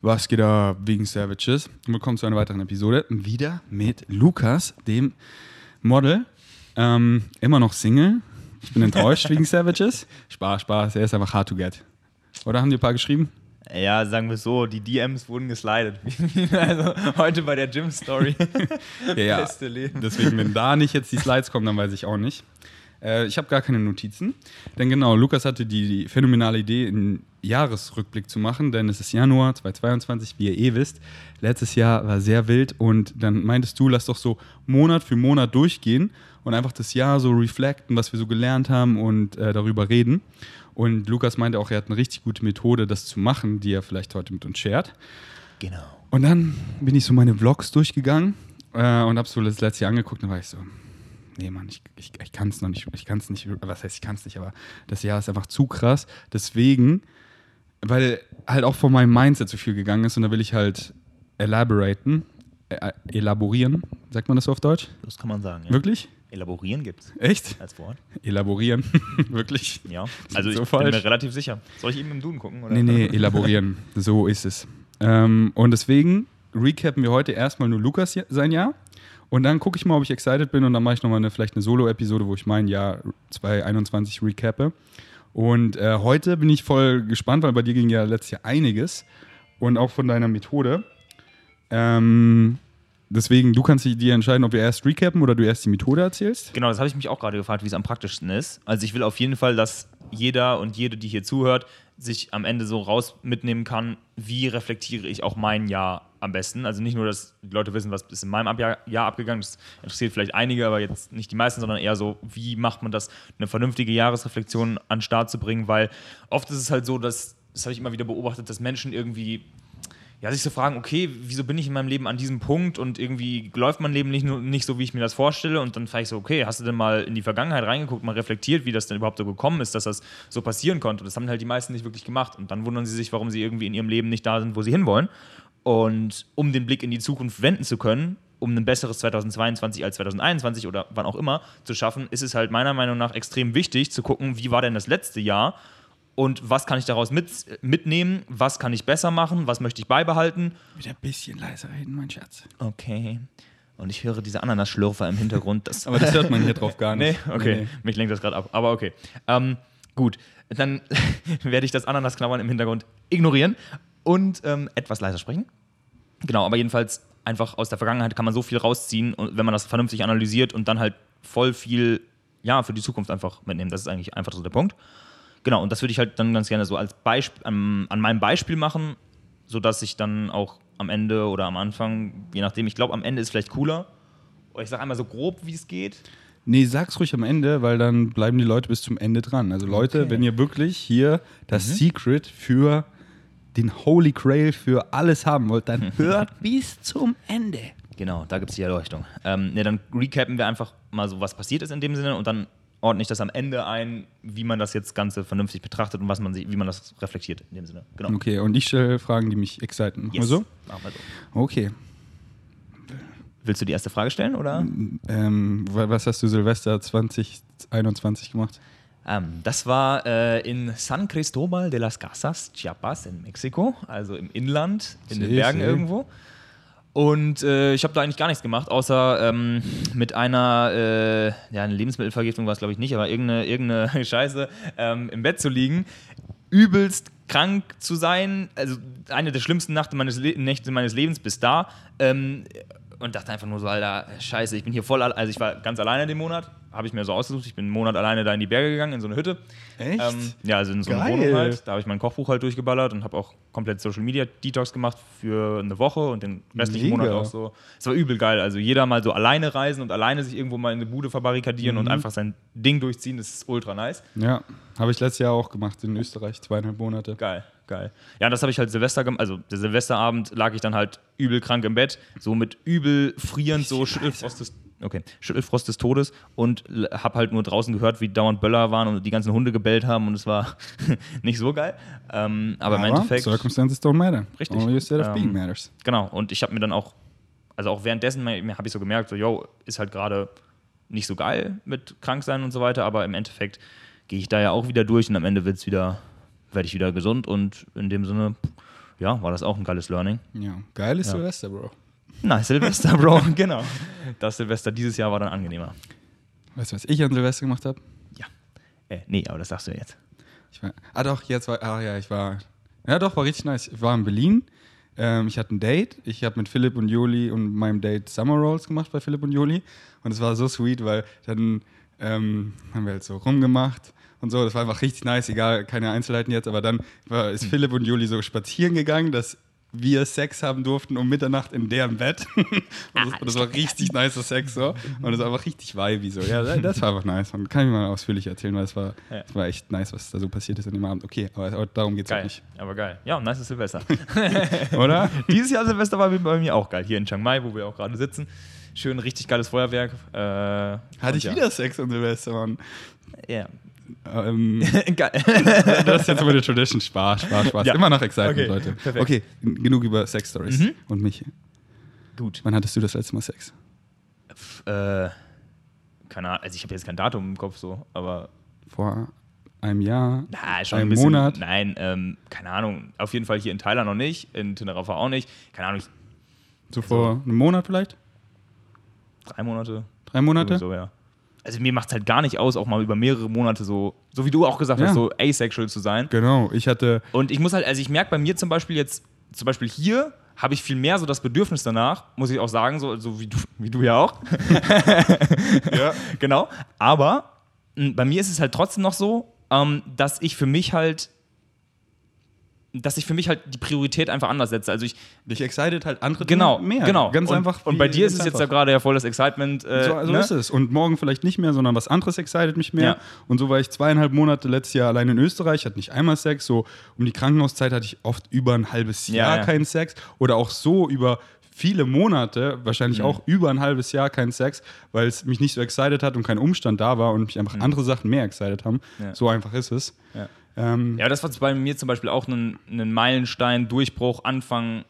Was geht da wegen Savages? Willkommen zu einer weiteren Episode. Wieder mit Lukas, dem Model. Immer noch Single. Ich bin enttäuscht wegen Savages. Spaß. Er ist einfach hard to get. Oder haben die ein paar geschrieben? Ja, sagen wir es so, die DMs wurden geslidet. Also heute bei der Gym-Story. Ja. Beste Leben. Deswegen, wenn da nicht jetzt die Slides kommen, dann weiß ich auch nicht. Ich habe gar keine Notizen. Denn genau, Lukas hatte die phänomenale Idee, einen Jahresrückblick zu machen, denn es ist Januar 2022, wie ihr wisst. Letztes Jahr war sehr wild und dann meintest du, lass doch so Monat für Monat durchgehen und einfach das Jahr so reflekten, was wir so gelernt haben und darüber reden. Und Lukas meinte auch, er hat eine richtig gute Methode, das zu machen, die er vielleicht heute mit uns shared. Genau. Und dann bin ich so meine Vlogs durchgegangen und habe so das letzte Jahr angeguckt und dann war ich so, nee, Mann, ich kann es noch nicht. Ich kann es nicht. Was heißt, ich kann es nicht, aber das Jahr ist einfach zu krass. Deswegen, weil halt auch von meinem Mindset so viel gegangen ist und da will ich halt elaborieren. Sagt man das so auf Deutsch? Das kann man sagen, ja. Wirklich? Elaborieren gibt's. Echt? Als Wort. Elaborieren. Wirklich? Ja. Also so ich falsch. bin mir relativ sicher. Soll ich eben im Duden gucken? Oder? Nee, elaborieren. So ist es. Und deswegen recappen wir heute erstmal nur Lukas sein Jahr. Und dann gucke ich mal, ob ich excited bin und dann mache ich nochmal vielleicht eine Solo-Episode, wo ich mein Jahr 2021 recappe. Und heute bin ich voll gespannt, weil bei dir ging ja letztes Jahr einiges und auch von deiner Methode. Deswegen, du kannst dir entscheiden, ob wir erst recappen oder du erst die Methode erzählst. Genau, das habe ich mich auch gerade gefragt, wie es am praktischsten ist. Also ich will auf jeden Fall, dass jeder und jede, die hier zuhört, sich am Ende so raus mitnehmen kann, wie reflektiere ich auch mein Jahr am besten. Also nicht nur, dass die Leute wissen, was ist in meinem Jahr abgegangen, das interessiert vielleicht einige, aber jetzt nicht die meisten, sondern eher so, wie macht man das, eine vernünftige Jahresreflexion an den Start zu bringen, weil oft ist es halt so, das habe ich immer wieder beobachtet, dass Menschen irgendwie sich so fragen, okay, wieso bin ich in meinem Leben an diesem Punkt und irgendwie läuft mein Leben nicht so, wie ich mir das vorstelle und dann frage ich so, okay, hast du denn mal in die Vergangenheit reingeguckt, mal reflektiert, wie das denn überhaupt so gekommen ist, dass das so passieren konnte und das haben halt die meisten nicht wirklich gemacht und dann wundern sie sich, warum sie irgendwie in ihrem Leben nicht da sind, wo sie hinwollen und um den Blick in die Zukunft wenden zu können, um ein besseres 2022 als 2021 oder wann auch immer zu schaffen, ist es halt meiner Meinung nach extrem wichtig zu gucken, wie war denn das letzte Jahr. Und was kann ich daraus mitnehmen? Was kann ich besser machen? Was möchte ich beibehalten? Wieder ein bisschen leiser reden, mein Schatz. Okay. Und ich höre diese Ananas-Schlürfer im Hintergrund. Aber das hört man hier drauf gar nicht. Nee? Okay. Nee. Mich lenkt das gerade ab. Aber okay. Gut. Dann werde ich das Ananas-Knabbern im Hintergrund ignorieren und etwas leiser sprechen. Genau, aber jedenfalls einfach aus der Vergangenheit kann man so viel rausziehen, wenn man das vernünftig analysiert und dann halt voll viel für die Zukunft einfach mitnehmen. Das ist eigentlich einfach so der Punkt. Genau, und das würde ich halt dann ganz gerne so als Beispiel, an meinem Beispiel machen, sodass ich dann auch am Ende oder am Anfang, je nachdem, ich glaube, am Ende ist vielleicht cooler. Oder ich sage einmal so grob, wie es geht. Nee, sag's ruhig am Ende, weil dann bleiben die Leute bis zum Ende dran. Also Leute, Okay. wenn ihr wirklich hier das Secret für den Holy Grail für alles haben wollt, dann hört bis zum Ende. Genau, da gibt es die Erleuchtung. Dann recappen wir einfach mal so, was passiert ist in dem Sinne und dann ordne ich das am Ende ein, wie man das jetzt Ganze vernünftig betrachtet und wie man das reflektiert in dem Sinne. Genau. Okay, und ich stelle Fragen, die mich exciten. Machen wir so? Machen wir so. Okay. Willst du die erste Frage stellen, oder? Was hast du Silvester 2021 gemacht? Das war in San Cristobal de las Casas, Chiapas in Mexiko, also im Inland, in den Bergen irgendwo. Und ich habe da eigentlich gar nichts gemacht, außer mit einer eine Lebensmittelvergiftung war es glaube ich nicht, aber irgendeine Scheiße im Bett zu liegen, übelst krank zu sein, also eine der schlimmsten Nächte meines Lebens bis da und dachte einfach nur so, Alter, scheiße, ich bin hier voll, also ich war ganz alleine den Monat, habe ich mir so ausgesucht, ich bin einen Monat alleine da in die Berge gegangen, in so eine Hütte. Echt? Also in so eine Wohnung halt, da habe ich mein Kochbuch halt durchgeballert und habe auch komplett Social Media Detox gemacht für eine Woche und den restlichen Monat auch so. Es war übel geil, also jeder mal so alleine reisen und alleine sich irgendwo mal in eine Bude verbarrikadieren und einfach sein Ding durchziehen, das ist ultra nice. Ja, habe ich letztes Jahr auch gemacht in Österreich, 2,5 Monate. Geil. Ja, das habe ich halt Silvester gemamme also der Silvesterabend lag ich dann halt übel krank im Bett, so mit übel frierend, so Schüttelfrost des Todes und habe halt nur draußen gehört, wie dauernd Böller waren und die ganzen Hunde gebellt haben und es war nicht so geil. Aber im Endeffekt... Circumstances don't matter. Richtig. Only a state of being matters. Genau, und ich habe mir dann auch, also auch währenddessen habe ich so gemerkt, so, ist halt gerade nicht so geil mit krank sein und so weiter, aber im Endeffekt gehe ich da ja auch wieder durch und am Ende werde ich wieder gesund und in dem Sinne ja, war das auch ein geiles Learning. Ja, geiles Silvester, Bro. Nice Silvester, Bro, genau. Das Silvester dieses Jahr war dann angenehmer. Weißt du, was ich an Silvester gemacht habe? Ja. Nee, aber das sagst du jetzt. War richtig nice. Ich war in Berlin, ich hatte ein Date, ich habe mit Philipp und Joli und meinem Date Summer Rolls gemacht bei Philipp und Joli und es war so sweet, weil dann haben wir halt so rumgemacht und so, das war einfach richtig nice, egal, keine Einzelheiten jetzt, aber dann ist Philipp und Joli so spazieren gegangen, dass wir Sex haben durften um Mitternacht in deren Bett. Und das war richtig nicer Sex so. Und das war einfach richtig vibey so. Ja, das war einfach nice. Und kann ich mal ausführlich erzählen, weil es war echt nice, was da so passiert ist an dem Abend. Okay, aber darum geht es halt nicht. Aber geil. Ja, nice Silvester. Oder? Dieses Jahr Silvester war bei mir auch geil. Hier in Chiang Mai, wo wir auch gerade sitzen. Schön, richtig geiles Feuerwerk. Hatte ich wieder Sex an Silvester, Mann. Ja. Geil. Das ist jetzt immer die Tradition. Spaß. Ja. Immer noch Excitement, okay, Leute. Perfekt. Okay, genug über Sex-Stories und mich. Gut. Wann hattest du das letzte Mal Sex? Keine Ahnung, also ich habe jetzt kein Datum im Kopf so, aber... Vor einem Jahr? Na, schon einem Monat? Nein, keine Ahnung. Auf jeden Fall hier in Thailand noch nicht, in Teneriffa auch nicht. Keine Ahnung. So vor einem Monat vielleicht? 3 Monate. 3 Monate? So, ja. Also mir macht es halt gar nicht aus, auch mal über mehrere Monate so wie du auch gesagt hast, so asexual zu sein. Genau, und ich muss halt, also ich merke bei mir zum Beispiel hier, habe ich viel mehr so das Bedürfnis danach, muss ich auch sagen, so wie du ja auch. Ja. Genau. Aber bei mir ist es halt trotzdem noch so, dass ich für mich halt die Priorität einfach anders setze. Also dich excited halt andere Dinge mehr. Genau. Ganz einfach. Und bei dir ist es jetzt ja gerade ja voll das Excitement. So ist es. Und morgen vielleicht nicht mehr, sondern was anderes excited mich mehr. Ja. Und so war ich 2,5 Monate letztes Jahr allein in Österreich, hatte nicht einmal Sex. So um die Krankenhauszeit hatte ich oft über ein halbes Jahr keinen Sex. Oder auch so über viele Monate, wahrscheinlich auch über ein halbes Jahr keinen Sex, weil es mich nicht so excited hat und kein Umstand da war und mich einfach andere Sachen mehr excited haben. Ja. So einfach ist es. Ja. Ja, das war bei mir zum Beispiel auch ein Meilenstein, Durchbruch, Anfang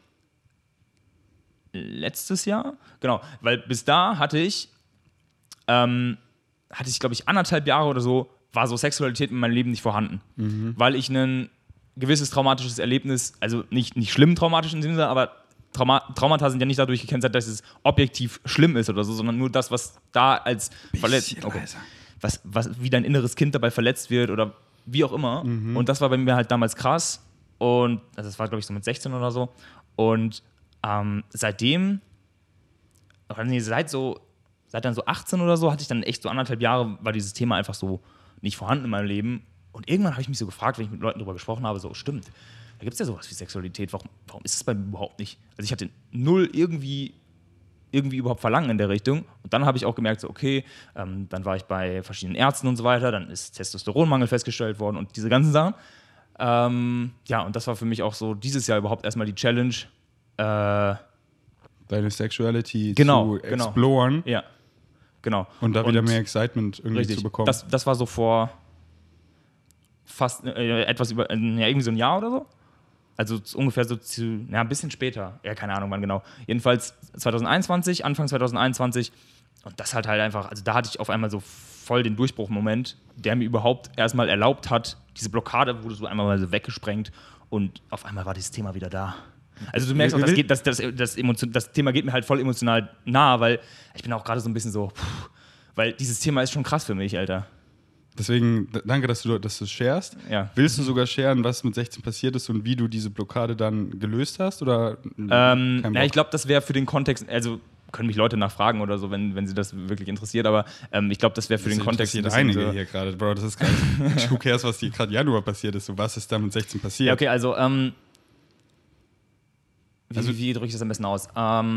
letztes Jahr. Genau, weil bis da hatte ich, glaube ich, 1,5 Jahre oder so, war so Sexualität in meinem Leben nicht vorhanden. Weil ich ein gewisses traumatisches Erlebnis, also nicht schlimm traumatisch im Sinne, aber Traumata sind ja nicht dadurch gekennzeichnet, dass es objektiv schlimm ist oder so, sondern nur das, was da als verletzt, was wie dein inneres Kind dabei verletzt wird oder wie auch immer. Und das war bei mir halt damals krass. Und also das war, glaube ich, so mit 16 oder so. Und seitdem, seit dann so 18 oder so, hatte ich dann echt so 1,5 Jahre, war dieses Thema einfach so nicht vorhanden in meinem Leben. Und irgendwann habe ich mich so gefragt, wenn ich mit Leuten darüber gesprochen habe, so stimmt, da gibt es ja sowas wie Sexualität. Warum ist es bei mir überhaupt nicht? Also ich hatte null irgendwie überhaupt Verlangen in der Richtung. Und dann habe ich auch gemerkt, so okay, dann war ich bei verschiedenen Ärzten und so weiter, dann ist Testosteronmangel festgestellt worden und diese ganzen Sachen. Ja, und das war für mich auch so dieses Jahr überhaupt erstmal die Challenge. Deine Sexuality zu exploren. Ja, genau. Und da wieder mehr Excitement irgendwie zu bekommen. Das war so vor fast etwas über, irgendwie so ein Jahr oder so. Also ungefähr so ein bisschen später. Ja, keine Ahnung wann genau. Jedenfalls Anfang 2021. Und das hat halt einfach, also da hatte ich auf einmal so voll den Durchbruchmoment, der mir überhaupt erstmal erlaubt hat, diese Blockade wurde so einmal mal so weggesprengt und auf einmal war dieses Thema wieder da. Also du merkst auch, das Thema geht mir halt voll emotional nahe, weil ich bin auch gerade so ein bisschen so, weil dieses Thema ist schon krass für mich, Alter. Deswegen, danke, dass du sharest. Ja. Willst du sogar sharen, was mit 16 passiert ist und wie du diese Blockade dann gelöst hast? Oder ich glaube, das wäre für den Kontext, also können mich Leute nachfragen oder so, wenn sie das wirklich interessiert, aber ich glaube, das wäre für den Kontext... Das einige so hier gerade, Bro, das ist gerade... Who cares, was dir gerade Januar passiert ist? So, was ist da mit 16 passiert? Ja, okay, also... wie drücke ich das am besten aus?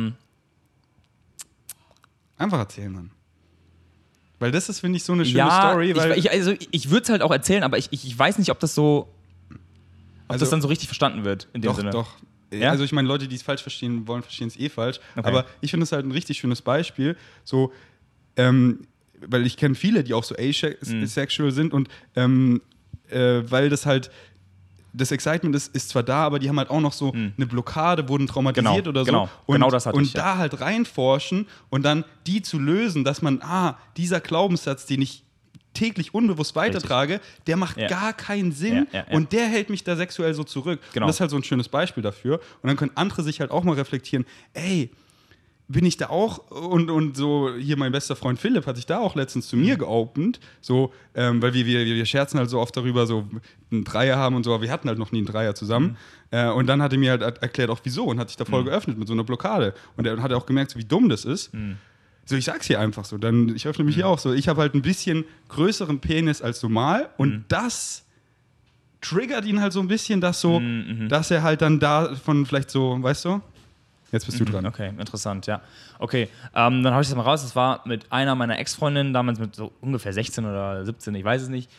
Einfach erzählen, Mann. Weil das ist, finde ich, so eine schöne Story. Weil ich würde es halt auch erzählen, aber ich weiß nicht, ob das so... das dann so richtig verstanden wird, in dem Sinne. Doch. Ja? Also ich meine, Leute, die es falsch verstehen wollen, verstehen es falsch. Okay. Aber ich finde es halt ein richtig schönes Beispiel. So, weil ich kenne viele, die auch so asexual sind und weil das halt... Das Excitement ist zwar da, aber die haben halt auch noch so eine Blockade, wurden traumatisiert oder so. Genau das hatte ich. Und da halt reinforschen und dann die zu lösen, dass man, dieser Glaubenssatz, den ich täglich unbewusst weitertrage, der macht gar keinen Sinn und der hält mich da sexuell so zurück. Genau. Und das ist halt so ein schönes Beispiel dafür. Und dann können andere sich halt auch mal reflektieren, ey, bin ich da auch und so, hier mein bester Freund Philipp hat sich da auch letztens zu mir geopend, so, weil wir scherzen halt so oft darüber, so einen Dreier haben und so, aber wir hatten halt noch nie einen Dreier zusammen. Und dann hat er mir halt erklärt auch wieso und hat sich da voll geöffnet mit so einer Blockade. Und er hat auch gemerkt, so, wie dumm das ist. So, ich sag's hier einfach so, ich öffne mich hier auch so. Ich habe halt ein bisschen größeren Penis als normal und das triggert ihn halt so ein bisschen, dass er halt dann davon vielleicht so, weißt du? Jetzt bist du dran. Okay, interessant, ja. Okay, dann habe ich das mal raus. Das war mit einer meiner Ex-Freundinnen, damals mit so ungefähr 16 oder 17, ich weiß es nicht.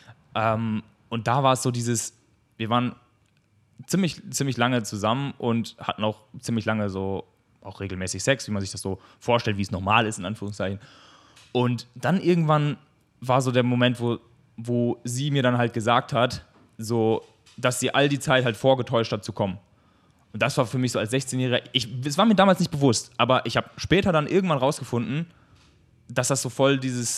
Und da war es so wir waren ziemlich lange zusammen und hatten auch ziemlich lange so auch regelmäßig Sex, wie man sich das so vorstellt, wie es normal ist, in Anführungszeichen. Und dann irgendwann war so der Moment, wo sie mir dann halt gesagt hat, so, dass sie all die Zeit halt vorgetäuscht hat zu kommen. Und das war für mich so als 16-Jähriger, es war mir damals nicht bewusst, aber ich habe später dann irgendwann rausgefunden, dass das so voll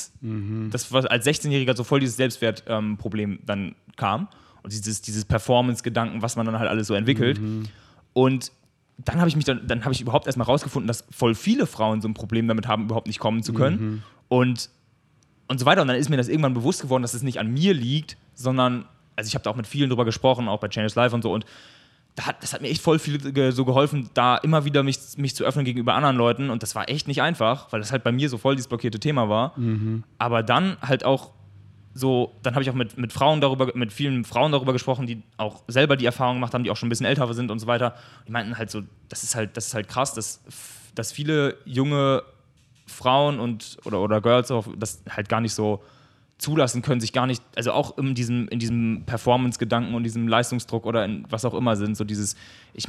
das war als 16-Jähriger so voll dieses Selbstwertproblem dann kam. Und dieses Performance-Gedanken, was man dann halt alles so entwickelt. Und dann habe ich überhaupt erstmal rausgefunden, dass voll viele Frauen so ein Problem damit haben, überhaupt nicht kommen zu können. Und so weiter. Und dann ist mir das irgendwann bewusst geworden, dass es nicht an mir liegt, sondern, also ich habe da auch mit vielen drüber gesprochen, auch bei Changes Life und so. Und das hat mir echt voll viel so geholfen, da immer wieder mich zu öffnen gegenüber anderen Leuten. Und das war echt nicht einfach, weil das halt bei mir so voll dieses blockierte Thema war. Aber dann halt auch so, dann habe ich auch mit vielen Frauen darüber gesprochen, die auch selber die Erfahrung gemacht haben, die auch schon ein bisschen älter sind und so weiter. Die meinten halt so, das ist halt krass, dass viele junge Frauen oder Girls auch das halt gar nicht so zulassen können, sich gar nicht, also auch in diesem Performance-Gedanken und diesem Leistungsdruck oder in was auch immer sind, so dieses,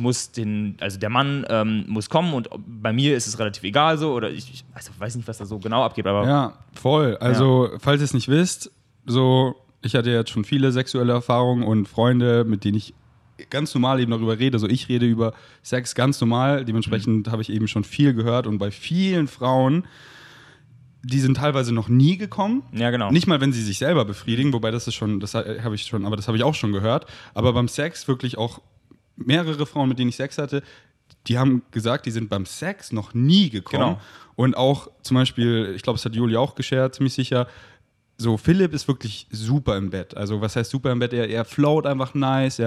der Mann muss kommen und bei mir ist es relativ egal so, oder ich weiß nicht, was da so genau abgeht, aber... Ja, voll. Also, falls ihr es nicht wisst, so, ich hatte jetzt schon viele sexuelle Erfahrungen und Freunde, mit denen ich ganz normal eben darüber rede. Also ich rede über Sex ganz normal, dementsprechend habe ich eben schon viel gehört und bei vielen Frauen, die sind teilweise noch nie gekommen. Ja, genau. Nicht mal, wenn sie sich selber befriedigen, wobei das habe ich auch schon gehört. Aber beim Sex wirklich auch mehrere Frauen, mit denen ich Sex hatte, die haben gesagt, die sind beim Sex noch nie gekommen. Genau. Und auch zum Beispiel, ich glaube, das hat Juli auch geshared, ziemlich sicher, so, Philipp ist wirklich super im Bett. Also, was heißt super im Bett? Er float einfach nice.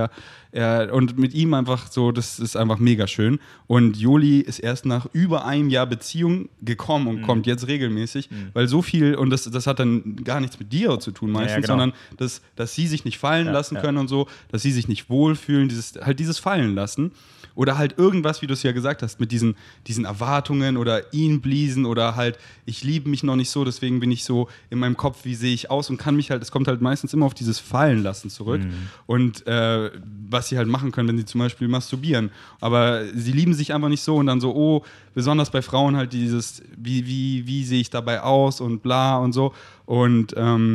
Und mit ihm einfach so, das ist einfach mega schön. Und Joli ist erst nach über einem Jahr Beziehung gekommen und kommt jetzt regelmäßig, weil so viel, und das hat dann gar nichts mit dir zu tun meistens, genau. sondern dass sie sich nicht fallen lassen können und so, dass sie sich nicht wohlfühlen, dieses Fallen lassen. Oder halt irgendwas, wie du es ja gesagt hast, mit diesen Erwartungen oder ihn bleasen oder halt, ich liebe mich noch nicht so, deswegen bin ich so in meinem Kopf, wie sehe ich aus und kann mich halt, es kommt halt meistens immer auf dieses Fallenlassen zurück. Und was sie halt machen können, wenn sie zum Beispiel masturbieren. Aber sie lieben sich einfach nicht so und dann so, oh, besonders bei Frauen halt dieses, wie sehe ich dabei aus und bla und so. Und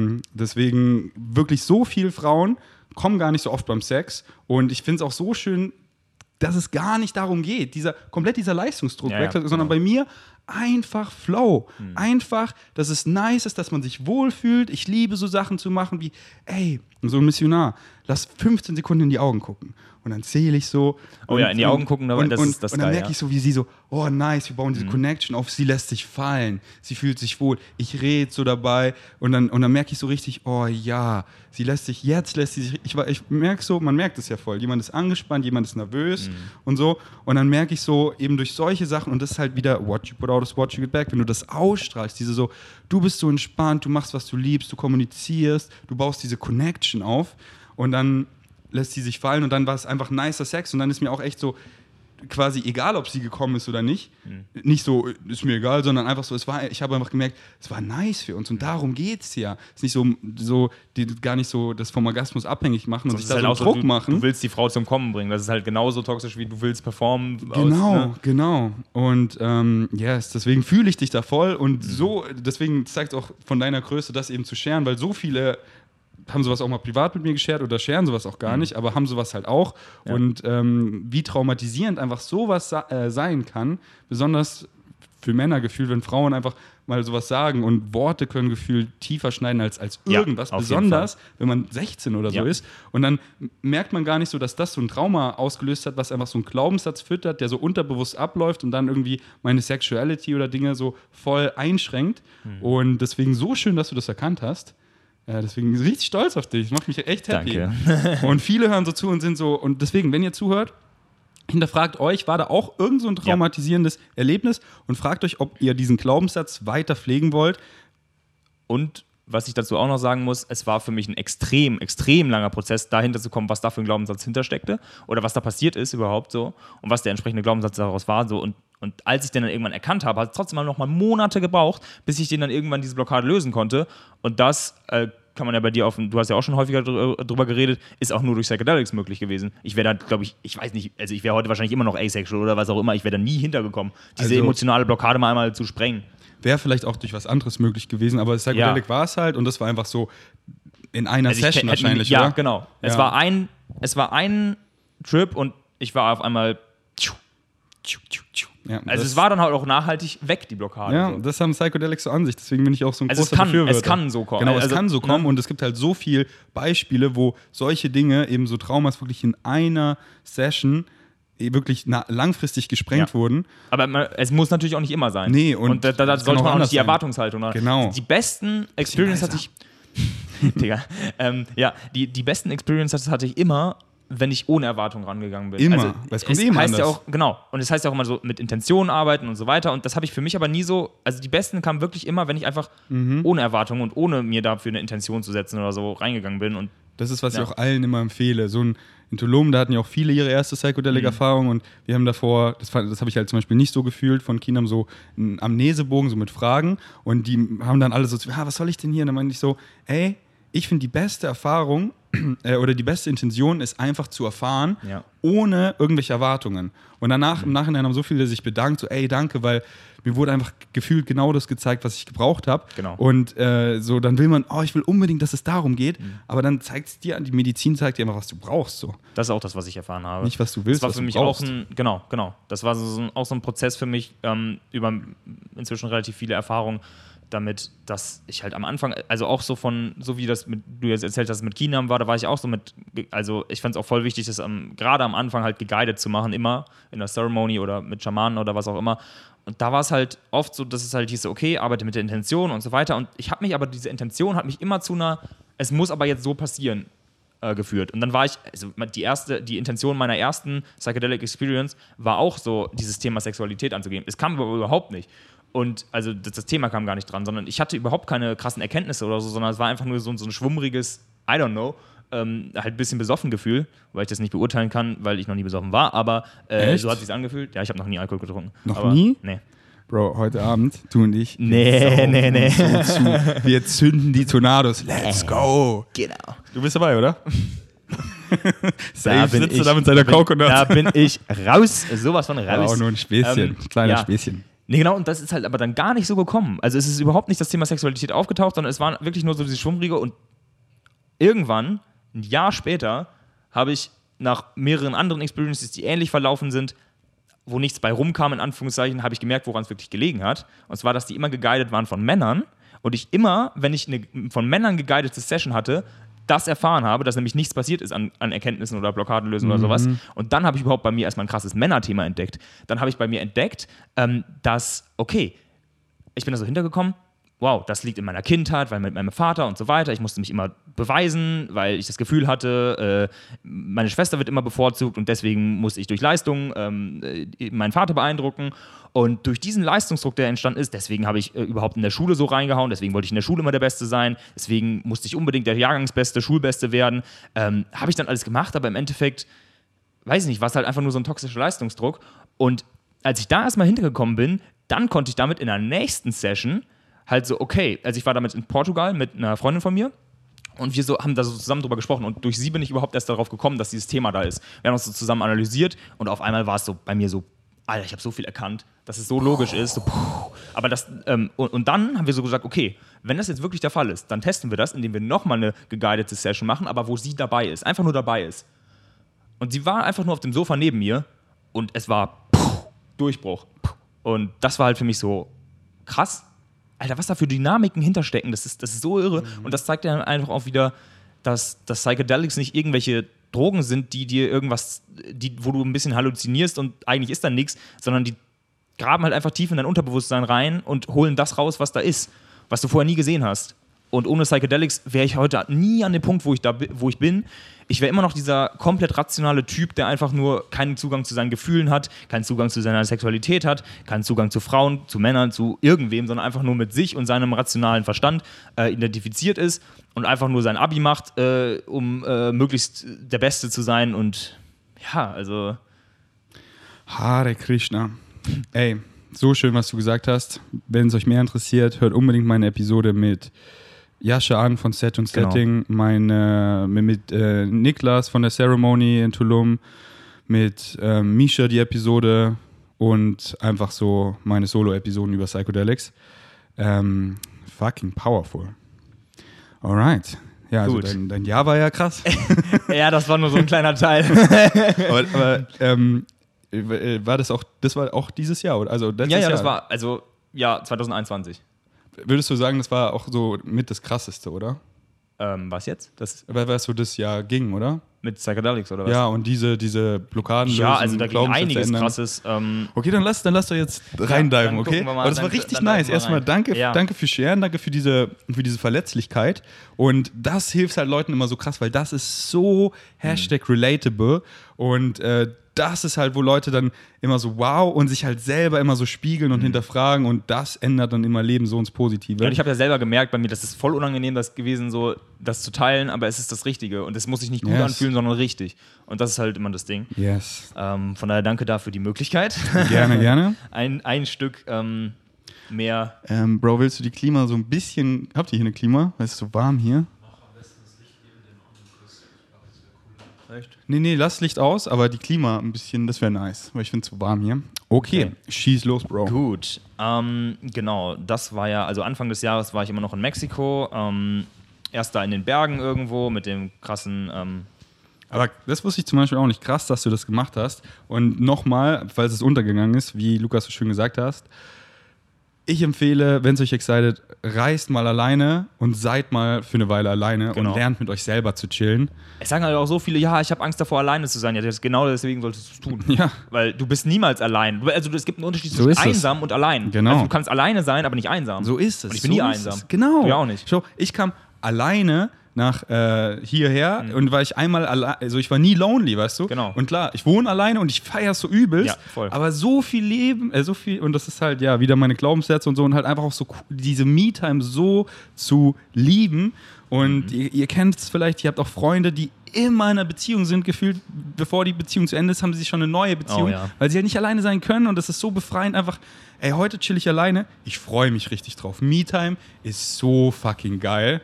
deswegen wirklich so viele Frauen kommen gar nicht so oft beim Sex. Und ich finde es auch so schön, dass es gar nicht darum geht, dieser Leistungsdruck weg, sondern bei mir einfach Flow. Einfach, dass es nice ist, dass man sich wohlfühlt. Ich liebe so Sachen zu machen wie, ey, so ein Missionar, lass 15 Sekunden in die Augen gucken. Und dann zähle ich so. Oh ja, in die Augen gucken, das ist das und dann merke ich so, wie sie so, oh nice, wir bauen diese Connection auf, sie lässt sich fallen, sie fühlt sich wohl, ich rede so dabei und dann merke ich so richtig, oh ja, jetzt lässt sie sich, ich merke so, man merkt es ja voll, jemand ist angespannt, jemand ist nervös und so und dann merke ich so, eben durch solche Sachen und das ist halt wieder, what you put out is what you get back, wenn du das ausstrahlst, diese so, du bist so entspannt, du machst, was du liebst, du kommunizierst, du baust diese Connection auf und dann lässt sie sich fallen und dann war es einfach nicer Sex und dann ist mir auch echt so quasi egal, ob sie gekommen ist oder nicht. Nicht so, ist mir egal, sondern einfach so, ich habe einfach gemerkt, es war nice für uns und darum geht's ja. Es ist nicht so die gar nicht so das vom Orgasmus abhängig machen und sich da halt so Druck machen. Du willst die Frau zum Kommen bringen, das ist halt genauso toxisch, wie du willst performen. Genau. Und deswegen fühle ich dich da voll und so, deswegen zeigt es auch von deiner Größe, das eben zu scheren, weil so viele haben sowas auch mal privat mit mir geshared oder scheren sowas auch gar nicht, aber haben sowas halt auch. Ja. Und wie traumatisierend einfach sowas sein kann, besonders für Männer gefühlt, wenn Frauen einfach mal sowas sagen und Worte können gefühlt tiefer schneiden als irgendwas, auf jeden besonders wenn man 16 oder so ist. Und dann merkt man gar nicht so, dass das so ein Trauma ausgelöst hat, was einfach so einen Glaubenssatz füttert, der so unterbewusst abläuft und dann irgendwie meine Sexuality oder Dinge so voll einschränkt. Und deswegen so schön, dass du das erkannt hast. Deswegen bin ich richtig stolz auf dich. Das macht mich echt happy. Danke. Und viele hören so zu und sind so, und deswegen, wenn ihr zuhört, hinterfragt euch, war da auch irgend so ein traumatisierendes Erlebnis und fragt euch, ob ihr diesen Glaubenssatz weiter pflegen wollt. Und was ich dazu auch noch sagen muss, es war für mich ein extrem, extrem langer Prozess, dahinter zu kommen, was da für ein Glaubenssatz hintersteckte oder was da passiert ist überhaupt so und was der entsprechende Glaubenssatz daraus war. So. Und als ich den dann irgendwann erkannt habe, hat es trotzdem noch mal Monate gebraucht, bis ich den dann irgendwann diese Blockade lösen konnte. Und das kann man ja bei dir du hast ja auch schon häufiger drüber geredet, ist auch nur durch Psychedelics möglich gewesen. Ich wäre da, glaube ich weiß nicht, also ich wäre heute wahrscheinlich immer noch asexual oder was auch immer, ich wäre da nie hintergekommen, diese emotionale Blockade mal einmal zu sprengen. Wäre vielleicht auch durch was anderes möglich gewesen, aber Psychedelic war es halt und das war einfach so in einer Session wahrscheinlich, oder? Ja, genau. Ja. Es war ein Trip und ich war auf einmal ja, also es war dann halt auch nachhaltig weg, die Blockade. Ja, so. Das haben Psychedelics so an sich, deswegen bin ich auch so ein großer Befürworter. Es kann so kommen. Genau, es kann so kommen und es gibt halt so viele Beispiele, wo solche Dinge, eben so Traumas wirklich in einer Session wirklich langfristig gesprengt wurden. Aber es muss natürlich auch nicht immer sein. Nee, und da sollte man auch nicht die Erwartungshaltung haben. Genau. Die besten Experience hatte ich Digga, die besten Experiences hatte ich immer, wenn ich ohne Erwartung rangegangen bin. Immer, also, weil es kommt eben heißt anders. ja auch, genau, und es heißt ja auch immer so mit Intentionen arbeiten und so weiter und das habe ich für mich aber nie so, also die besten kamen wirklich immer, wenn ich einfach ohne Erwartung und ohne mir dafür eine Intention zu setzen oder so reingegangen bin und das ist, was ich auch allen immer empfehle. So ein Intolom, da hatten ja auch viele ihre erste Psychedelic-Erfahrung und wir haben davor, das habe ich halt zum Beispiel nicht so gefühlt, von Kindern so einen Amnesebogen, so mit Fragen und die haben dann alle so, was soll ich denn hier? Und dann meinte ich so, ey, ich finde die beste Erfahrung oder die beste Intention ist einfach zu erfahren, ohne irgendwelche Erwartungen. Und danach, im Nachhinein haben so viele sich bedankt, so ey, danke, weil mir wurde einfach gefühlt genau das gezeigt, was ich gebraucht habe. Genau. Und so, dann will man, ich will unbedingt, dass es darum geht, aber dann zeigt es dir, die Medizin zeigt dir einfach, was du brauchst. So. Das ist auch das, was ich erfahren habe. Nicht, was du willst, das war was für du mich brauchst. auch genau. Das war auch so ein Prozess für mich über inzwischen relativ viele Erfahrungen, damit, dass ich halt am Anfang, also auch so wie das du jetzt erzählt hast, mit Kinam war, da war ich auch so also ich fand es auch voll wichtig, das gerade am Anfang halt geguided zu machen, immer in der Ceremony oder mit Schamanen oder was auch immer. Und da war es halt oft so, dass es halt hieß, okay, arbeite mit der Intention und so weiter. Und diese Intention hat mich immer zu es muss aber jetzt so passieren, geführt. Und dann war die Intention meiner ersten Psychedelic Experience war auch so, dieses Thema Sexualität anzugehen. Es kam aber überhaupt nicht. Und also das Thema kam gar nicht dran, sondern ich hatte überhaupt keine krassen Erkenntnisse oder so, sondern es war einfach nur so ein schwummriges, I don't know, halt ein bisschen besoffen Gefühl, weil ich das nicht beurteilen kann, weil ich noch nie besoffen war, aber so hat es sich angefühlt. Ja, ich habe noch nie Alkohol getrunken. Nie? Nee. Bro, heute Abend, du und ich. Nee. So wir zünden die Tornados. Let's go. Genau. Du bist dabei, oder? Da sitzt du da mit seiner Coconut. Da bin ich raus. Sowas von raus. War auch nur ein Späßchen. Kleiner Späßchen. Nee, genau, und das ist halt aber dann gar nicht so gekommen. Also es ist überhaupt nicht das Thema Sexualität aufgetaucht, sondern es war wirklich nur so dieses Schwummrige und irgendwann, ein Jahr später, habe ich nach mehreren anderen Experiences, die ähnlich verlaufen sind, wo nichts bei rumkam, in Anführungszeichen, habe ich gemerkt, woran es wirklich gelegen hat. Und zwar, dass die immer geguidet waren von Männern und ich immer, wenn ich eine von Männern geguidete Session hatte, das erfahren habe, dass nämlich nichts passiert ist an Erkenntnissen oder Blockadenlösungen oder sowas. Und dann habe ich überhaupt bei mir erstmal ein krasses Männerthema entdeckt. Dann habe ich bei mir entdeckt, dass, okay, ich bin da so hintergekommen, wow, das liegt in meiner Kindheit, weil mit meinem Vater und so weiter, ich musste mich immer beweisen, weil ich das Gefühl hatte, meine Schwester wird immer bevorzugt und deswegen musste ich durch Leistung meinen Vater beeindrucken. Und durch diesen Leistungsdruck, der entstanden ist, deswegen habe ich überhaupt in der Schule so reingehauen, deswegen wollte ich in der Schule immer der Beste sein, deswegen musste ich unbedingt der Jahrgangsbeste, Schulbeste werden. Habe ich dann alles gemacht, aber im Endeffekt, weiß ich nicht, war es halt einfach nur so ein toxischer Leistungsdruck. Und als ich da erstmal hintergekommen bin, dann konnte ich damit in der nächsten Session halt so, okay, also ich war damit in Portugal mit einer Freundin von mir und wir haben da so zusammen drüber gesprochen und durch sie bin ich überhaupt erst darauf gekommen, dass dieses Thema da ist. Wir haben uns so zusammen analysiert und auf einmal war es so bei mir so, Alter, ich habe so viel erkannt, dass es so logisch ist. So, aber das, und dann haben wir so gesagt, okay, wenn das jetzt wirklich der Fall ist, dann testen wir das, indem wir nochmal eine geguidete Session machen, aber wo sie dabei ist, einfach nur dabei ist. Und sie war einfach nur auf dem Sofa neben mir und es war Durchbruch. Und das war halt für mich so krass. Alter, was da für Dynamiken hinterstecken, das ist so irre. Und das zeigt ja einfach auch wieder, dass Psychedelics nicht irgendwelche Drogen sind, die dir irgendwas, wo du ein bisschen halluzinierst und eigentlich ist da nichts, sondern die graben halt einfach tief in dein Unterbewusstsein rein und holen das raus, was da ist, was du vorher nie gesehen hast. Und ohne Psychedelics wäre ich heute nie an dem Punkt, wo ich bin. Ich wäre immer noch dieser komplett rationale Typ, der einfach nur keinen Zugang zu seinen Gefühlen hat, keinen Zugang zu seiner Sexualität hat, keinen Zugang zu Frauen, zu Männern, zu irgendwem, sondern einfach nur mit sich und seinem rationalen Verstand identifiziert ist und einfach nur sein Abi macht, um möglichst der Beste zu sein. Und ja, also... Hare Krishna. Ey, so schön, was du gesagt hast. Wenn es euch mehr interessiert, hört unbedingt meine Episode mit Jascha an von Set und Setting, mit Niklas von der Ceremony in Tulum, mit Misha die Episode und einfach so meine Solo-Episoden über Psychedelics. Fucking powerful. Alright. Ja, also dein Jahr war ja krass. Ja, das war nur so ein kleiner Teil. aber das war auch dieses Jahr, oder? Also letztes Jahr. Das war, 2021. Würdest du sagen, das war auch so mit das Krasseste, oder? Was jetzt? Weil es so das Jahr ging, oder? Mit Psychedelics, oder was? Ja, und diese Blockaden. Ja, also da ging einiges Krasses. Okay, dann lass doch jetzt reindiven, okay? Aber das war richtig nice. Erstmal danke für Sharen, danke für diese Verletzlichkeit. Und das hilft halt Leuten immer so krass, weil das ist so #relatable. Und das ist halt, wo Leute dann immer so wow und sich halt selber immer so spiegeln und hinterfragen und das ändert dann immer Leben so ins Positive. Ja, und ich habe ja selber gemerkt bei mir, das ist voll unangenehm gewesen, so das zu teilen, aber es ist das Richtige und es muss sich nicht gut anfühlen, sondern richtig. Und das ist halt immer das Ding. Yes. Von daher danke dafür die Möglichkeit. Gerne, gerne. ein Stück mehr. Bro, willst du die Klima so ein bisschen, habt ihr hier eine Klima? Weil es ist so warm hier. Echt? Nee, lass Licht aus, aber die Klima ein bisschen, das wäre nice, weil ich finde es so warm hier. Okay, schieß los, Bro. Gut, genau, das war ja, also Anfang des Jahres war ich immer noch in Mexiko, erst da in den Bergen irgendwo mit dem krassen... Aber das wusste ich zum Beispiel auch nicht. Krass, dass du das gemacht hast. Und nochmal, falls es untergegangen ist, wie Lukas so schön gesagt hast, ich empfehle, wenn es euch excited, reist mal alleine und seid mal für eine Weile alleine und lernt mit euch selber zu chillen. Es sagen halt auch so viele, ja, ich habe Angst davor, alleine zu sein. Ja, genau deswegen solltest du es tun. Ja. Weil du bist niemals allein. Also es gibt einen Unterschied zwischen einsam und allein. Genau. Also du kannst alleine sein, aber nicht einsam. So ist es. Und ich bin nie einsam. Genau. Du ja auch nicht. Schau, ich kam alleine nach hierher und war ich einmal allein, also ich war nie lonely, weißt du? Genau. Und klar, ich wohne alleine und ich feiere so übelst, ja, voll. Aber so viel Leben, so viel, und das ist halt, ja, wieder meine Glaubenssätze und so und halt einfach auch so diese Me-Time so zu lieben und ihr kennt es vielleicht, ihr habt auch Freunde, die immer in einer Beziehung sind, gefühlt, bevor die Beziehung zu Ende ist, haben sie schon eine neue Beziehung, weil sie halt nicht alleine sein können und das ist so befreiend, einfach, ey, heute chill ich alleine, ich freue mich richtig drauf. Me-Time ist so fucking geil.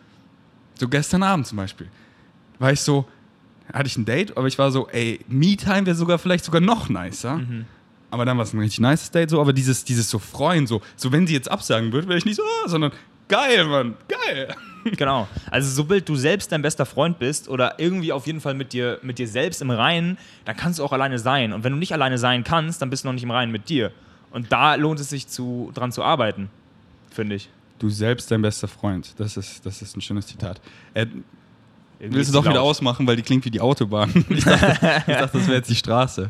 So gestern Abend zum Beispiel, war ich so, hatte ich ein Date, aber ich war so, ey, Me-Time wäre vielleicht sogar noch nicer. Aber dann war es ein richtig nices Date, so, aber dieses so freuen, so wenn sie jetzt absagen würde, wäre ich nicht so, sondern geil, Mann, geil. Genau, also sobald du selbst dein bester Freund bist oder irgendwie auf jeden Fall mit dir selbst im Reinen, dann kannst du auch alleine sein. Und wenn du nicht alleine sein kannst, dann bist du noch nicht im Reinen mit dir. Und da lohnt es sich dran zu arbeiten, finde ich. Du selbst dein bester Freund. Das ist ein schönes Zitat. Willst du doch wieder ausmachen, weil die klingt wie die Autobahn. Ich dachte, das wäre jetzt die Straße.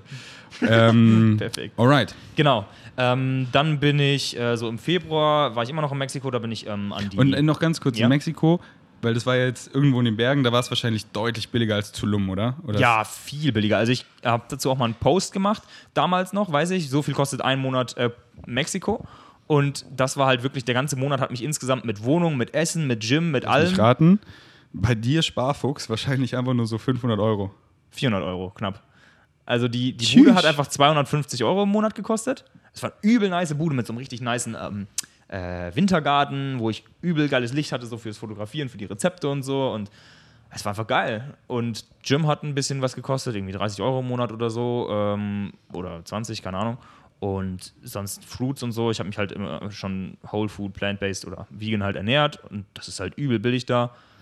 Perfekt. Alright. Genau. Dann bin ich so im Februar, war ich immer noch in Mexiko, da bin ich an die... Und noch ganz kurz in Mexiko, weil das war ja jetzt irgendwo in den Bergen, da war es wahrscheinlich deutlich billiger als Tulum, oder? Ja, viel billiger. Also ich habe dazu auch mal einen Post gemacht, damals noch, weiß ich, so viel kostet ein Monat Mexiko. Und das war halt wirklich, der ganze Monat hat mich insgesamt mit Wohnung, mit Essen, mit Gym, mit allem... Ich raten, bei dir Sparfuchs wahrscheinlich einfach nur so 500 Euro. 400 Euro, knapp. Also die Bude hat einfach 250 Euro im Monat gekostet. Es war eine übel nice Bude mit so einem richtig nicen Wintergarten, wo ich übel geiles Licht hatte, so fürs Fotografieren, für die Rezepte und so. Und es war einfach geil. Und Gym hat ein bisschen was gekostet, irgendwie 30 Euro im Monat oder so. Oder 20, keine Ahnung. Und sonst Fruits und so. Ich habe mich halt immer schon Whole Food, Plant-Based oder Vegan halt ernährt. Und das ist halt übel billig da.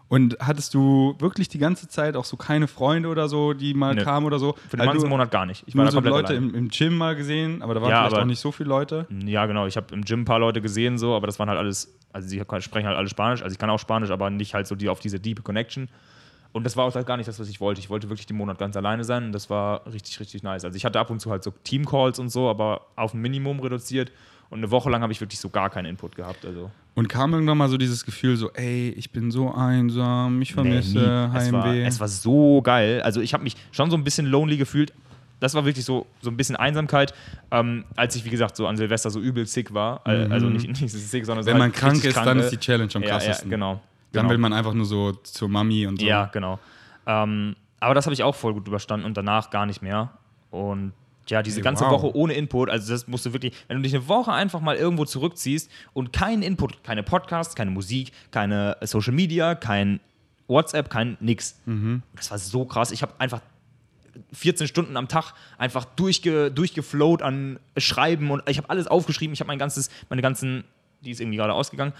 Und hattest du wirklich die ganze Zeit auch so keine Freunde oder so, die mal kamen oder so? Für den ganzen Monat gar nicht. Ich war nur so Leute im Gym mal gesehen, aber da waren vielleicht auch nicht so viele Leute. Ja, genau. Ich habe im Gym ein paar Leute gesehen, so, aber das waren halt alles, also sie sprechen halt alle Spanisch. Also ich kann auch Spanisch, aber nicht halt so auf diese deep Connection. Und das war auch halt gar nicht das, was ich wollte. Ich wollte wirklich den Monat ganz alleine sein und das war richtig, richtig nice. Also ich hatte ab und zu halt so Team-Calls und so, aber auf ein Minimum reduziert. Und eine Woche lang habe ich wirklich so gar keinen Input gehabt. Also. Und kam irgendwann mal so dieses Gefühl so, ey, ich bin so einsam, ich vermisse Heimweh. Es war so geil. Also ich habe mich schon so ein bisschen lonely gefühlt. Das war wirklich so ein bisschen Einsamkeit, als ich, wie gesagt, so an Silvester so übel sick war. Also nicht sick, sondern so wenn man krank ist, dann ist die Challenge am krassesten. Ja, genau. Dann will man einfach nur so zur Mami und so. Ja, genau. Aber das habe ich auch voll gut überstanden und danach gar nicht mehr. Und ja, diese ganze Woche ohne Input, also das musst du wirklich, wenn du dich eine Woche einfach mal irgendwo zurückziehst und keinen Input, keine Podcasts, keine Musik, keine Social Media, kein WhatsApp, kein nix. Das war so krass. Ich habe einfach 14 Stunden am Tag einfach durchgeflowt an Schreiben und ich habe alles aufgeschrieben. Ich habe meine ganzen, die ist irgendwie gerade ausgegangen.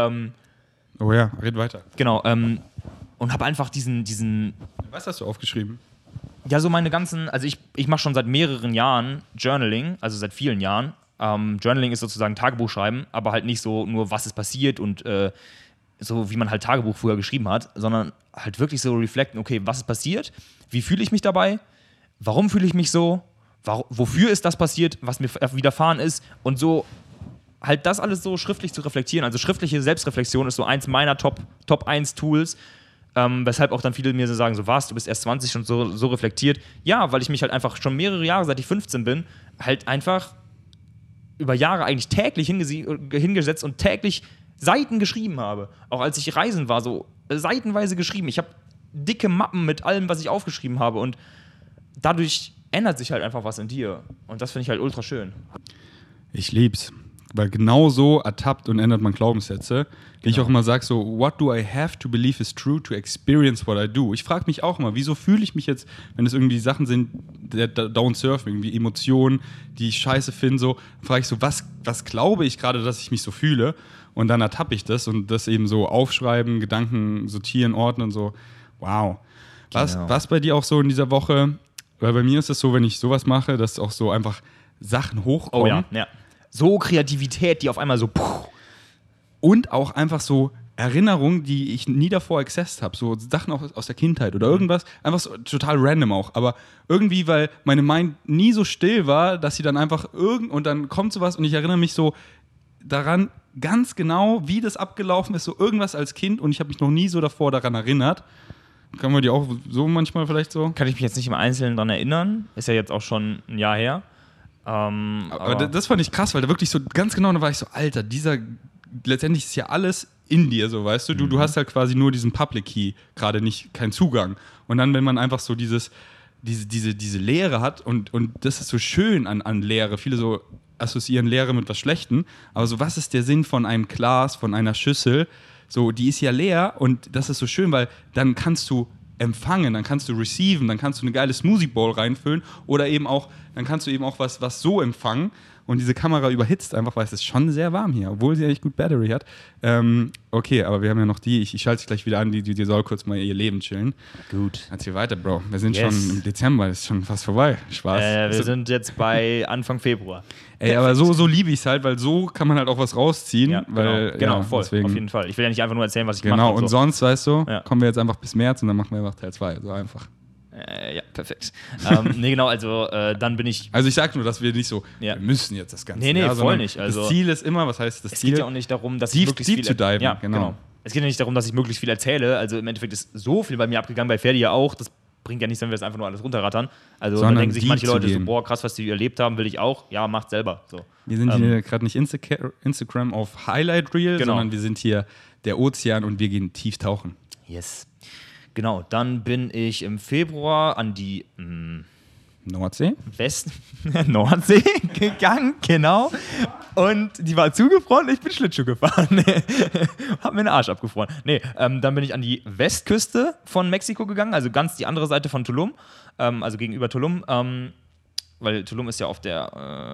Oh ja, red weiter. Genau, und habe einfach diesen. Was hast du aufgeschrieben? Ja, so meine ganzen, also ich mache schon seit mehreren Jahren Journaling, also seit vielen Jahren. Journaling ist sozusagen Tagebuch schreiben, aber halt nicht so nur, was ist passiert und so, wie man halt Tagebuch früher geschrieben hat, sondern halt wirklich so reflekten, okay, was ist passiert, wie fühle ich mich dabei, warum fühle ich mich so, wofür ist das passiert, was mir widerfahren ist und so halt das alles so schriftlich zu reflektieren. Also schriftliche Selbstreflexion ist so eins meiner Top 1 Tools, weshalb auch dann viele mir so sagen, so was, du bist erst 20 und so reflektiert. Ja, weil ich mich halt einfach schon mehrere Jahre, seit ich 15 bin, halt einfach über Jahre eigentlich täglich hingesetzt und täglich Seiten geschrieben habe. Auch als ich reisen war, so seitenweise geschrieben. Ich habe dicke Mappen mit allem, was ich aufgeschrieben habe und dadurch ändert sich halt einfach was in dir. Und das finde ich halt ultra schön. Ich lieb's. Weil genau so ertappt und ändert man Glaubenssätze. Wie ich auch immer sage, so, what do I have to believe is true to experience what I do? Ich frage mich auch immer, wieso fühle ich mich jetzt, wenn es irgendwie Sachen sind, der Down Surfing, irgendwie Emotionen, die ich scheiße finde, so, frage ich so, was glaube ich gerade, dass ich mich so fühle? Und dann ertappe ich das und das eben so aufschreiben, Gedanken sortieren, ordnen, so, wow. Was bei dir auch so in dieser Woche, weil bei mir ist es so, wenn ich sowas mache, dass auch so einfach Sachen hochkommen. Oh ja. So Kreativität, die auf einmal so. Puh. Und auch einfach so Erinnerungen, die ich nie davor accessed habe. So Sachen auch aus der Kindheit oder irgendwas. Einfach so total random auch. Aber irgendwie, weil meine Mind nie so still war, dass sie dann einfach und dann kommt sowas und ich erinnere mich so daran ganz genau, wie das abgelaufen ist. So irgendwas als Kind und ich habe mich noch nie so davor daran erinnert. Kann man die auch so manchmal vielleicht so? Kann ich mich jetzt nicht im Einzelnen daran erinnern. Ist ja jetzt auch schon ein Jahr her. Aber das fand ich krass, weil da wirklich so ganz genau, da war ich so, Alter, letztendlich ist ja alles in dir, so, weißt du? Du hast halt quasi nur diesen Public Key, gerade keinen Zugang. Und dann, wenn man einfach so diese Lehre hat und das ist so schön an Lehre, viele so assoziieren Lehre mit was Schlechtem, aber so, was ist der Sinn von einem Glas, von einer Schüssel? So, die ist ja leer und das ist so schön, weil dann kannst du empfangen, dann kannst du receiven, dann kannst du eine geile Smoothie Bowl reinfüllen oder eben auch, dann kannst du eben auch was so empfangen und diese Kamera überhitzt einfach, weil es ist schon sehr warm hier, obwohl sie echt gut Battery hat. Okay, aber wir haben ja noch ich schalte dich gleich wieder an, die soll kurz mal ihr Leben chillen. Gut. Erzähl weiter, Bro. Wir sind schon im Dezember, ist schon fast vorbei. Spaß. Wir sind jetzt bei Anfang Februar. Ey, aber so liebe ich es halt, weil so kann man halt auch was rausziehen. Ja, weil, genau, voll, deswegen, auf jeden Fall. Ich will ja nicht einfach nur erzählen, was ich gemacht habe. habe. Genau, und sonst, weißt du, kommen wir jetzt einfach bis März und dann machen wir einfach Teil 2, so einfach. Ja, perfekt. Nee, genau, also dann bin ich... Also ich sag nur, dass wir nicht so, wir müssen jetzt das Ganze. Nee, voll nicht. Also, das Ziel ist immer, was heißt das Ziel? Es geht ja auch nicht darum, dass ich möglichst viel... zu diven, ja, genau. Es geht ja nicht darum, dass ich möglichst viel erzähle. Also im Endeffekt ist so viel bei mir abgegangen, bei Ferdi ja auch. Das bringt ja nichts, wenn wir das einfach nur alles runterrattern. Also dann denken sich manche Leute so, boah, krass, was die erlebt haben, will ich auch. Ja, macht selber. So. Wir sind hier gerade nicht Instagram auf Highlight Reel, sondern wir sind hier der Ozean und wir gehen tief tauchen. Yes. Genau, dann bin ich im Februar an die Nordsee? Nordsee gegangen, genau. Und die war zugefroren, ich bin Schlittschuh gefahren. Hab mir den Arsch abgefroren. Nee, dann bin ich an die Westküste von Mexiko gegangen, also ganz die andere Seite von Tulum, also gegenüber Tulum. Weil Tulum ist ja auf der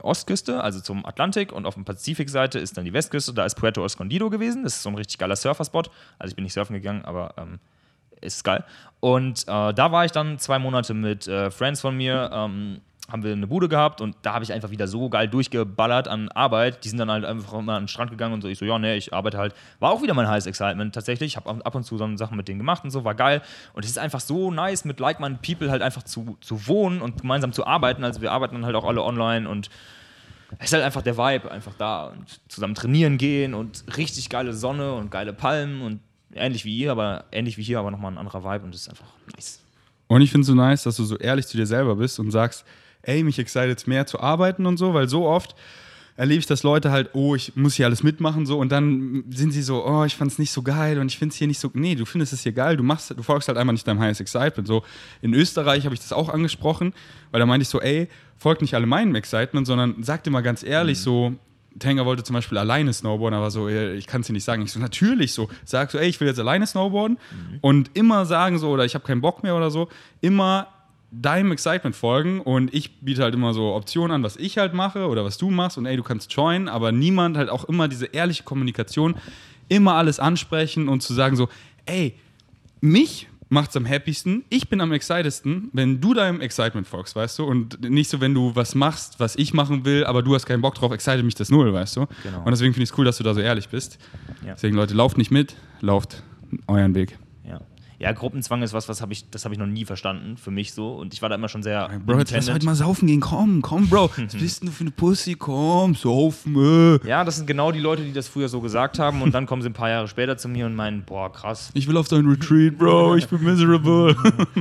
Ostküste, also zum Atlantik, und auf der Pazifikseite ist dann die Westküste, da ist Puerto Escondido gewesen, das ist so ein richtig geiler Surferspot, also ich bin nicht surfen gegangen, aber ist geil. Und da war ich dann 2 Monate mit Friends von mir, haben wir eine Bude gehabt und da habe ich einfach wieder so geil durchgeballert an Arbeit. Die sind dann halt einfach immer an den Strand gegangen und so. Ich so, ja, nee, ich arbeite halt. War auch wieder mein heißes Excitement tatsächlich. Ich habe ab und zu so Sachen mit denen gemacht und so, war geil. Und es ist einfach so nice, mit like-minded people halt einfach zu wohnen und gemeinsam zu arbeiten. Also wir arbeiten dann halt auch alle online und es ist halt einfach der Vibe einfach da. Und zusammen trainieren gehen und richtig geile Sonne und geile Palmen und ähnlich wie hier, aber nochmal ein anderer Vibe und es ist einfach nice. Und ich finde es so nice, dass du so ehrlich zu dir selber bist und sagst, ey, mich excited mehr zu arbeiten und so, weil so oft erlebe ich, dass Leute halt, oh, ich muss hier alles mitmachen so und dann sind sie so, oh, ich fand es nicht so geil und ich finde es hier nicht so, nee, du findest es hier geil, du folgst halt einfach nicht deinem highest excitement. So, in Österreich habe ich das auch angesprochen, weil da meinte ich so, ey, folgt nicht alle meinem Excitement, sondern sagt dir mal ganz ehrlich so, Tenga wollte zum Beispiel alleine snowboarden, aber so, ich kann es dir nicht sagen. Ich so, natürlich so. Sag so, ey, ich will jetzt alleine snowboarden und immer sagen so, oder ich habe keinen Bock mehr oder so, immer deinem Excitement folgen und ich biete halt immer so Optionen an, was ich halt mache oder was du machst und ey, du kannst joinen, aber niemand halt auch immer diese ehrliche Kommunikation, immer alles ansprechen und zu sagen so, ey, mich macht's am happiesten, ich bin am excitedsten, wenn du deinem Excitement folgst, weißt du, und nicht so, wenn du was machst, was ich machen will, aber du hast keinen Bock drauf, excited mich das null, weißt du. Genau. Und deswegen finde ich es cool, dass du da so ehrlich bist. Ja. Deswegen, Leute, lauft nicht mit, lauft euren Weg. Ja, Gruppenzwang ist was das habe ich noch nie verstanden, für mich so. Und ich war da immer schon sehr Bro, jetzt lass heute mal saufen gehen, komm, Bro. Was bist denn du für eine Pussy? Komm, saufen. Ja, das sind genau die Leute, die das früher so gesagt haben. Und dann kommen sie ein paar Jahre später zu mir und meinen, boah, krass. Ich will auf dein Retreat, Bro, ich bin miserable.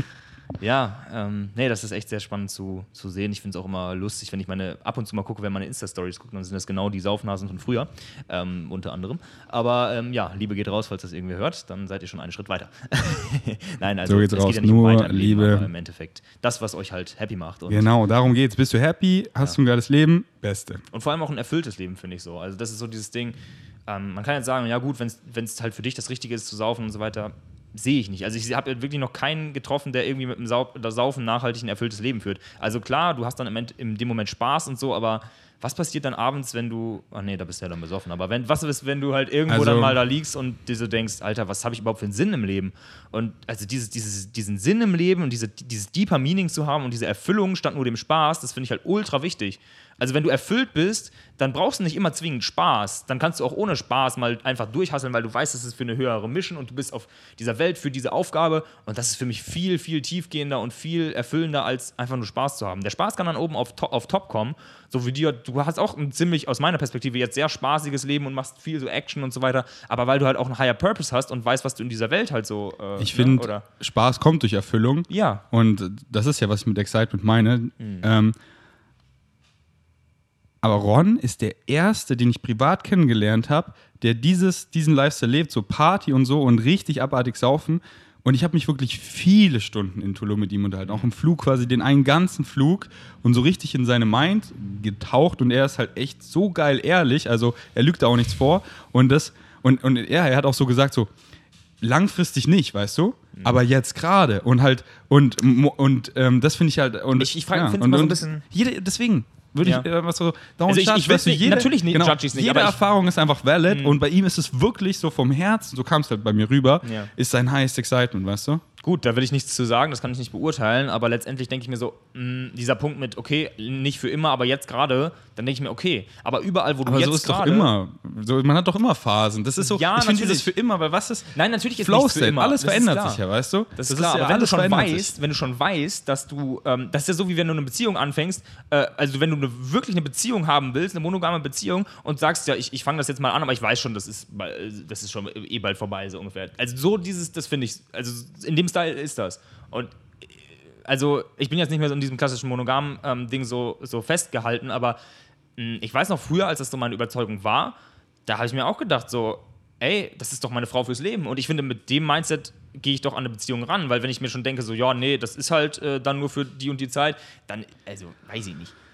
Ja, nee, das ist echt sehr spannend zu sehen. Ich finde es auch immer lustig, wenn ich ab und zu mal gucke, wenn meine Insta-Stories gucken, dann sind das genau die Saufnasen von früher, unter anderem. Aber ja, Liebe geht raus, falls das irgendwer hört, dann seid ihr schon einen Schritt weiter. Nein, also so geht's es raus. geht ja nicht Nur um weiter im Leben, Liebe. aber im Endeffekt das, was euch halt happy macht. Und genau, darum geht's. Bist du happy? Hast du ein geiles Leben? Beste. Und vor allem auch ein erfülltes Leben, finde ich so. Also das ist so dieses Ding, man kann jetzt sagen, ja gut, wenn es halt für dich das Richtige ist zu saufen und so weiter, sehe ich nicht. Also ich habe wirklich noch keinen getroffen, der irgendwie mit dem Saufen nachhaltig ein erfülltes Leben führt. Also klar, du hast dann in dem Moment Spaß und so, aber was passiert dann abends, wenn du, ach nee, da bist du ja dann besoffen, aber was ist, wenn du halt irgendwo dann mal da liegst und dir so denkst, Alter, was habe ich überhaupt für einen Sinn im Leben? Und also diesen Sinn im Leben und dieses deeper Meaning zu haben und diese Erfüllung statt nur dem Spaß, das finde ich halt ultra wichtig. Also wenn du erfüllt bist, dann brauchst du nicht immer zwingend Spaß. Dann kannst du auch ohne Spaß mal einfach durchhasseln, weil du weißt, das ist für eine höhere Mission und du bist auf dieser Welt für diese Aufgabe. Und das ist für mich viel, viel tiefgehender und viel erfüllender, als einfach nur Spaß zu haben. Der Spaß kann dann oben auf Top kommen. So wie dir, du hast auch ein ziemlich, aus meiner Perspektive, jetzt sehr spaßiges Leben und machst viel so Action und so weiter. Aber weil du halt auch einen higher Purpose hast und weißt, was du in dieser Welt halt so... ich finde, Spaß kommt durch Erfüllung. Ja. Und das ist ja, was ich mit Excitement meine. Aber Ron ist der Erste, den ich privat kennengelernt habe, der diesen Lifestyle lebt, so Party und so und richtig abartig saufen. Und ich habe mich wirklich viele Stunden in Tulum mit ihm unterhalten, auch im Flug quasi, den einen ganzen Flug und so richtig in seine Mind getaucht. Und er ist halt echt so geil ehrlich, also er lügt da auch nichts vor. Und er hat auch so gesagt, so langfristig nicht, weißt du? Aber jetzt gerade. Und halt, und das finde ich halt. Und ich finde es immer so ein bisschen. Deswegen. Würde ich was so ich weiß nicht, natürlich nicht, judge ich nicht. Jede Erfahrung ist einfach valid und bei ihm ist es wirklich so vom Herzen, so kam es halt bei mir rüber, ist sein highest excitement, weißt du? Gut, da will ich nichts zu sagen, das kann ich nicht beurteilen, aber letztendlich denke ich mir so, dieser Punkt mit, okay, nicht für immer, aber jetzt gerade, dann denke ich mir, okay, aber überall, wo du jetzt so ist gerade... doch immer, so, man hat doch immer Phasen, das ist so, ja, ich finde dieses für immer, weil was ist... Nein, natürlich ist nichts für immer. Alles verändert sich ja, weißt du? Das ist klar, aber wenn du schon weißt, dass du, das ist ja so, wie wenn du eine Beziehung anfängst, also wenn du wirklich eine Beziehung haben willst, eine monogame Beziehung und sagst, ja, ich fange das jetzt mal an, aber ich weiß schon, das ist schon bald vorbei, so ungefähr. Also so das finde ich, also in dem Style ist das. Und also ich bin jetzt nicht mehr so in diesem klassischen monogamen Ding so festgehalten, aber ich weiß noch früher, als das so meine Überzeugung war, da habe ich mir auch gedacht so, ey, das ist doch meine Frau fürs Leben. Und ich finde, mit dem Mindset gehe ich doch an eine Beziehung ran, weil wenn ich mir schon denke so, ja, nee, das ist halt dann nur für die und die Zeit, dann, also weiß ich nicht.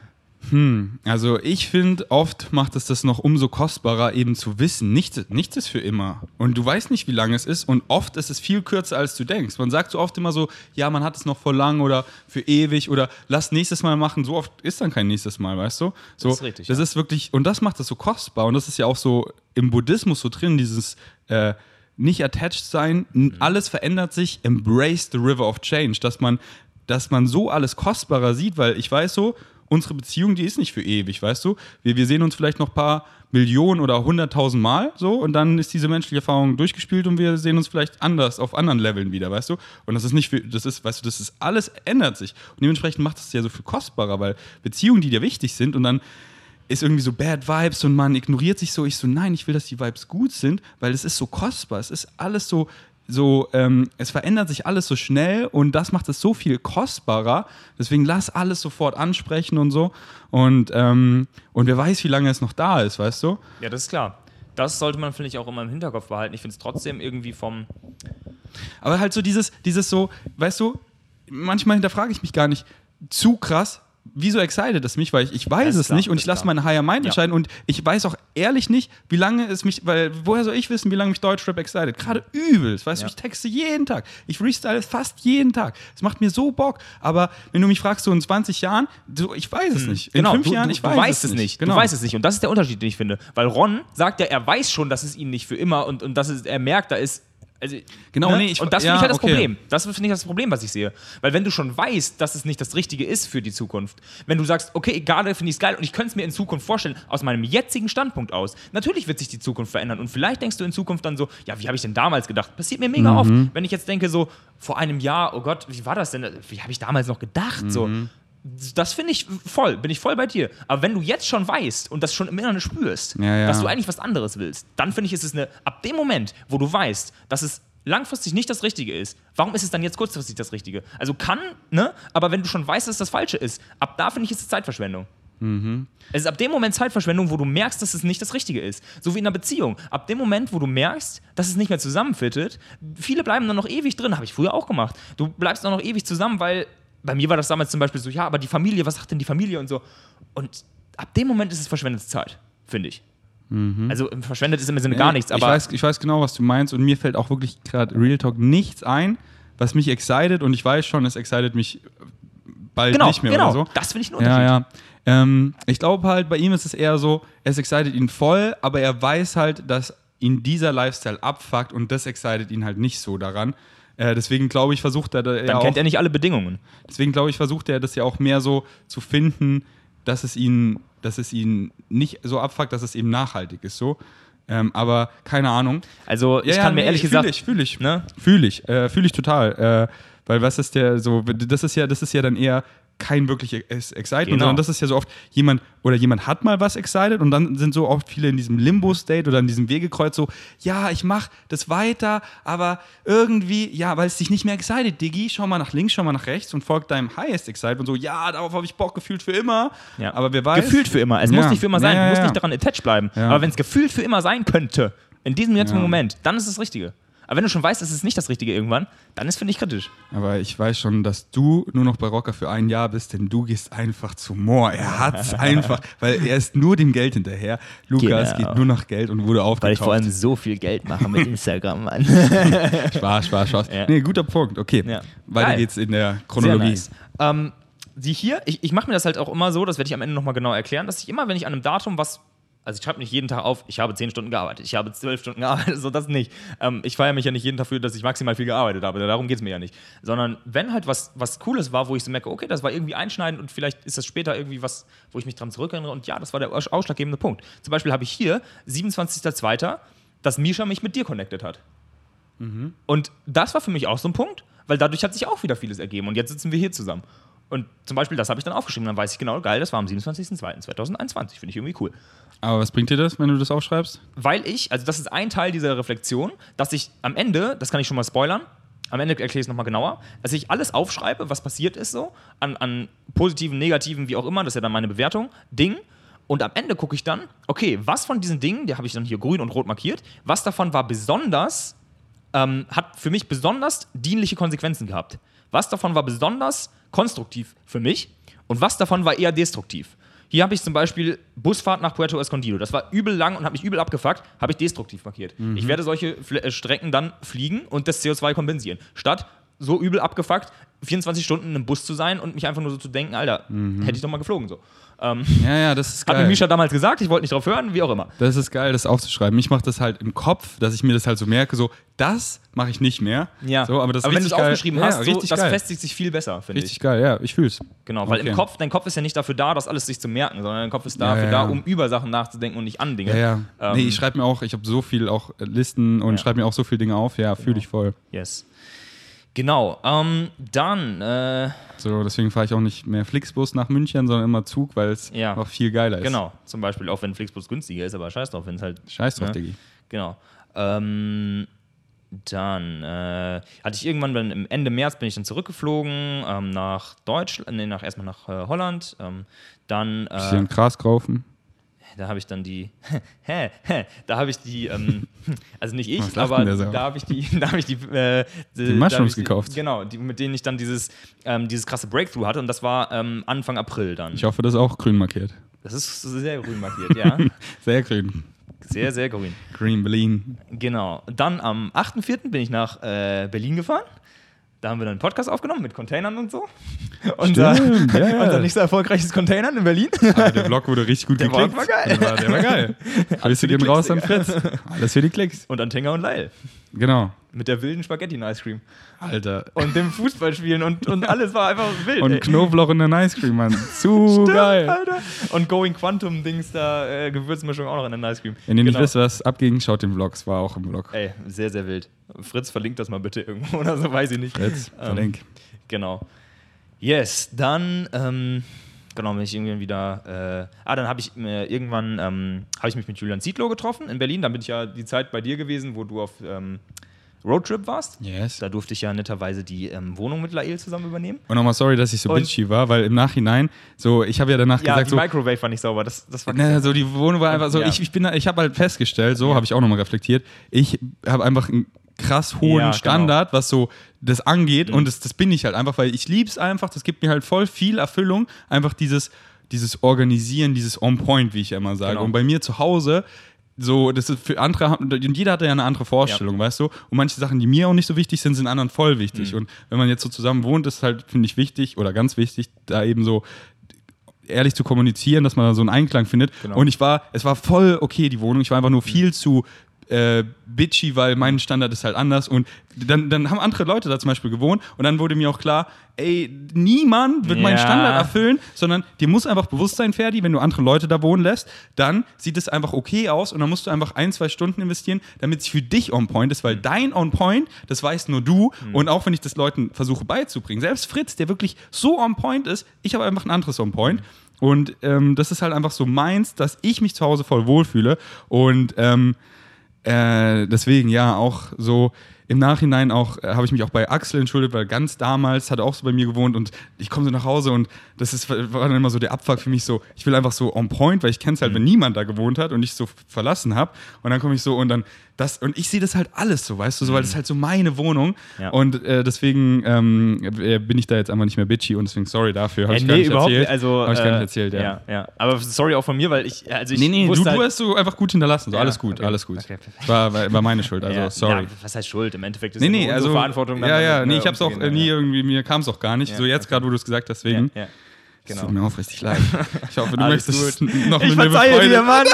Also ich finde, oft macht es das noch umso kostbarer, eben zu wissen, nichts ist für immer. Und du weißt nicht, wie lange es ist und oft ist es viel kürzer, als du denkst. Man sagt so oft immer so, ja, man hat es noch vor lang oder für ewig oder lass nächstes Mal machen. So oft ist dann kein nächstes Mal, weißt du? So, das ist richtig. Das ist wirklich, und das macht das so kostbar und das ist ja auch so im Buddhismus so drin, dieses nicht attached sein, alles verändert sich, embrace the river of change, dass man so alles kostbarer sieht, weil ich weiß so, unsere Beziehung, die ist nicht für ewig, weißt du? Wir sehen uns vielleicht noch ein paar Millionen oder 100.000 Mal so und dann ist diese menschliche Erfahrung durchgespielt und wir sehen uns vielleicht anders, auf anderen Leveln wieder, weißt du? Und das ist nicht für, weißt du, das ist alles ändert sich. Und dementsprechend macht es ja so viel kostbarer, weil Beziehungen, die dir wichtig sind und dann ist irgendwie so Bad Vibes und man ignoriert sich so, ich so, nein, ich will, dass die Vibes gut sind, weil es ist so kostbar, es ist alles so, es verändert sich alles so schnell und das macht es so viel kostbarer. Deswegen lass alles sofort ansprechen und so. Und wer weiß, wie lange es noch da ist, weißt du? Ja, das ist klar. Das sollte man, finde ich, auch immer im Hinterkopf behalten. Ich finde es trotzdem irgendwie Aber halt so dieses so, weißt du, manchmal hinterfrage ich mich gar nicht zu krass, wieso excited es mich, weil ich weiß es nicht und ich lasse meine Higher Mind entscheiden und ich weiß auch ehrlich nicht, wie lange es mich, weil woher soll ich wissen, wie lange mich Deutschrap excited? Gerade übelst, weißt du, ich texte jeden Tag, ich freestyle fast jeden Tag, es macht mir so Bock, aber wenn du mich fragst, so in 20 Jahren, ich weiß es nicht, in 5 Jahren, ich weiß es nicht. Genau. Du weißt es nicht und das ist der Unterschied, den ich finde, weil Ron sagt ja, er weiß schon, dass es ihn nicht für immer und dass er merkt, da ist genau, ne? nee, und das finde ich halt das Problem. Das finde ich das Problem, was ich sehe. Weil wenn du schon weißt, dass es nicht das Richtige ist für die Zukunft, wenn du sagst, okay, gerade finde ich es geil und ich könnte es mir in Zukunft vorstellen, aus meinem jetzigen Standpunkt aus, natürlich wird sich die Zukunft verändern und vielleicht denkst du in Zukunft dann so, ja, wie habe ich denn damals gedacht? Passiert mir mega oft. Wenn ich jetzt denke so, vor einem Jahr, oh Gott, wie war das denn? Wie habe ich damals noch gedacht? So, das finde ich bin ich voll bei dir. Aber wenn du jetzt schon weißt und das schon im Inneren spürst, dass du eigentlich was anderes willst, dann finde ich, ist es ab dem Moment, wo du weißt, dass es langfristig nicht das Richtige ist, warum ist es dann jetzt kurzfristig das Richtige? Also aber wenn du schon weißt, dass es das Falsche ist, ab da finde ich, ist es Zeitverschwendung. Es ist ab dem Moment Zeitverschwendung, wo du merkst, dass es nicht das Richtige ist. So wie in einer Beziehung. Ab dem Moment, wo du merkst, dass es nicht mehr zusammenfittet, viele bleiben dann noch ewig drin, habe ich früher auch gemacht. Du bleibst dann noch ewig zusammen, weil bei mir war das damals zum Beispiel so, ja, aber die Familie, was sagt denn die Familie und so. Und ab dem Moment ist es verschwendete Zeit, finde ich. Also verschwendet ist im Sinne gar nichts. Aber ich weiß genau, was du meinst und mir fällt auch wirklich gerade Real Talk nichts ein, was mich excited und ich weiß schon, es excited mich bald nicht mehr oder so. Das finde ich ein Unterschied. Ich glaube halt, bei ihm ist es eher so, es excited ihn voll, aber er weiß halt, dass ihn dieser Lifestyle abfuckt und das excited ihn halt nicht so daran. Deswegen glaube ich, versucht er dann kennt er nicht alle Bedingungen. Deswegen glaube ich, versucht er das ja auch mehr so zu finden, dass es ihn nicht so abfuckt, dass es eben nachhaltig ist. So. Aber keine Ahnung. Also ich kann mir ehrlich gesagt... Fühle ich total. Weil was ist das ist ja dann eher kein wirkliches Excitement, sondern das ist ja so oft, jemand hat mal was excited und dann sind so oft viele in diesem Limbo-State oder in diesem Wegekreuz so, ja, ich mach das weiter, aber irgendwie, ja, weil es dich nicht mehr excited, Diggi, schau mal nach links, schau mal nach rechts und folg deinem Highest Excite und so, ja, darauf habe ich Bock, gefühlt für immer, aber wer weiß. Gefühlt für immer, es muss nicht für immer sein, du musst nicht daran attached bleiben, aber wenn es gefühlt für immer sein könnte, in diesem jetzigen Moment, dann ist es das Richtige. Aber wenn du schon weißt, es ist nicht das Richtige irgendwann, dann ist, finde ich, kritisch. Aber ich weiß schon, dass du nur noch bei Rocker für 1 Jahr bist, denn du gehst einfach zu Moore. Er hat's einfach, weil er ist nur dem Geld hinterher. Lukas geht nur nach Geld und wurde aufgekauft. Weil ich vor allem so viel Geld mache mit Instagram, Mann. Spaß. Ja. Nee, guter Punkt. Okay, weiter geht's in der Chronologie. Sehr nice. Die hier, ich mache mir das halt auch immer so, das werde ich am Ende nochmal genau erklären, dass ich immer, wenn ich an einem Datum also ich schreibe nicht jeden Tag auf, ich habe 10 Stunden gearbeitet, ich habe 12 Stunden gearbeitet, so das nicht. Ich feiere mich ja nicht jeden Tag für, dass ich maximal viel gearbeitet habe, darum geht es mir ja nicht. Sondern wenn halt was Cooles war, wo ich so merke, okay, das war irgendwie einschneidend und vielleicht ist das später irgendwie was, wo ich mich dran zurückerinnere und ja, das war der ausschlaggebende Punkt. Zum Beispiel habe ich hier, 27.02., dass Misha mich mit dir connected hat. Und das war für mich auch so ein Punkt, weil dadurch hat sich auch wieder vieles ergeben und jetzt sitzen wir hier zusammen. Und zum Beispiel, das habe ich dann aufgeschrieben, dann weiß ich genau, geil, das war am 27.02.2021, finde ich irgendwie cool. Aber was bringt dir das, wenn du das aufschreibst? Weil also das ist ein Teil dieser Reflexion, dass ich am Ende, das kann ich schon mal spoilern, am Ende erkläre ich es nochmal genauer, dass ich alles aufschreibe, was passiert ist so, an positiven, negativen, wie auch immer, das ist ja dann meine Bewertung, Ding. Und am Ende gucke ich dann, okay, was von diesen Dingen, die habe ich dann hier grün und rot markiert, was davon war besonders, hat für mich besonders dienliche Konsequenzen gehabt. Was davon war besonders konstruktiv für mich und was davon war eher destruktiv. Hier habe ich zum Beispiel Busfahrt nach Puerto Escondido. Das war übel lang und hat mich übel abgefuckt. Habe ich destruktiv markiert. Ich werde solche Strecken dann fliegen und das CO2 kompensieren. Statt so übel abgefuckt, 24 Stunden im Bus zu sein und mich einfach nur so zu denken, Alter, hätte ich doch mal geflogen so. Ja, das ist geil. Hat mir Misha damals gesagt, ich wollte nicht drauf hören, wie auch immer. Das ist geil, das aufzuschreiben. Ich mache das halt im Kopf, dass ich mir das halt so merke, so, das mache ich nicht mehr. Ja, so, aber wenn du es aufgeschrieben hast, so, das geil. festigt sich viel besser, finde ich. Richtig geil, ja, ich fühl's. Genau, weil im Kopf, dein Kopf ist ja nicht dafür da, das alles sich zu merken, sondern dein Kopf ist dafür da, um über Sachen nachzudenken und nicht an Dinge. Ja. Nee, ich schreibe mir auch, ich habe so viel auch Listen und schreibe mir auch so viele Dinge auf. Ja, fühle ich voll. Yes. Genau, dann. So, deswegen fahre ich auch nicht mehr Flixbus nach München, sondern immer Zug, weil es noch viel geiler ist. Genau, zum Beispiel auch wenn Flixbus günstiger ist, aber scheiß drauf, wenn es halt. Scheiß drauf, Diggi. Genau. Dann hatte ich irgendwann dann Ende März bin ich dann zurückgeflogen nach Deutschland, erstmal nach Holland. Dann. Bisschen Gras kaufen. Da habe ich dann also nicht ich, aber da habe ich die Mushrooms gekauft. Genau, mit denen ich dann dieses krasse Breakthrough hatte und das war Anfang April dann. Ich hoffe, das ist auch grün markiert. Das ist sehr grün markiert, ja. Sehr grün. Sehr, sehr grün. Green Berlin. Genau. Dann am 8.4. bin ich nach Berlin gefahren. Da haben wir dann einen Podcast aufgenommen mit Containern und so. Unser nicht so erfolgreiches Containern in Berlin. Aber der Vlog wurde richtig gut geklickt. Der war geil. Der war geil. Grüße gehen raus an Fritz. Alles für die Klicks. Und an Tenga und Lyle. Genau. Mit der wilden Spaghetti-Ice Cream. Alter. Und dem Fußballspielen und alles war einfach wild. Und Knoblauch in der Ice Cream, Mann. Stimmt, geil. Alter. Und Going Quantum-Dings da, Gewürzmischung auch noch in der Ice Cream. Wenn ihr nicht wisst, was abging, schaut den Vlog. Es war auch im Vlog. Ey, sehr, sehr wild. Fritz, verlinkt das mal bitte irgendwo oder so, weiß ich nicht. Fritz, verlink. Genau. Yes, dann, bin ich irgendwann wieder, dann habe ich irgendwann, habe ich mich mit Julian Zietlow getroffen in Berlin. Dann bin ich ja die Zeit bei dir gewesen, wo du auf Roadtrip warst. Yes. Da durfte ich ja netterweise die Wohnung mit Lael zusammen übernehmen. Und nochmal sorry, dass ich so bitchy war, weil im Nachhinein, so, ich habe ja danach gesagt, die Microwave war nicht sauber, das war so die Wohnung war einfach so, ich habe halt festgestellt, so habe ich auch nochmal reflektiert, ich habe einfach einen krass hohen Standard, was so das angeht und das bin ich halt einfach, weil ich liebe es einfach, das gibt mir halt voll viel Erfüllung, einfach dieses Organisieren, dieses On-Point, wie ich ja immer sage. Genau. Und bei mir zu Hause so, das ist für andere, und jeder hat ja eine andere Vorstellung, weißt du? Und manche Sachen, die mir auch nicht so wichtig sind, sind anderen voll wichtig. Und wenn man jetzt so zusammen wohnt, ist halt, finde ich, wichtig oder ganz wichtig, da eben so ehrlich zu kommunizieren, dass man da so einen Einklang findet. Genau. Und es war voll okay, die Wohnung. Ich war einfach nur viel zu bitchy, weil mein Standard ist halt anders und dann haben andere Leute da zum Beispiel gewohnt und dann wurde mir auch klar, ey, niemand wird meinen Standard erfüllen, sondern dir muss einfach bewusst sein, Ferdi, wenn du andere Leute da wohnen lässt, dann sieht es einfach okay aus und dann musst du einfach 1-2 Stunden investieren, damit es für dich on point ist, weil dein on point, das weißt nur du und auch wenn ich das Leuten versuche beizubringen, selbst Fritz, der wirklich so on point ist, ich habe einfach ein anderes on point und das ist halt einfach so meins, dass ich mich zu Hause voll wohlfühle und deswegen ja auch so im Nachhinein auch habe ich mich auch bei Axel entschuldigt, weil ganz damals hat er auch so bei mir gewohnt und ich komme so nach Hause und war dann immer so der Abfuck für mich so, ich will einfach so on point, weil ich kenne es halt, wenn niemand da gewohnt hat und ich so verlassen habe und dann komme ich so und dann und ich sehe das halt alles so, weißt du, so, weil das ist halt so meine Wohnung und deswegen bin ich da jetzt einfach nicht mehr bitchy und deswegen sorry dafür, habe ich gar nicht erzählt. Habe ich gar nicht erzählt, ja. Aber sorry auch von mir, weil ich du hast so einfach gut hinterlassen, so alles gut, alles gut. Okay. War meine Schuld, also sorry. Ja, was heißt Schuld? Im Endeffekt ist es unsere Verantwortung. Ich hab's auch nie irgendwie, mir kam es auch gar nicht, so jetzt gerade, wo du es gesagt hast, deswegen. Ja. Genau. Es tut mir aufrichtig leid. Ich hoffe, du möchtest noch mit mir verzeihe dir, Mann.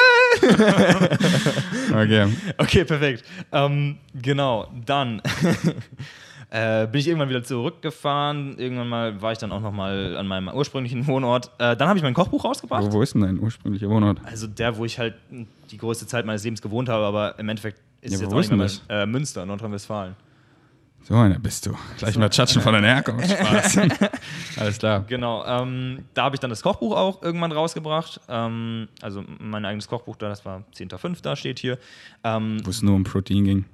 Okay, perfekt. Genau, dann bin ich irgendwann wieder zurückgefahren. Irgendwann mal war ich dann auch noch mal an meinem ursprünglichen Wohnort. Dann habe ich mein Kochbuch rausgebracht. Wo ist denn dein ursprünglicher Wohnort? Also der, wo ich halt die größte Zeit meines Lebens gewohnt habe, aber im Endeffekt ist es jetzt wo auch nicht mehr ist Münster, Nordrhein-Westfalen. So einer bist du. Gleich mal tschatschen von deiner Herkunft. Spaß. Alles klar. Genau. Da habe ich dann das Kochbuch auch irgendwann rausgebracht. Also mein eigenes Kochbuch da, das war 10.05. steht hier. Wo es nur um Protein ging.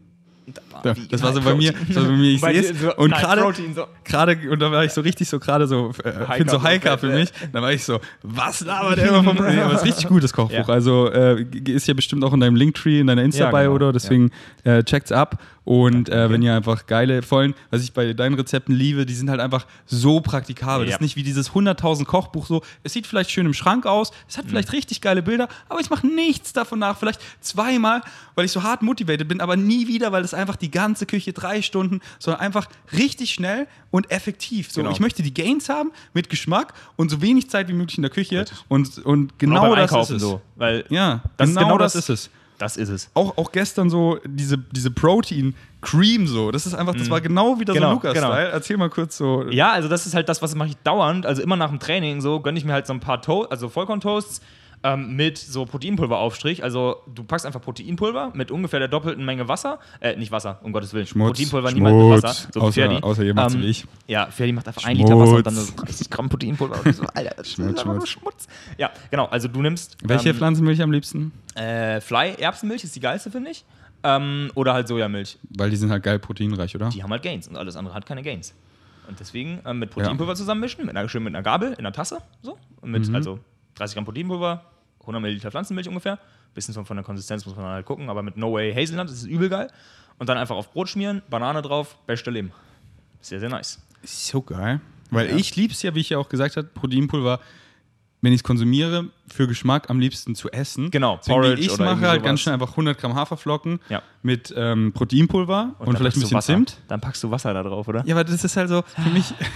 Das war so bei mir, ich Bei sehe dir es. so, Und nein, Protein so. gerade, und da war ich so richtig so gerade so, bin so High-Carb für mich. Da war ich so, was labert der immer vom Protein? Aber es ist richtig gut, das Kochbuch. Ja. Also ist ja bestimmt auch in deinem Linktree, in deiner Insta-Bio genau. oder, deswegen checkt's ab. Und wenn ihr einfach geile, vollen, was ich bei deinen Rezepten liebe, die sind halt einfach so praktikabel. Das ist nicht wie dieses 100.000 Kochbuch so, es sieht vielleicht schön im Schrank aus, es hat vielleicht richtig geile Bilder, aber ich mache nichts davon nach. Vielleicht zweimal, weil ich so hart motivated bin, aber nie wieder, weil es einfach die ganze Küche 3 Stunden, sondern einfach richtig schnell und effektiv. So, Ich möchte die Gains haben mit Geschmack und so wenig Zeit wie möglich in der Küche. Und genau das ist es. So, weil Ja, das genau das ist es. Das ist es. Auch gestern so diese Protein-Cream so, das ist einfach, das war genau wieder so Lukas-Style. Erzähl mal kurz so. Ja, also das ist halt das, was mache ich dauernd. Also immer nach dem Training so gönne ich mir halt so ein paar Vollkorn-Toasts mit so Proteinpulveraufstrich. Also du packst einfach Proteinpulver mit ungefähr der doppelten Menge Wasser. Nicht Wasser, um Gottes Willen. Schmutz. Proteinpulver niemals mit Wasser. So außer ihr macht's wie ich. Ja, Ferdi macht einfach 1 Liter Wasser und dann so 30 Gramm Proteinpulver. Und so, Alter, das ist einfach nur Schmutz. Ja, genau. Also du nimmst... Welche Pflanzenmilch am liebsten? Erbsenmilch ist die geilste, finde ich. Oder halt Sojamilch. Weil die sind halt geil proteinreich, oder? Die haben halt Gains und alles andere hat keine Gains. Und deswegen mit Proteinpulver zusammenmischen, schön mit einer Gabel in einer Tasse. So. Und also 30 Gramm Proteinpulver, 100 Milliliter Pflanzenmilch ungefähr. Bisschen von der Konsistenz muss man halt gucken, aber mit No Way Hazelnut, das ist übel geil. Und dann einfach auf Brot schmieren, Banane drauf, beste Leben. Sehr, sehr nice. So geil. Weil ich lieb's ja, wie ich ja auch gesagt habe, Proteinpulver, wenn ich es konsumiere, für Geschmack am liebsten zu essen. Genau, Porridge ich mache halt ganz schnell einfach 100 Gramm Haferflocken mit Proteinpulver und vielleicht ein bisschen Zimt. Dann packst du Wasser da drauf, oder? Ja, aber das ist halt so, für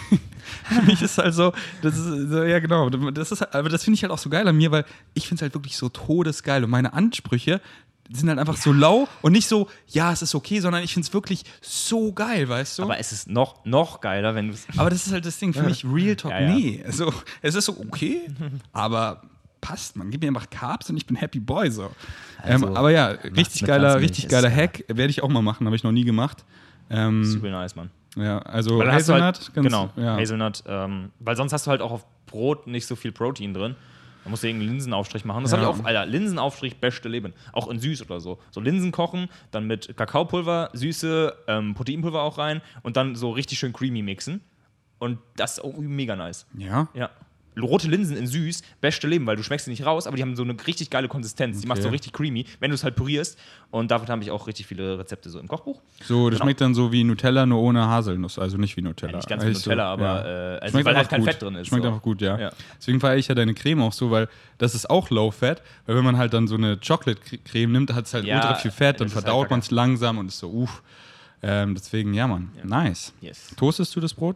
mich ist halt so, das ist so, ja genau, aber das finde ich halt auch so geil an mir, weil ich finde es halt wirklich so todesgeil und meine Ansprüche sind halt einfach so lau und nicht so, ja, es ist okay, sondern ich finde es wirklich so geil, weißt du? Aber es ist noch geiler, wenn du es... Aber das ist halt das Ding, für mich Real Talk, nee. Also, es ist so okay, aber passt, man. Gib mir einfach Carbs und ich bin Happy Boy, so. Also, aber ja, richtig geiler Hack, werde ich auch mal machen, habe ich noch nie gemacht. Super nice, Mann. Ja, also weil Hazelnut. Halt, Hazelnut, weil sonst hast du halt auch auf Brot nicht so viel Protein drin. Da musst du irgendeinen Linsenaufstrich machen. Das habe ich auch, Alter, Linsenaufstrich, beste Leben. Auch in süß oder so. So Linsen kochen, dann mit Kakaopulver, Süße, Proteinpulver auch rein und dann so richtig schön creamy mixen. Und das ist auch mega nice. Ja? Ja. Rote Linsen in süß, beste Leben, weil du schmeckst sie nicht raus, aber die haben so eine richtig geile Konsistenz. Die macht so richtig creamy, wenn du es halt pürierst. Und davon habe ich auch richtig viele Rezepte so im Kochbuch. So, das schmeckt dann so wie Nutella, nur ohne Haselnuss. Also nicht wie Nutella. Ja, nicht ganz wie Nutella, aber also weil halt kein Fett drin ist. Schmeckt einfach gut, ja. Deswegen feiere ich ja deine Creme auch so, weil das ist auch Low Fat. Weil wenn man halt dann so eine Chocolate-Creme nimmt, hat es halt ultra viel Fett, dann verdaut man es langsam und ist so, deswegen, ja, Mann. Ja. Nice. Yes. Toastest du das Brot?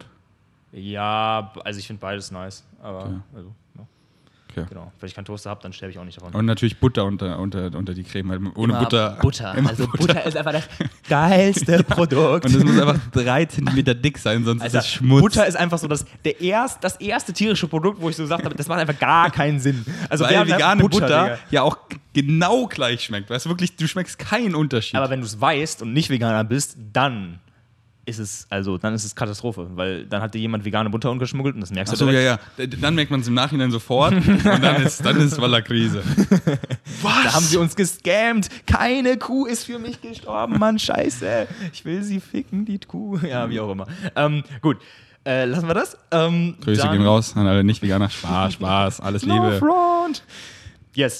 Ja, also ich finde beides nice. Aber, also, ja. Okay. Genau. Wenn ich keinen Toaster habe, dann sterbe ich auch nicht davon. Und natürlich Butter unter die Creme. Weil ohne Butter. Also Butter ist einfach das geilste Produkt. Und es muss einfach 3 Zentimeter dick sein, sonst ist es Schmutz. Butter ist einfach so das erste tierische Produkt, wo ich so gesagt habe, das macht einfach gar keinen Sinn. Also weil vegane Butter ja auch genau gleich schmeckt. Weißt du, wirklich, du schmeckst keinen Unterschied. Aber wenn du es weißt und nicht Veganer bist, dann ist es Katastrophe, weil dann hat dir jemand vegane Butter umgeschmuggelt und das merkst du direkt. Ja. Dann merkt man es im Nachhinein sofort und dann ist voller Krise. Was? Da haben sie uns gescammt. Keine Kuh ist für mich gestorben, Mann, scheiße. Ich will sie ficken, die Kuh. Ja, wie auch immer. Gut, lassen wir das. Grüße gehen raus an alle Nicht-Veganer. Spaß, alles Liebe. Front. Yes,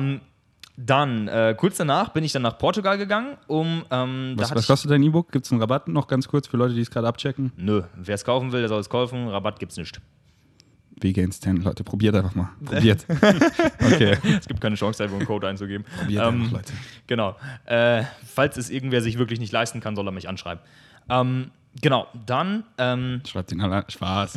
dann, kurz danach bin ich dann nach Portugal gegangen, was kostet dein E-Book? Gibt es einen Rabatt noch ganz kurz für Leute, die es gerade abchecken? Nö, wer es kaufen will, der soll es kaufen. Rabatt gibt's nicht. Vegan 10, Leute, probiert einfach mal. Probiert. Okay. Es gibt keine Chance, einfach einen Code einzugeben. Probiert einfach, Leute. Genau. Falls es irgendwer sich wirklich nicht leisten kann, soll er mich anschreiben. Genau, dann... Schreibt ihn alle. Spaß.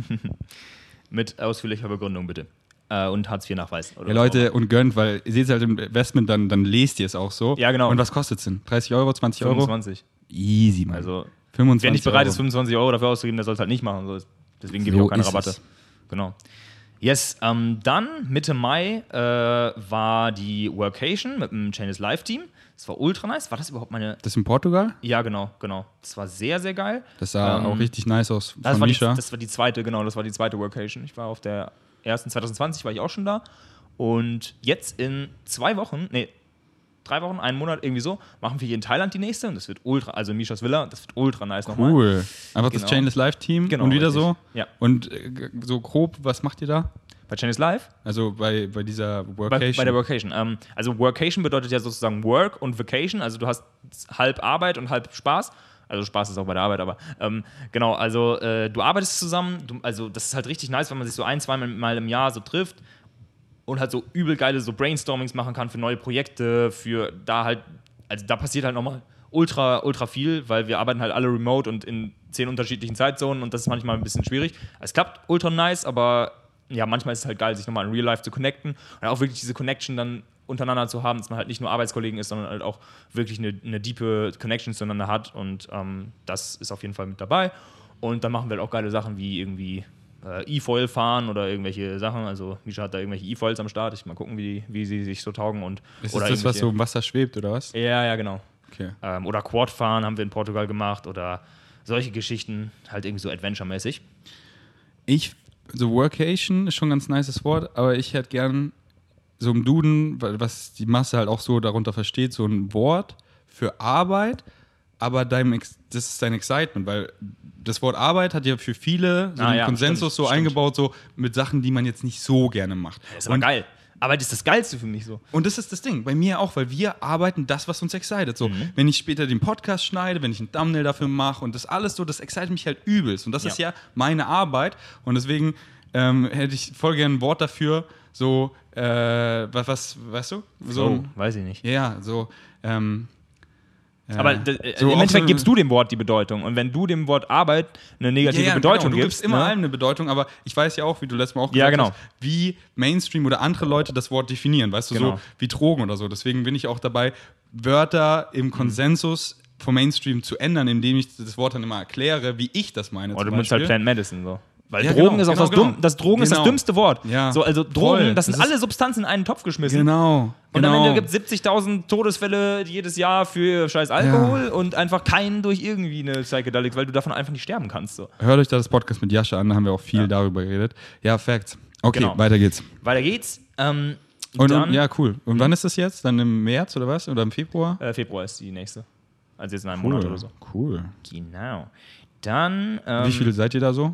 Mit ausführlicher Begründung, bitte. Und Hartz-IV-Nachweis. Ja, Leute, und gönnt, weil ihr seht es halt im Investment, dann lest ihr es auch so. Ja, genau. Und was kostet es denn? 30 Euro, 20 Euro? 25. Easy, Mann. Also, 25 wer nicht bereit Euro. ist, 25 Euro dafür auszugeben, der soll es halt nicht machen. So, deswegen gebe ich auch keine Rabatte. Genau. Yes, dann Mitte Mai war die Workation mit dem Chainless Live-Team. Das war ultra nice. War das überhaupt meine... Das in Portugal? Ja, genau. Das war sehr, sehr geil. Das sah auch richtig nice aus von das Misha. Das war die zweite Workation. Ich war auf der ersten, 2020 war ich auch schon da. Und jetzt in 2 Wochen, 3 Wochen, einen Monat, irgendwie so, machen wir hier in Thailand die nächste und das wird ultra, also Mishas Villa, das wird ultra nice nochmal. Cool. Einfach das Genau. Chainless Live-Team Genau, und wieder richtig. so. Ja. Und so grob, was macht ihr da? Bei Chainless Live? Also bei dieser Workation? Bei der Workation. Also Workation bedeutet ja sozusagen Work und Vacation, also du hast halb Arbeit und halb Spaß. Also Spaß ist auch bei der Arbeit, aber genau, also du arbeitest zusammen, also das ist halt richtig nice, wenn man sich so 1-2 Mal im Jahr so trifft und halt so übel geile so Brainstormings machen kann für neue Projekte, für da halt, also da passiert halt nochmal ultra, ultra viel, weil wir arbeiten halt alle remote und in 10 unterschiedlichen Zeitzonen und das ist manchmal ein bisschen schwierig. Es klappt ultra nice, aber ja, manchmal ist es halt geil, sich nochmal in Real Life zu connecten und auch wirklich diese Connection dann untereinander zu haben, dass man halt nicht nur Arbeitskollegen ist, sondern halt auch wirklich eine diepe Connection zueinander hat und das ist auf jeden Fall mit dabei. Und dann machen wir halt auch geile Sachen wie irgendwie E-Foil fahren oder irgendwelche Sachen. Also Misha hat da irgendwelche E-Foils am Start. Ich mal gucken, wie sie sich so taugen. Und, Ist oder das, was so im Wasser schwebt, oder was? Ja, genau. Okay. Oder Quad fahren haben wir in Portugal gemacht oder solche Geschichten, halt irgendwie so Adventure-mäßig. So Workation ist schon ein ganz nices Wort, aber ich hätte gern so im Duden, was die Masse halt auch so darunter versteht, so ein Wort für Arbeit, aber das ist dein Excitement, weil das Wort Arbeit hat ja für viele so den Konsensus stimmt. eingebaut, so mit Sachen, die man jetzt nicht so gerne macht. Das ist aber geil. Arbeit ist das Geilste für mich so. Und das ist das Ding, bei mir auch, weil wir arbeiten das, was uns excited. So, wenn ich später den Podcast schneide, wenn ich ein Thumbnail dafür mache und das alles so, das excited mich halt übelst. Und das ist ja meine Arbeit. Und deswegen hätte ich voll gerne ein Wort dafür, so, was weißt du? So, weiß ich nicht. Ja, so, aber so im Endeffekt so, gibst du dem Wort die Bedeutung. Und wenn du dem Wort Arbeit eine negative Bedeutung genau. Du gibst immer allem eine Bedeutung, aber ich weiß ja auch, wie du letztes Mal auch gesagt hast, wie Mainstream oder andere Leute das Wort definieren, weißt du, so wie Drogen oder so. Deswegen bin ich auch dabei, Wörter im Konsensus vom Mainstream zu ändern, indem ich das Wort dann immer erkläre, wie ich das meine. Oder du benutzt halt Plant Medicine so. Weil Ja, Drogen ist auch genau. Drogen ist das dümmste Wort. Ja. So, also Drogen, Voll. das sind alle Substanzen in einen Topf geschmissen. Genau. Und am Ende gibt es 70.000 Todesfälle jedes Jahr für scheiß Alkohol und einfach keinen durch irgendwie eine Psychedelics, weil du davon einfach nicht sterben kannst. So. Hört euch das Podcast mit Jascha an, da haben wir auch viel darüber geredet. Ja, Facts. Okay, weiter geht's. Weiter geht's. Und ja, cool. Und wann ist das jetzt? Dann im März oder was? Oder im Februar? Februar ist die nächste. Also jetzt in einem Monat oder so. Cool. Genau. Dann. Wie viele seid ihr da so?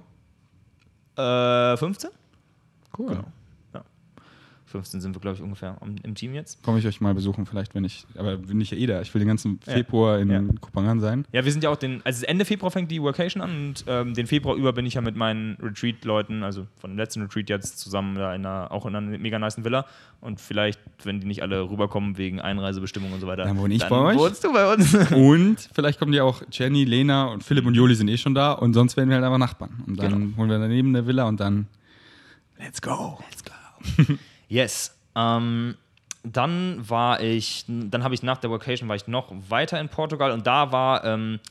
15? Cool. Genau. Ja. 15 sind wir, glaube ich, ungefähr im Team jetzt. Komme ich euch mal besuchen, vielleicht, aber bin ich ja eh da. Ich will den ganzen Februar in Kopangan sein. Ja, wir sind ja auch also Ende Februar fängt die Workation an und den Februar über bin ich ja mit meinen Retreat-Leuten, also von dem letzten Retreat jetzt zusammen da auch in einer mega nicen Villa und vielleicht, wenn die nicht alle rüberkommen wegen Einreisebestimmungen und so weiter. Dann wohne ich bei euch. Wohnst du bei uns. Und vielleicht kommen ja auch Jenny, Lena und Philipp und Joli sind eh schon da und sonst werden wir halt einfach Nachbarn. Und dann holen wir daneben eine Villa und dann let's go. Yes. Dann habe ich nach der Vacation war ich noch weiter in Portugal und da war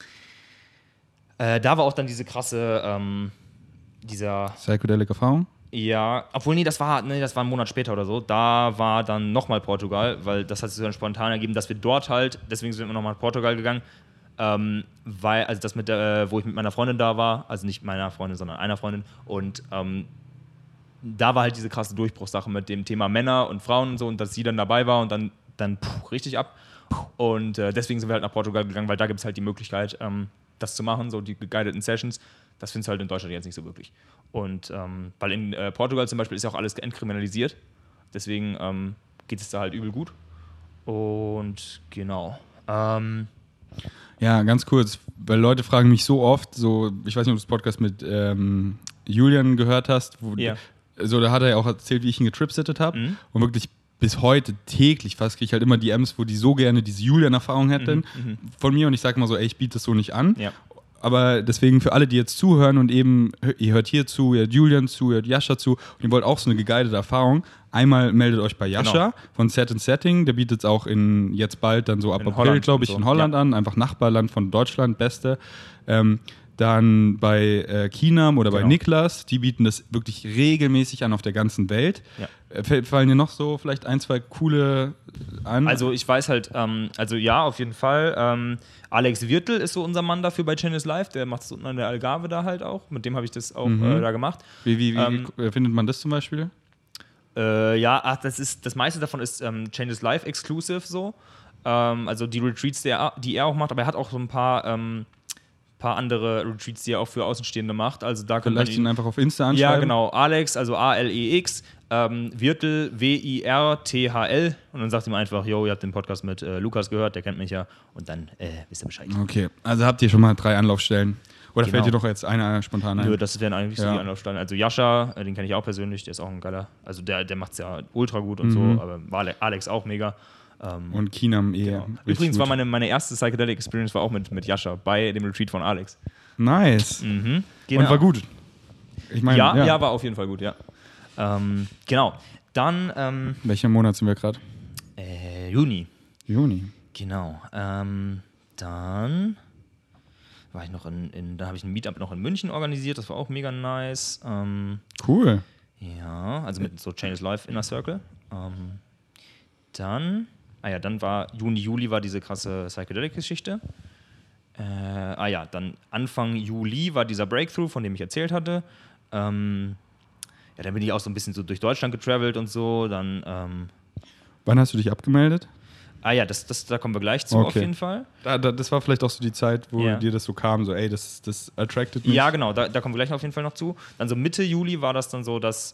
auch dann diese krasse dieser Psychedelic Erfahrung? Ja, obwohl das war ein Monat später oder so. Da war dann nochmal Portugal, weil das hat sich dann spontan ergeben, dass wir dort halt, deswegen sind wir nochmal nach Portugal gegangen, weil, also das wo ich mit meiner Freundin da war, also nicht meiner Freundin, sondern einer Freundin und da war halt diese krasse Durchbruchssache mit dem Thema Männer und Frauen und so und dass sie dann dabei war und dann richtig ab. Und deswegen sind wir halt nach Portugal gegangen, weil da gibt es halt die Möglichkeit, das zu machen, so die geguideten Sessions. Das findest du halt in Deutschland jetzt nicht so wirklich. Und weil in Portugal zum Beispiel ist ja auch alles entkriminalisiert. Deswegen geht es da halt übel gut. Und genau. Ja, ganz kurz, weil Leute fragen mich so oft, so, ich weiß nicht, ob du das Podcast mit Julian gehört hast, da hat er ja auch erzählt, wie ich ihn getripsittet habe und wirklich bis heute täglich fast kriege ich halt immer DMs, wo die so gerne diese Julian-Erfahrung hätten von mir und ich sage immer so, ey, ich biete das so nicht an. Ja. Aber deswegen für alle, die jetzt zuhören und eben, ihr hört hier zu, ihr hört Julian zu, ihr hört Jascha zu und ihr wollt auch so eine geguidete Erfahrung, einmal meldet euch bei Jascha von Set and Setting, der bietet es auch jetzt bald dann so ab April, glaube ich, in Holland an, einfach Nachbarland von Deutschland, beste. Dann bei Kinam oder bei Niklas, die bieten das wirklich regelmäßig an auf der ganzen Welt. Ja. Fallen dir noch so vielleicht 1, 2 coole an? Also ich weiß halt, ja, auf jeden Fall. Alex Wirtel ist so unser Mann dafür bei Channels Live, der macht es unten an der Algarve da halt auch. Mit dem habe ich das auch da gemacht. Wie findet man das zum Beispiel? Das meiste davon ist Channels Live exclusive so. Also die Retreats, die er auch macht, aber er hat auch so ein paar andere Retreats, die er auch für Außenstehende macht. Also da kann man Vielleicht ihn einfach auf Insta anschreiben. Ja, genau. Alex, also Alex, Wirtl, Wirthl. Und dann sagt ihm einfach, yo, ihr habt den Podcast mit Lukas gehört, der kennt mich ja. Und dann wisst ihr Bescheid. Okay, also habt ihr schon mal 3 Anlaufstellen? Oder Genau. fällt dir doch jetzt einer spontan ein? Nö, das wären eigentlich so die Anlaufstellen. Also Jascha, den kenne ich auch persönlich, der ist auch ein geiler. Also der macht es ja ultra gut und so, aber war Alex auch mega. Und Kinam Genau. Übrigens war meine erste Psychedelic Experience war auch mit Jascha bei dem Retreat von Alex. Nice. Genau. Und war gut. Ich meine, ja, war auf jeden Fall gut, ja. Genau. Dann Welcher Monat sind wir gerade? Juni. Juni. Genau. Dann war ich noch da habe ich ein Meetup noch in München organisiert, das war auch mega nice. Cool. Ja, also mit so Changes Life Inner Circle. Dann war Juli war diese krasse Psychedelic-Geschichte. Dann Anfang Juli war dieser Breakthrough, von dem ich erzählt hatte. Dann bin ich auch so ein bisschen so durch Deutschland getravelt und so. Dann Wann hast du dich abgemeldet? Da kommen wir gleich zu, auf jeden Fall. Das war vielleicht auch so die Zeit, wo dir das so kam, so ey, das attracted mich. Ja, genau, da kommen wir gleich auf jeden Fall noch zu. Dann so Mitte Juli war das dann so, dass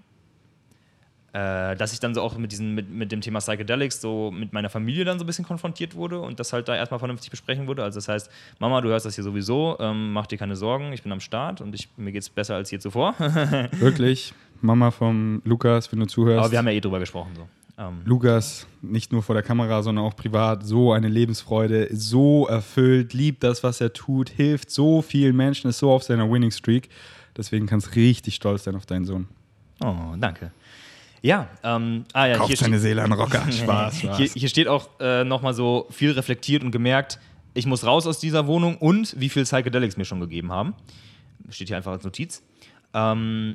ich dann so auch mit dem Thema Psychedelics so mit meiner Familie dann so ein bisschen konfrontiert wurde und das halt da erstmal vernünftig besprechen wurde. Also das heißt, Mama, du hörst das hier sowieso, mach dir keine Sorgen, ich bin am Start und mir geht's besser als je zuvor. Wirklich, Mama vom Lukas, wenn du zuhörst. Aber wir haben ja drüber gesprochen so. Lukas, nicht nur vor der Kamera, sondern auch privat, so eine Lebensfreude, so erfüllt, liebt das, was er tut, hilft so vielen Menschen, ist so auf seiner Winning Streak. Deswegen kannst du richtig stolz sein auf deinen Sohn. Oh, danke. Ja, Kauf deine Seele an Rocker. Spaß. Hier steht auch nochmal so viel reflektiert und gemerkt, ich muss raus aus dieser Wohnung und wie viel Psychedelics mir schon gegeben haben. Steht hier einfach als Notiz. Dann.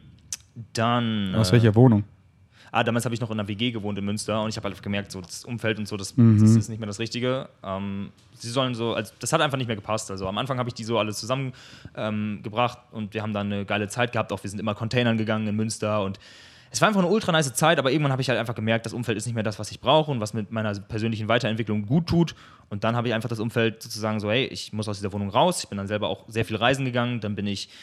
Aus welcher Wohnung? Damals habe ich noch in einer WG gewohnt in Münster und ich habe halt gemerkt, so das Umfeld und so, das ist nicht mehr das Richtige. Sie sollen so, also das hat einfach nicht mehr gepasst. Also am Anfang habe ich die so alle zusammen gebracht und wir haben dann eine geile Zeit gehabt. Auch wir sind immer Containern gegangen in Münster und es war einfach eine ultra nice Zeit, aber irgendwann habe ich halt einfach gemerkt, das Umfeld ist nicht mehr das, was ich brauche und was mit meiner persönlichen Weiterentwicklung gut tut. Und dann habe ich einfach das Umfeld sozusagen so, hey, ich muss aus dieser Wohnung raus. Ich bin dann selber auch sehr viel reisen gegangen. Dann bin ich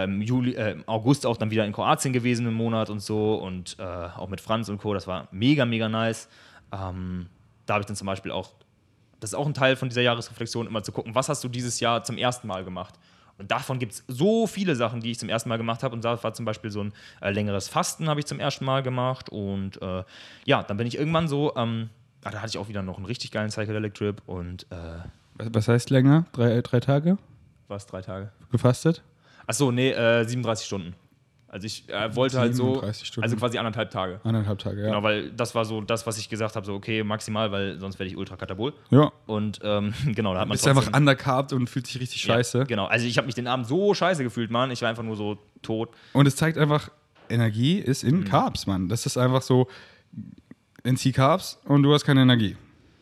August auch dann wieder in Kroatien gewesen im Monat und so und auch mit Franz und Co. Das war mega, mega nice. Da habe ich dann zum Beispiel auch, das ist auch ein Teil von dieser Jahresreflexion, immer zu gucken, was hast du dieses Jahr zum ersten Mal gemacht? Und davon gibt es so viele Sachen, die ich zum ersten Mal gemacht habe. Und da war zum Beispiel so ein längeres Fasten habe ich zum ersten Mal gemacht. Und dann bin ich irgendwann so, da hatte ich auch wieder noch einen richtig geilen Psychedelic-Trip. Und was heißt länger? 3 Tage? Was, 3 Tage? Gefastet? Achso, nee, 37 Stunden. Also ich wollte halt so, also quasi 1,5 Tage. 1,5 Tage, ja. Genau, weil das war so das, was ich gesagt habe, so okay, maximal, weil sonst werde ich ultra katabol. Ja. Und genau, da hat man bist einfach undercarbt und fühlt sich richtig scheiße. Ja, genau, also ich habe mich den Abend so scheiße gefühlt, Mann. Ich war einfach nur so tot. Und es zeigt einfach, Energie ist in Carbs, Mann. Das ist einfach so, entzieh Carbs und du hast keine Energie.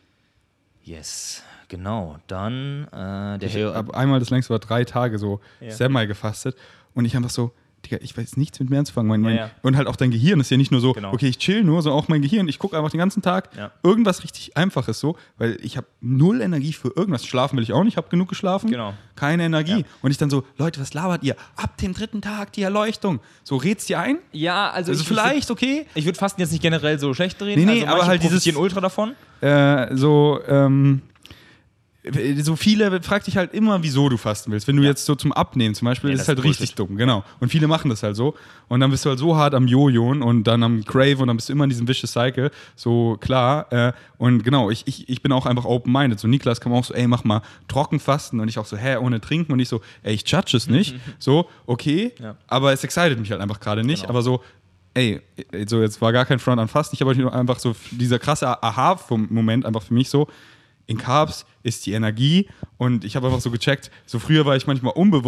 Yes, genau. Dann Ich habe einmal das längste war 3 Tage so semi gefastet und ich einfach so, Digga, ich weiß nichts mit mir anzufangen. Und halt auch dein Gehirn ist ja nicht nur so, okay, ich chill nur, sondern auch mein Gehirn. Ich gucke einfach den ganzen Tag irgendwas richtig Einfaches so, weil ich habe 0 Energie für irgendwas. Schlafen will ich auch nicht, habe genug geschlafen, keine Energie. Ja. Und ich dann so, Leute, was labert ihr? Ab dem 3. Tag die Erleuchtung. So, red's dir ein? Ja, also vielleicht, okay. Ich würde Fasten jetzt nicht generell so schlecht reden. Nee, aber halt dieses Ultra davon. So viele fragt dich halt immer, wieso du fasten willst. Wenn du jetzt so zum Abnehmen zum Beispiel, ist es halt richtig dumm, genau. Und viele machen das halt so. Und dann bist du halt so hart am Jojoen und dann am Crave und dann bist du immer in diesem Vicious Cycle. So, klar. Und genau, ich bin auch einfach open-minded. So, Niklas kam auch so, ey, mach mal trocken fasten. Und ich auch so, ohne trinken. Und ich so, ey, ich judge es nicht. So, okay. Ja. Aber es excited mich halt einfach gerade nicht. Genau. Aber so, ey, so jetzt war gar kein Front an Fasten. Ich habe halt einfach so dieser krasse Aha-Moment einfach für mich so, in Carbs ist die Energie und ich habe einfach so gecheckt, so früher war ich manchmal unbewusst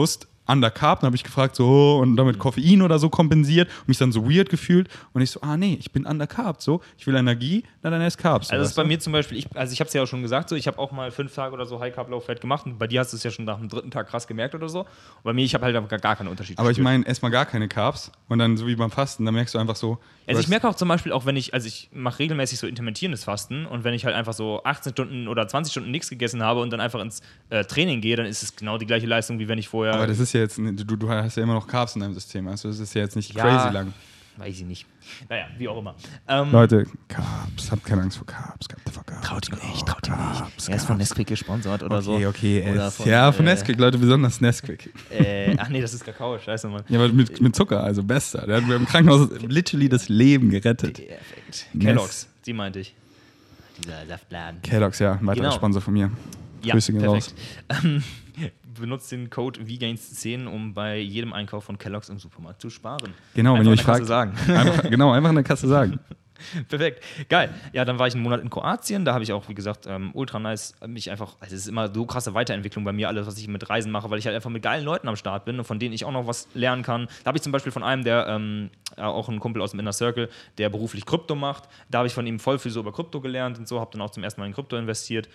undercarb, dann habe ich gefragt, so, oh, und damit Koffein oder so kompensiert und mich dann so weird gefühlt und ich so, nee, ich bin undercarb, so, ich will Energie, dann erst Carbs. Also das ist bei mir zum Beispiel, ich habe es ja auch schon gesagt, so, ich habe auch mal 5 Tage oder so High Carb Low Fat gemacht und bei dir hast du es ja schon nach dem 3. Tag krass gemerkt oder so. Und bei mir, ich habe halt gar keinen Unterschied Aber gespürt. ich meine, erstmal gar keine Carbs und dann so wie beim Fasten, dann merkst du einfach so. Also ich merke auch zum Beispiel, auch wenn ich mache regelmäßig so intermittierendes Fasten und wenn ich halt einfach so 18 Stunden oder 20 Stunden nichts gegessen habe und dann einfach ins Training gehe, dann ist es genau die gleiche Leistung, wie wenn ich vorher... Aber das ist ja jetzt, du hast ja immer noch Carbs in deinem System, also das ist ja jetzt nicht crazy lang. Weiß ich nicht. Naja, wie auch immer. Leute, Carbs, habt keine Angst vor Carbs. Traut ihm nicht. Er ist von Nesquik gesponsert oder so. Okay, oder von Nesquik, Leute, besonders Nesquik. Ach nee, das ist Kakao, scheiße, Mann. Ja, aber mit Zucker, also besser. Der hat mir im Krankenhaus literally das Leben gerettet. Perfekt. Kellogg's, die meinte ich. Dieser Saftladen. Kellogg's, ja, ein weiterer Sponsor von mir. Grüße gehen raus. Benutzt den Code VGains10, um bei jedem Einkauf von Kellogg's im Supermarkt zu sparen. Genau, einfach wenn ihr euch fragt. Einfach in der Kasse sagen. Perfekt, geil. Ja, dann war ich einen Monat in Kroatien, da habe ich auch, wie gesagt, ultra nice, mich einfach, also es ist immer so krasse Weiterentwicklung bei mir, alles, was ich mit Reisen mache, weil ich halt einfach mit geilen Leuten am Start bin und von denen ich auch noch was lernen kann. Da habe ich zum Beispiel von einem, der auch ein Kumpel aus dem Inner Circle, der beruflich Krypto macht, da habe ich von ihm voll viel so über Krypto gelernt und so, habe dann auch zum ersten Mal in Krypto investiert.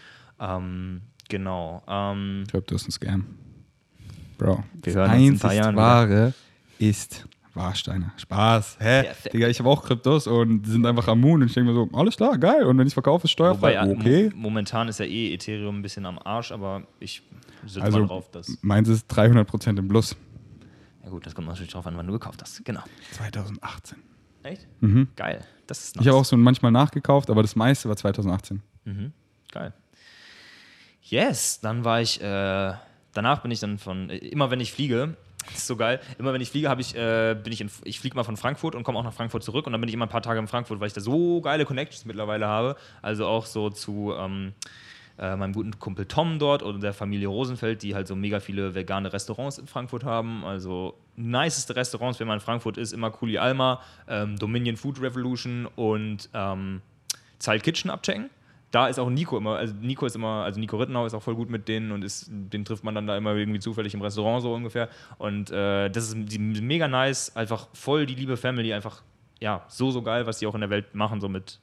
Genau. Krypto ist ein Scam. Bro, wir das hören uns in ein paar Jahren Wahre ist Warsteiner. Spaß. Perfekt. Digga, ich habe auch Kryptos und die sind einfach am Moon und ich denke mir so, alles klar, geil. Und wenn ich verkaufe, ist steuerfrei. Okay. Momentan ist ja Ethereum ein bisschen am Arsch, aber ich sitze also, mal drauf, dass... Meins ist 300% im Plus. Ja gut, das kommt natürlich drauf an, wann du gekauft hast. Genau. 2018. Echt? Mhm. Geil. Das ist nice. Ich habe auch so manchmal nachgekauft, aber das meiste war 2018. Mhm. Geil. Yes, dann war ich, danach bin ich dann immer wenn ich fliege, das ist so geil, immer wenn ich fliege, ich fliege mal von Frankfurt und komme auch nach Frankfurt zurück und dann bin ich immer ein paar Tage in Frankfurt, weil ich da so geile Connections mittlerweile habe, also auch so zu meinem guten Kumpel Tom dort oder der Familie Rosenfeld, die halt so mega viele vegane Restaurants in Frankfurt haben, also niceste Restaurants, wenn man in Frankfurt ist, immer Kuli Alma, Dominion Food Revolution und Zalt Kitchen abchecken. Da ist auch Nico immer, also Nico Rittenau ist auch voll gut mit denen und den trifft man dann da immer irgendwie zufällig im Restaurant so ungefähr. Und das ist mega nice, einfach voll die liebe Family, einfach ja, so geil, was die auch in der Welt machen, so mit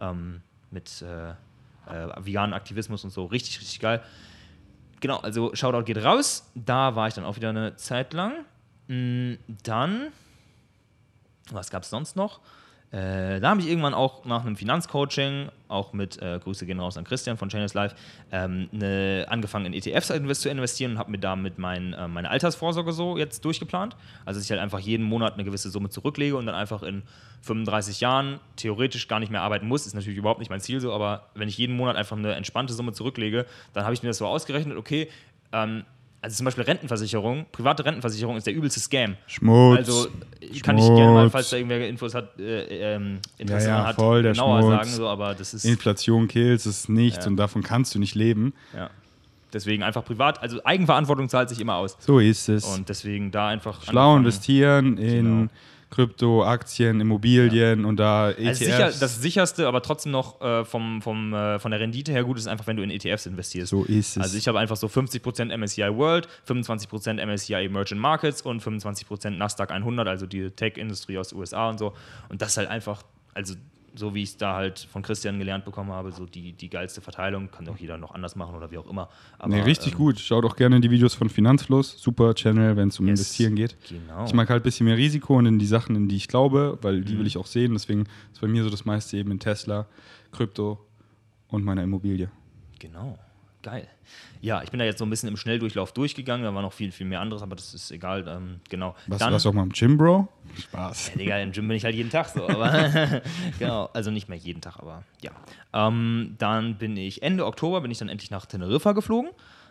veganen Aktivismus und so, richtig, richtig geil. Genau, also Shoutout geht raus, da war ich dann auch wieder eine Zeit lang. Dann, was gab es sonst noch? Da habe ich irgendwann auch nach einem Finanzcoaching, auch mit Grüße gehen raus an Christian von Chainless Life, angefangen in ETFs zu investieren und habe mir damit meine Altersvorsorge so jetzt durchgeplant. Also dass ich halt einfach jeden Monat eine gewisse Summe zurücklege und dann einfach in 35 Jahren theoretisch gar nicht mehr arbeiten muss. Ist natürlich überhaupt nicht mein Ziel so, aber wenn ich jeden Monat einfach eine entspannte Summe zurücklege, dann habe ich mir das so ausgerechnet, okay, also zum Beispiel Rentenversicherung, private Rentenversicherung ist der übelste Scam. Schmutz. Also kann ich gerne mal, falls da irgendwer Infos hat, hat, voll der genauer Schmutz. sagen. So, aber das ist Inflation kills, das ist nichts und davon kannst du nicht leben. Ja. Deswegen einfach privat, also Eigenverantwortung zahlt sich immer aus. So ist es. Und deswegen da einfach schlau investieren in Krypto, Aktien, Immobilien und da ETFs. Also das sicherste, aber trotzdem noch von der Rendite her gut ist einfach, wenn du in ETFs investierst. So ist es. Also ich habe einfach so 50% MSCI World, 25% MSCI Emerging Markets und 25% Nasdaq 100, also die Tech-Industrie aus den USA und so. Und das ist halt einfach, also so wie ich es da halt von Christian gelernt bekommen habe, so die geilste Verteilung. Kann auch jeder noch anders machen oder wie auch immer. Aber, richtig gut. Schaut auch gerne in die Videos von Finanzfluss. Super Channel, wenn es um Investieren geht. Genau. Ich mag halt ein bisschen mehr Risiko und in die Sachen, in die ich glaube, weil die will ich auch sehen. Deswegen ist bei mir so das meiste eben in Tesla, Krypto und meiner Immobilie. Genau. Geil. Ja, ich bin da jetzt so ein bisschen im Schnelldurchlauf durchgegangen, da war noch viel, viel mehr anderes, aber das ist egal. Genau. Warst du auch mal im Gym, Bro? Spaß. Ja, Digga, im Gym bin ich halt jeden Tag so, aber genau, also nicht mehr jeden Tag, aber ja. Dann bin ich Ende Oktober dann endlich nach Teneriffa geflogen.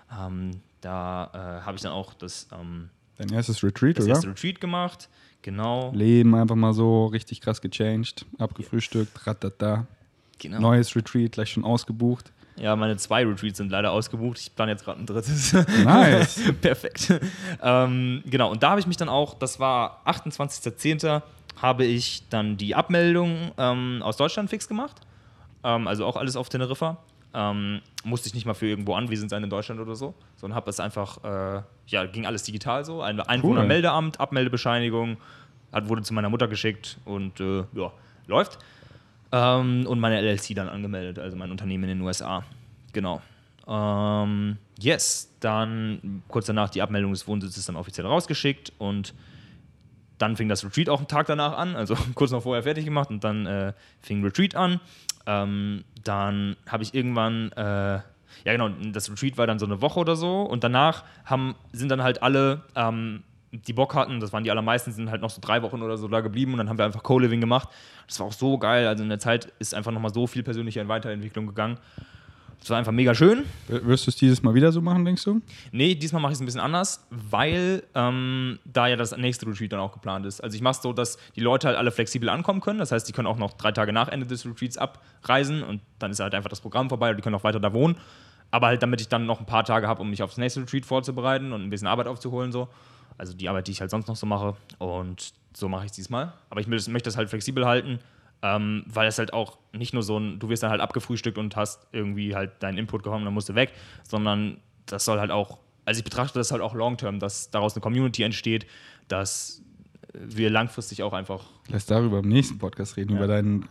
Da habe ich dann auch dein erstes Retreat, oder? Das erste Retreat gemacht, genau. Leben einfach mal so richtig krass gechanged, abgefrühstückt, ratata. Genau. Neues Retreat, gleich schon ausgebucht. Ja, meine 2 Retreats sind leider ausgebucht. Ich plane jetzt gerade ein drittes. Nice. Perfekt. Genau, und da habe ich mich dann auch, das war 28.10., habe ich dann die Abmeldung aus Deutschland fix gemacht. Also auch alles auf Teneriffa. musste ich nicht mal für irgendwo anwesend sein in Deutschland oder so, sondern habe es einfach, ging alles digital so. Ein Einwohnermeldeamt, Abmeldebescheinigung, wurde zu meiner Mutter geschickt und läuft. Und meine LLC dann angemeldet, also mein Unternehmen in den USA. Genau. Dann kurz danach die Abmeldung des Wohnsitzes dann offiziell rausgeschickt und dann fing das Retreat auch einen Tag danach an, also kurz noch vorher fertig gemacht und dann fing Retreat an. Dann habe ich irgendwann, das Retreat war dann so eine Woche oder so und danach sind dann halt alle, die Bock hatten, das waren die allermeisten, sind halt noch so 3 Wochen oder so da geblieben und dann haben wir einfach Co-Living gemacht. Das war auch so geil, also in der Zeit ist einfach nochmal so viel persönliche Weiterentwicklung gegangen. Das war einfach mega schön. Wirst du es dieses Mal wieder so machen, denkst du? Nee, diesmal mache ich es ein bisschen anders, weil da ja das nächste Retreat dann auch geplant ist. Also ich mache es so, dass die Leute halt alle flexibel ankommen können. Das heißt, die können auch noch 3 Tage nach Ende des Retreats abreisen und dann ist halt einfach das Programm vorbei und die können auch weiter da wohnen. Aber halt, damit ich dann noch ein paar Tage habe, um mich aufs nächste Retreat vorzubereiten und ein bisschen Arbeit aufzuholen. So. Also die Arbeit, die ich halt sonst noch so mache. Und so mache ich es diesmal. Aber ich möchte das halt flexibel halten. Weil es halt auch nicht nur so du wirst dann halt abgefrühstückt und hast irgendwie halt deinen Input gehauen und dann musst du weg, sondern das soll halt auch, also ich betrachte das halt auch long-term, dass daraus eine Community entsteht, dass wir langfristig auch einfach... Lass darüber im nächsten Podcast reden, über deinen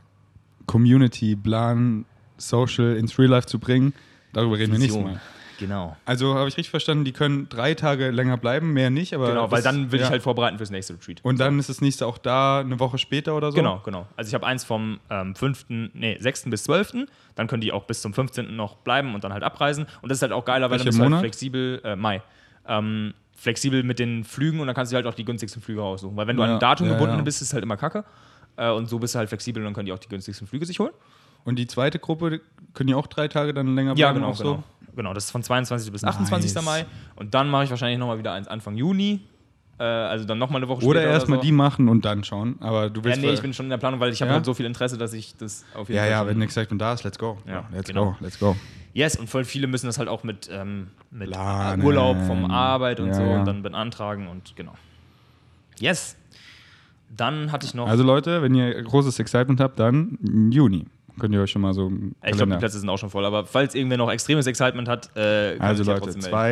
Community-Plan, Social ins Real Life zu bringen. Darüber reden wir nächstes Mal. Genau. Also habe ich richtig verstanden, die können 3 Tage länger bleiben, mehr nicht. Aber genau, weil dann will ich halt vorbereiten fürs nächste Retreat. Und dann ist das nächste auch da eine Woche später oder so? Genau. Also ich habe eins vom 6. bis 12. Dann können die auch bis zum 15. noch bleiben und dann halt abreisen. Und das ist halt auch geiler, weil dann bist du halt flexibel, Mai. Flexibel mit den Flügen und dann kannst du halt auch die günstigsten Flüge raussuchen. Weil wenn du an ein Datum gebunden bist, ist es halt immer kacke. Und so bist du halt flexibel und dann können die auch die günstigsten Flüge sich holen. Und die zweite Gruppe, können die auch 3 Tage dann länger bleiben? Ja, genau. Das ist von 22. bis 28. Mai. Und dann mache ich wahrscheinlich nochmal wieder eins Anfang Juni. Also dann nochmal eine Woche später. Oder erstmal die machen und dann schauen. Aber du willst ich bin schon in der Planung, weil ich habe halt so viel Interesse, dass ich das auf jeden Fall. Ja, wenn Excitement da ist, let's go. Let's go. Yes, und voll viele müssen das halt auch mit Urlaub vom Arbeit und so und dann beantragen und genau. Yes. Dann hatte ich noch. Also Leute, wenn ihr großes Excitement habt, dann im Juni. Könnt ihr euch schon mal so. Ich glaube, die Plätze sind auch schon voll, aber falls irgendwer noch extremes Excitement hat, also Leute,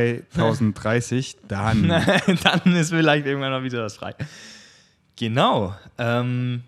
2030, dann. Dann ist vielleicht irgendwann mal wieder das frei. Genau. Dann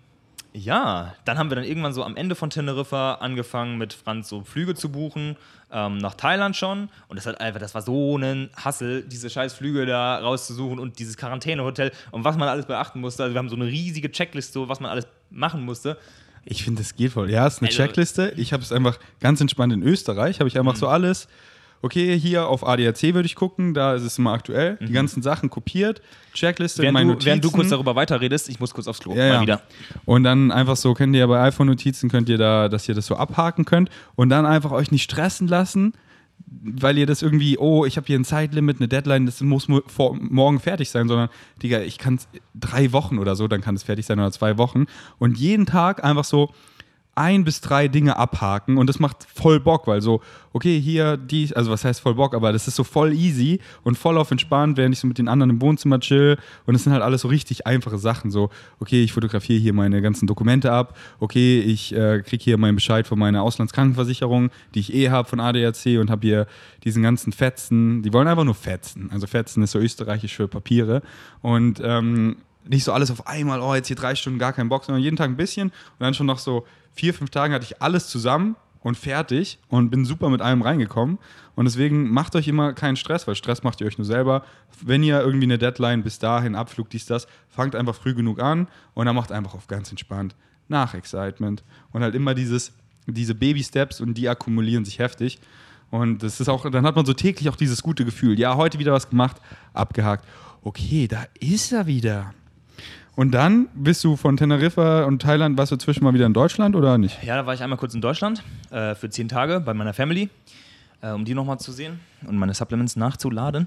haben wir dann irgendwann so am Ende von Teneriffa angefangen mit Franz so Flüge zu buchen, nach Thailand schon. Und das war so ein Hassel, diese scheiß Flüge da rauszusuchen und dieses Quarantänehotel und was man alles beachten musste. Also wir haben so eine riesige Checkliste, was man alles machen musste. Ich finde, das geht voll. Ja, es ist eine Checkliste. Ich habe es einfach ganz entspannt in Österreich. Habe ich einfach so alles. Okay, hier auf ADAC würde ich gucken, da ist es immer aktuell. Die ganzen Sachen kopiert, Checkliste, während du kurz darüber weiterredest, ich muss kurz aufs Klo, mal wieder. Und dann einfach so, könnt ihr bei iPhone-Notizen, dass ihr das so abhaken könnt und dann einfach euch nicht stressen lassen, weil ihr das irgendwie, ich habe hier ein Zeitlimit, eine Deadline, das muss morgen fertig sein, sondern, Digga, ich kann es 3 Wochen oder so, dann kann es fertig sein oder 2 Wochen und jeden Tag einfach so 1 bis 3 Dinge abhaken und das macht voll Bock, weil so, okay, hier, also was heißt voll Bock, aber das ist so voll easy und voll auf entspannt, während ich so mit den anderen im Wohnzimmer chill und es sind halt alles so richtig einfache Sachen, so, okay, ich fotografiere hier meine ganzen Dokumente ab, okay, ich kriege hier meinen Bescheid von meiner Auslandskrankenversicherung, die ich habe von ADAC und habe hier diesen ganzen Fetzen, die wollen einfach nur fetzen, also fetzen ist so österreichisch für Papiere und nicht so alles auf einmal, jetzt hier 3 Stunden gar keinen Bock, sondern jeden Tag ein bisschen und dann schon noch so 4-5 Tagen hatte ich alles zusammen und fertig und bin super mit allem reingekommen. Und deswegen macht euch immer keinen Stress, weil Stress macht ihr euch nur selber. Wenn ihr irgendwie eine Deadline bis dahin, Abflug, das, fangt einfach früh genug an und dann macht einfach auf ganz entspannt nach Excitement. Und halt immer diese Baby-Steps und die akkumulieren sich heftig. Und das ist auch, dann hat man so täglich auch dieses gute Gefühl. Ja, heute wieder was gemacht, abgehakt. Okay, da ist er wieder. Und dann bist du von Teneriffa und Thailand, warst du zwischen mal wieder in Deutschland oder nicht? Ja, da war ich einmal kurz in Deutschland für 10 Tage bei meiner Family, um die nochmal zu sehen und meine Supplements nachzuladen.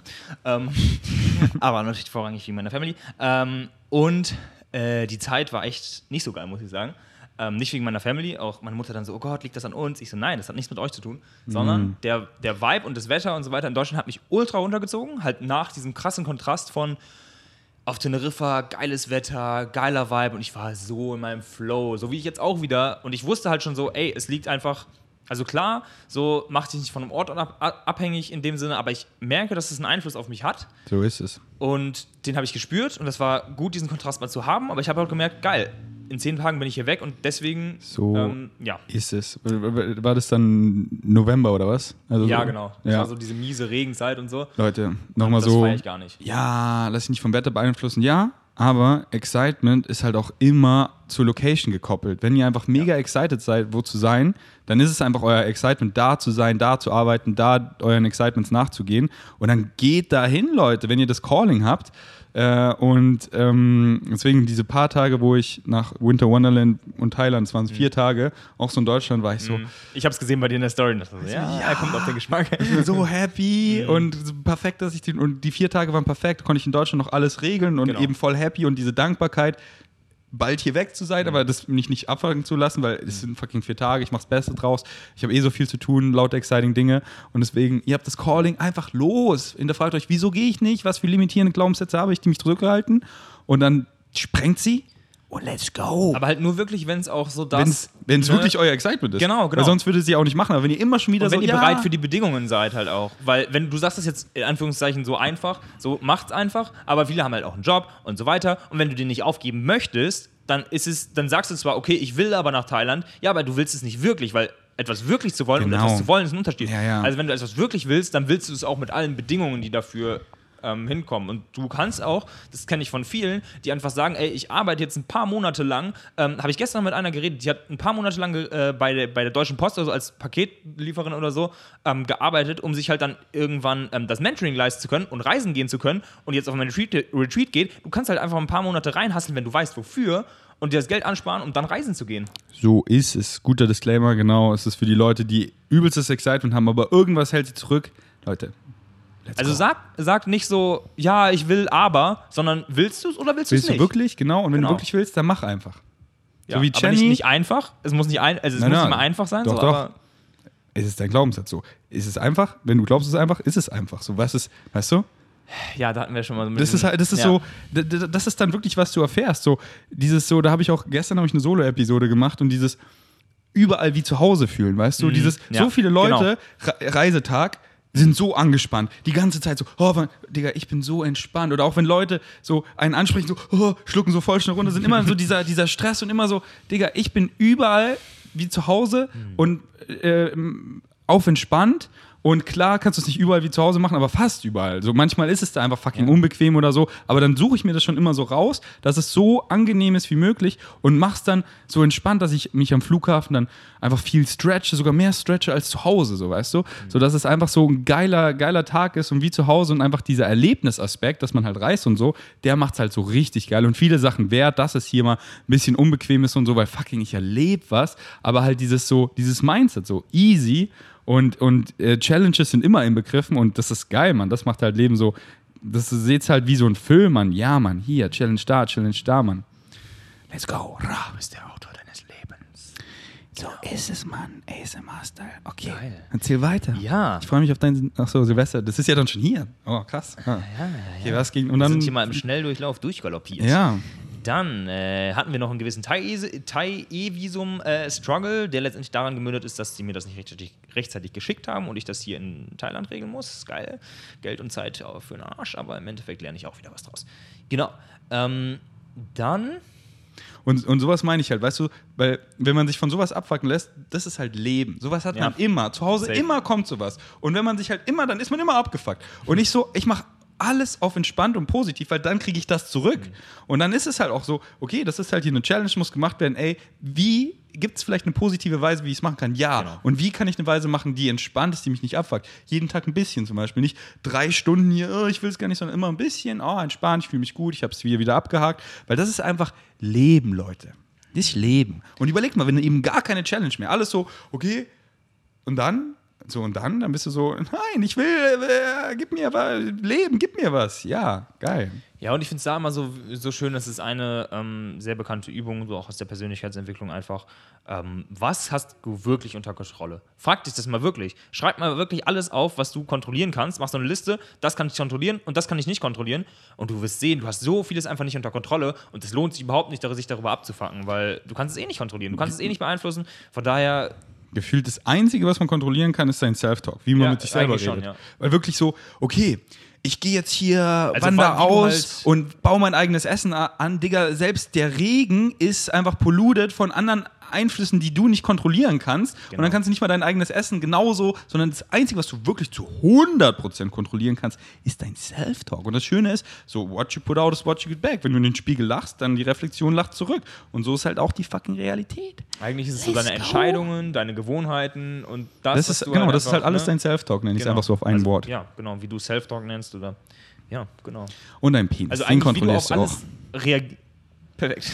Aber natürlich vorrangig wegen meiner Family. Die Zeit war echt nicht so geil, muss ich sagen. Nicht wegen meiner Family, auch meine Mutter dann so, oh Gott, liegt das an uns? Ich so, nein, das hat nichts mit euch zu tun, sondern der Vibe und das Wetter und so weiter in Deutschland hat mich ultra runtergezogen, halt nach diesem krassen Kontrast von auf Teneriffa, geiles Wetter, geiler Vibe und ich war so in meinem Flow, so wie ich jetzt auch wieder und ich wusste halt schon so, es liegt einfach Also klar, so macht sich nicht von einem Ort abhängig in dem Sinne, aber ich merke, dass es einen Einfluss auf mich hat. So ist es. Und den habe ich gespürt und das war gut, diesen Kontrast mal zu haben, aber ich habe auch gemerkt, geil, in 10 Tagen bin ich hier weg und deswegen, so ist es. War das dann November oder was? Also ja, so, genau. Das war so diese miese Regenzeit und so. Leute, nochmal so. Das feiere ich gar nicht. Ja, lass dich nicht vom Wetter beeinflussen. Ja, aber Excitement ist halt auch immer zur Location gekoppelt. Wenn ihr einfach mega excited seid, wo zu sein, dann ist es einfach euer Excitement, da zu sein, da zu arbeiten, da euren Excitements nachzugehen. Und dann geht dahin, Leute, wenn ihr das Calling habt. Deswegen diese paar Tage, wo ich nach Winter Wonderland und Thailand, es waren 4 Tage, auch so in Deutschland war ich so. Ich habe es gesehen bei dir in der Story. So, er kommt auf den Geschmack. Ich bin so happy und so perfekt, dass ich und die 4 Tage waren perfekt, konnte ich in Deutschland noch alles regeln und eben voll happy und diese Dankbarkeit, bald hier weg zu sein, aber das mich nicht abfangen zu lassen, weil es sind fucking 4 Tage, ich mach's Beste draus, ich habe so viel zu tun, lauter exciting Dinge und deswegen, ihr habt das Calling einfach los. Hinterfragt euch, wieso gehe ich nicht, was für limitierende Glaubenssätze habe ich, die mich zurückhalten und dann sprengt sie und let's go. Aber halt nur wirklich, wenn es auch so das... Wenn es wirklich euer Excitement ist. Genau. Weil sonst würde sie auch nicht machen, aber wenn ihr immer schon wieder und wenn ihr bereit für die Bedingungen seid halt auch. Weil wenn du sagst das jetzt in Anführungszeichen so einfach, so macht's einfach, aber viele haben halt auch einen Job und so weiter und wenn du den nicht aufgeben möchtest, dann sagst du zwar, okay, ich will aber nach Thailand, ja, aber du willst es nicht wirklich, weil etwas wirklich zu wollen und etwas zu wollen ist ein Unterschied. Ja. Also wenn du etwas wirklich willst, dann willst du es auch mit allen Bedingungen, die dafür hinkommen. Und du kannst auch, das kenne ich von vielen, die einfach sagen, ey, ich arbeite jetzt ein paar Monate lang, habe ich gestern mit einer geredet, die hat ein paar Monate lang bei der Deutschen Post, also als Paketlieferin oder so, gearbeitet, um sich halt dann irgendwann das Mentoring leisten zu können und reisen gehen zu können und jetzt auf einen Retreat geht. Du kannst halt einfach ein paar Monate reinhasseln, wenn du weißt, wofür und dir das Geld ansparen, um dann reisen zu gehen. So ist es. Guter Disclaimer, genau. Es ist für die Leute, die übelstes Excitement haben, aber irgendwas hält sie zurück. Leute, also sag nicht so, ja, ich will aber, sondern willst du es oder willst du es nicht? Willst du wirklich? Genau. Und wenn du wirklich willst, dann mach einfach. Ja, so wie aber Jenny. nicht einfach. Es muss nicht muss nicht immer einfach sein. Doch, so, doch. Aber es ist dein Glaubenssatz so. Ist es einfach? Wenn du glaubst, es ist einfach, ist es einfach. So, weißt du? Ja, da hatten wir schon mal so ein bisschen. So, das ist dann wirklich, was du erfährst. So, da habe ich auch, gestern habe ich eine Solo-Episode gemacht und dieses überall wie zu Hause fühlen, weißt du? So viele Leute, Reisetag, sind so angespannt, die ganze Zeit so, Digga, ich bin so entspannt. Oder auch wenn Leute so einen ansprechen, so, schlucken so voll schnell runter, sind immer so dieser Stress und immer so, Digga, ich bin überall wie zu Hause und auf entspannt. Und klar kannst du es nicht überall wie zu Hause machen, aber fast überall. So manchmal ist es da einfach fucking unbequem oder so, aber dann suche ich mir das schon immer so raus, dass es so angenehm ist wie möglich und mach's dann so entspannt, dass ich mich am Flughafen dann einfach viel stretche, sogar mehr stretche als zu Hause, so weißt du? So dass es einfach so ein geiler Tag ist und wie zu Hause und einfach dieser Erlebnisaspekt, dass man halt reist und so, der macht's halt so richtig geil und viele Sachen wert, dass es hier mal ein bisschen unbequem ist und so, weil fucking ich erlebe was, aber halt dieses Mindset so easy. Und Challenges sind immer inbegriffen und das ist geil, Mann. Das macht halt Leben so, das seht's halt wie so ein Film, Mann. Ja, Mann, hier, Challenge da, Mann. Let's go. Du bist der Autor deines Lebens. So ist es, Mann. ASMR-Style. Okay, geil. Erzähl weiter. Ja. Ich freue mich auf Silvester. Das ist ja dann schon hier. Oh, krass. Ja. Okay, was ging? Und dann, wir sind hier mal im Schnelldurchlauf durchgaloppiert. Ja. Dann hatten wir noch einen gewissen Thai-E-Visum-Struggle, der letztendlich daran gemündet ist, dass sie mir das nicht rechtzeitig geschickt haben und ich das hier in Thailand regeln muss. Das ist geil. Geld und Zeit für den Arsch, aber im Endeffekt lerne ich auch wieder was draus. Genau. Dann... Und sowas meine ich halt, weißt du, weil wenn man sich von sowas abfacken lässt, das ist halt Leben. Sowas hat man immer. Zu Hause immer kommt sowas. Und wenn man sich halt immer, dann ist man immer abgefuckt. Und nicht so, ich mache alles auf entspannt und positiv, weil dann kriege ich das zurück. Und dann ist es halt auch so, okay, das ist halt hier eine Challenge, muss gemacht werden, wie gibt es vielleicht eine positive Weise, wie ich es machen kann? Ja. Genau. Und wie kann ich eine Weise machen, die entspannt ist, die mich nicht abfuckt? Jeden Tag ein bisschen zum Beispiel. Nicht 3 Stunden hier, ich will es gar nicht, sondern immer ein bisschen, entspannt, ich fühle mich gut, ich habe es wieder abgehakt. Weil das ist einfach Leben, Leute. Das ist Leben. Und überlegt mal, wenn eben gar keine Challenge mehr, alles so, okay, und dann bist du so, nein, ich will, gib mir was, Leben, gib mir was. Ja, geil. Ja, und ich finde es da immer so schön, das ist eine sehr bekannte Übung, so auch aus der Persönlichkeitsentwicklung einfach. Was hast du wirklich unter Kontrolle? Frag dich das mal wirklich. Schreib mal wirklich alles auf, was du kontrollieren kannst. Mach so eine Liste, das kann ich kontrollieren und das kann ich nicht kontrollieren. Und du wirst sehen, du hast so vieles einfach nicht unter Kontrolle und es lohnt sich überhaupt nicht, sich darüber abzufacken, weil du kannst es eh nicht kontrollieren, du kannst es eh nicht beeinflussen. Von daher... Gefühlt das Einzige, was man kontrollieren kann, ist sein Self-Talk, wie man mit sich selber redet. Schon, ja. Weil wirklich so, okay, ich gehe jetzt hier, wander aus und baue mein eigenes Essen an. Digga, selbst der Regen ist einfach polluted von anderen Einflüssen, die du nicht kontrollieren kannst. Genau. Und dann kannst du nicht mal dein eigenes Essen genauso, sondern das Einzige, was du wirklich zu 100% kontrollieren kannst, ist dein Self-Talk. Und das Schöne ist, so what you put out is what you get back. Wenn du in den Spiegel lachst, dann die Reflexion lacht zurück. Und so ist halt auch die fucking Realität. Eigentlich ist es so deine Entscheidungen, deine Gewohnheiten und das ist, genau, das ist halt alles dein Self-Talk, nenne ich es einfach so auf ein Wort. Ja, genau, wie du Self-Talk nennst oder, ja, genau. Und dein Penis, also den kontrollierst du auch. Perfekt.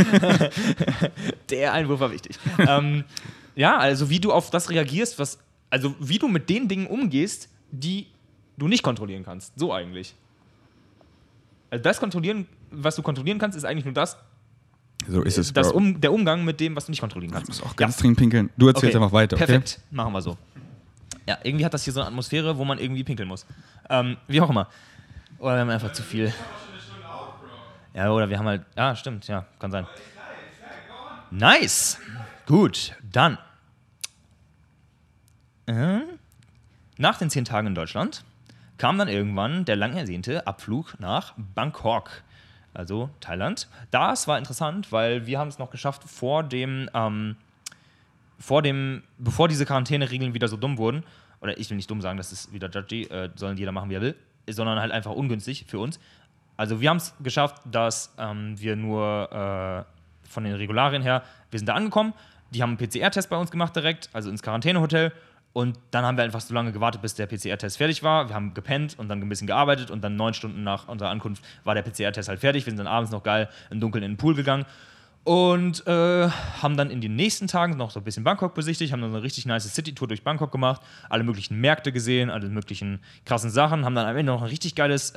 Der Einwurf war wichtig. Ja, also wie du auf das reagierst, also wie du mit den Dingen umgehst, die du nicht kontrollieren kannst. So eigentlich. Also das kontrollieren, was du kontrollieren kannst, ist eigentlich nur das. So ist es. Der Umgang mit dem, was du nicht kontrollieren kannst. Ich muss auch ganz dringend pinkeln. Du erzählst einfach weiter. Okay? Perfekt, machen wir so. Ja, irgendwie hat das hier so eine Atmosphäre, wo man irgendwie pinkeln muss. Wie auch immer. Oder wir haben einfach zu viel. Ja, oder wir haben halt. Ja, stimmt, ja, kann sein. Nice! Gut, dann. Nach den 10 Tagen in Deutschland kam dann irgendwann der lang ersehnte Abflug nach Bangkok, also Thailand. Das war interessant, weil wir haben es noch geschafft, bevor diese Quarantäneregeln wieder so dumm wurden, oder ich will nicht dumm sagen, das ist wieder judgy, sollen jeder machen, wie er will, sondern halt einfach ungünstig für uns. Also wir haben es geschafft, dass wir nur von den Regularien her, wir sind da angekommen, die haben einen PCR-Test bei uns gemacht direkt, also ins Quarantänehotel, und dann haben wir einfach so lange gewartet, bis der PCR-Test fertig war. Wir haben gepennt und dann ein bisschen gearbeitet und dann 9 Stunden nach unserer Ankunft war der PCR-Test halt fertig. Wir sind dann abends noch geil im Dunkeln in den Pool gegangen und haben dann in den nächsten Tagen noch so ein bisschen Bangkok besichtigt, haben dann so eine richtig nice City-Tour durch Bangkok gemacht, alle möglichen Märkte gesehen, alle möglichen krassen Sachen, haben dann am Ende noch ein richtig geiles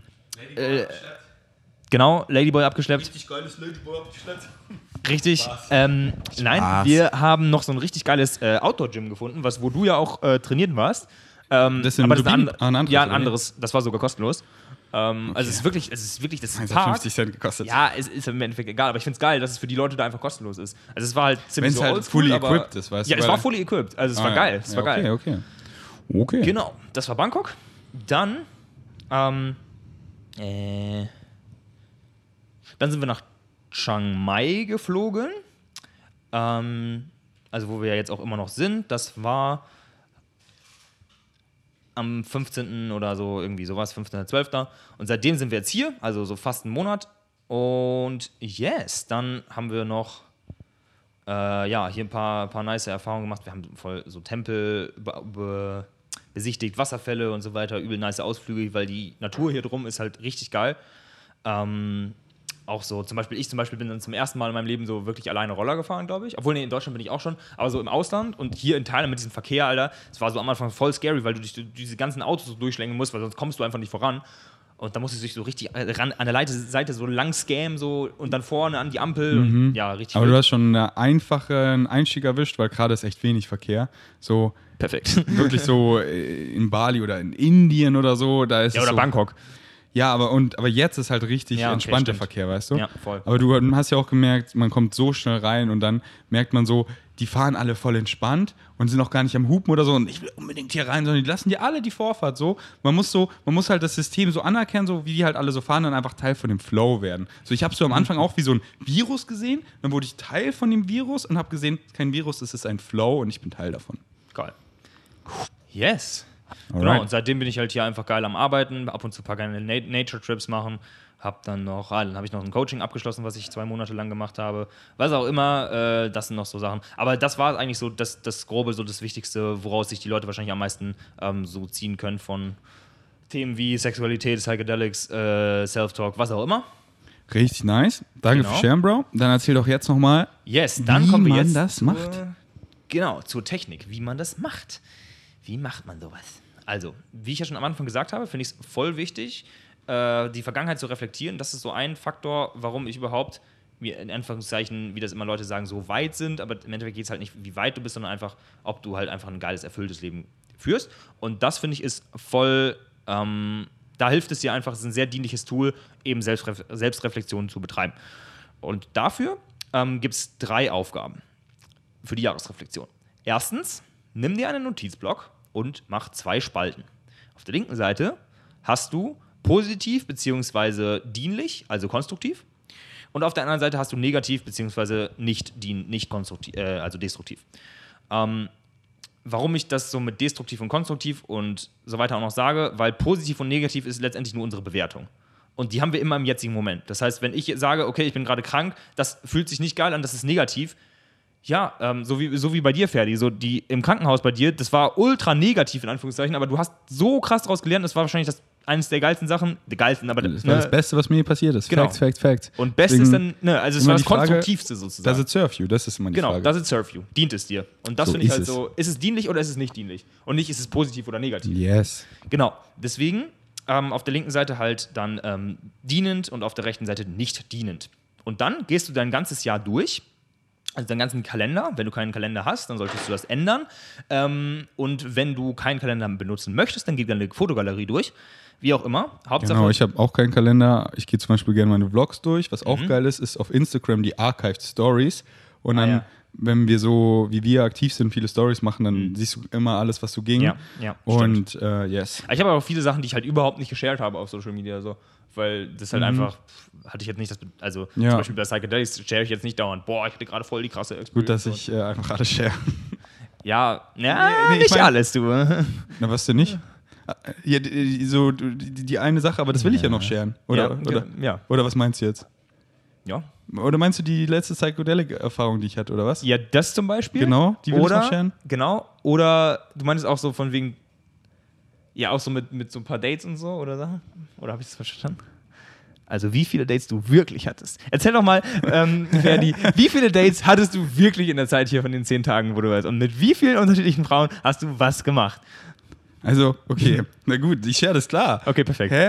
genau, Ladyboy abgeschleppt. Richtig geiles Ladyboy abgeschleppt. Richtig. Nein, wir haben noch so ein richtig geiles Outdoor-Gym gefunden, wo du ja auch trainiert warst. Das ist ein anderes. Das war sogar kostenlos. Okay. Also es ist wirklich das ist 50 Cent gekostet. Ja, es ist im Endeffekt egal, aber ich finde es geil, dass es für die Leute da einfach kostenlos ist. Also es war halt ziemlich so halt fully equipped ist, weißt du? Ja, es war fully equipped. Also es war geil. Es war geil. Okay. Genau, das war Bangkok. Dann dann sind wir nach Chiang Mai geflogen, also wo wir ja jetzt auch immer noch sind. Das war am 15. oder so, irgendwie sowas, 15.12. Und seitdem sind wir jetzt hier, also so fast einen Monat. Und yes, dann haben wir noch hier ein paar nice Erfahrungen gemacht. Wir haben voll so Tempel besichtigt, Wasserfälle und so weiter, übel nice Ausflüge, weil die Natur hier drum ist halt richtig geil. Auch so, ich zum Beispiel bin dann zum ersten Mal in meinem Leben so wirklich alleine Roller gefahren, glaube ich. Obwohl, nee, in Deutschland bin ich auch schon, aber so im Ausland und hier in Thailand mit diesem Verkehr, Alter, das war so am Anfang voll scary, weil du dich durch diese ganzen Autos so durchschlängen musst, weil sonst kommst du einfach nicht voran. Und da musst du dich so richtig an der Seite so lang scammen so, und dann vorne an die Ampel. Mhm. Und, ja, richtig. Aber du hast schon einen einfachen Einstieg erwischt, weil gerade ist echt wenig Verkehr. So perfekt. Wirklich so in Bali oder in Indien oder so. Da ist ja, oder so, Bangkok. Ja, aber jetzt ist halt richtig entspannter Verkehr, weißt du? Ja, voll. Aber du hast ja auch gemerkt, man kommt so schnell rein und dann merkt man so, die fahren alle voll entspannt und sind auch gar nicht am Hupen oder so und ich will unbedingt hier rein, sondern die lassen dir alle die Vorfahrt so. Man muss halt das System so anerkennen, so wie die halt alle so fahren und einfach Teil von dem Flow werden. So, ich habe so am Anfang auch wie so ein Virus gesehen, dann wurde ich Teil von dem Virus und habe gesehen, kein Virus, es ist ein Flow und ich bin Teil davon. Geil. Yes. Alright. Genau, und seitdem bin ich halt hier einfach geil am Arbeiten, ab und zu ein paar geile Nature-Trips machen. Dann habe ich noch ein Coaching abgeschlossen, was ich 2 Monate lang gemacht habe. Was auch immer, das sind noch so Sachen. Aber das war eigentlich so das Grobe, so das Wichtigste, woraus sich die Leute wahrscheinlich am meisten so ziehen können von Themen wie Sexualität, Psychedelics, Self-Talk, was auch immer. Richtig nice. Danke für Sharen, Bro. Dann erzähl doch jetzt nochmal, dann kommen wir jetzt wie man das macht. Genau, zur Technik, wie man das macht. Wie macht man sowas? Also, wie ich ja schon am Anfang gesagt habe, finde ich es voll wichtig, die Vergangenheit zu reflektieren. Das ist so ein Faktor, warum ich überhaupt, in Anführungszeichen, wie das immer Leute sagen, so weit sind. Aber im Endeffekt geht es halt nicht, wie weit du bist, sondern einfach, ob du halt einfach ein geiles, erfülltes Leben führst. Und das, finde ich, ist voll, da hilft es dir einfach, es ist ein sehr dienliches Tool, eben Selbstreflexion zu betreiben. Und dafür gibt es 3 Aufgaben für die Jahresreflexion. Erstens, nimm dir einen Notizblock und mach 2 Spalten. Auf der linken Seite hast du positiv bzw. dienlich, also konstruktiv. Und auf der anderen Seite hast du negativ bzw. nicht konstruktiv, also destruktiv. Warum ich das so mit destruktiv und konstruktiv und so weiter auch noch sage, weil positiv und negativ ist letztendlich nur unsere Bewertung. Und die haben wir immer im jetzigen Moment. Das heißt, wenn ich sage, okay, ich bin gerade krank, das fühlt sich nicht geil an, das ist negativ. Ja, so wie bei dir, Ferdi, so die im Krankenhaus bei dir, das war ultra negativ in Anführungszeichen, aber du hast so krass daraus gelernt, das war wahrscheinlich eines der geilsten Sachen, aber das war das Beste, was mir passiert ist. Genau. Fact. Und Beste ist dann, also es war das Konstruktivste sozusagen. Does it serve you? Das ist immer die Frage. Genau, does it serve you? Dient es dir? Und das So finde ich ist halt es. so, ist es dienlich oder ist es nicht dienlich? Und nicht, ist es positiv oder negativ? Yes. Genau, deswegen auf der linken Seite halt dann dienend und auf der rechten Seite nicht dienend. Und dann gehst du dein ganzes Jahr durch, also deinen ganzen Kalender. Wenn du keinen Kalender hast, dann solltest du das ändern. Und wenn du keinen Kalender benutzen möchtest, dann geh deine Fotogalerie durch. Wie auch immer. Hauptsache. Genau, ich habe auch keinen Kalender. Ich gehe zum Beispiel gerne meine Vlogs durch. Was auch geil ist auf Instagram die Archived Stories. Und dann, wenn wir so, wie wir aktiv sind, viele Stories machen, dann siehst du immer alles, was so ging. Ja, und yes. Ich habe aber auch viele Sachen, die ich halt überhaupt nicht geshared habe auf Social Media. So. Weil das halt einfach, hatte ich jetzt nicht, zum Beispiel bei Psychedelics share ich jetzt nicht dauernd, boah, ich hatte gerade voll die krasse Experience. Gut, dass ich einfach alles share. Nicht alles, du. Na, was denn nicht? Ja, so die eine Sache, aber das will ich ja noch sharen. Oder was meinst du jetzt? Ja. Oder meinst du die letzte Psychedelic-Erfahrung, die ich hatte, oder was? Ja, das zum Beispiel. Genau, die will ich noch sharen. Genau. Oder du meinst auch so von wegen, ja, auch so mit so ein paar Dates und so, oder Sachen? Oder habe ich das verstanden? Also, wie viele Dates du wirklich hattest. Erzähl doch mal, Ferdi, wie viele Dates hattest du wirklich in der Zeit hier von den 10 Tagen, wo du warst? Und mit wie vielen unterschiedlichen Frauen hast du was gemacht? Also, okay, na gut, ich share das klar. Okay, perfekt. Hä?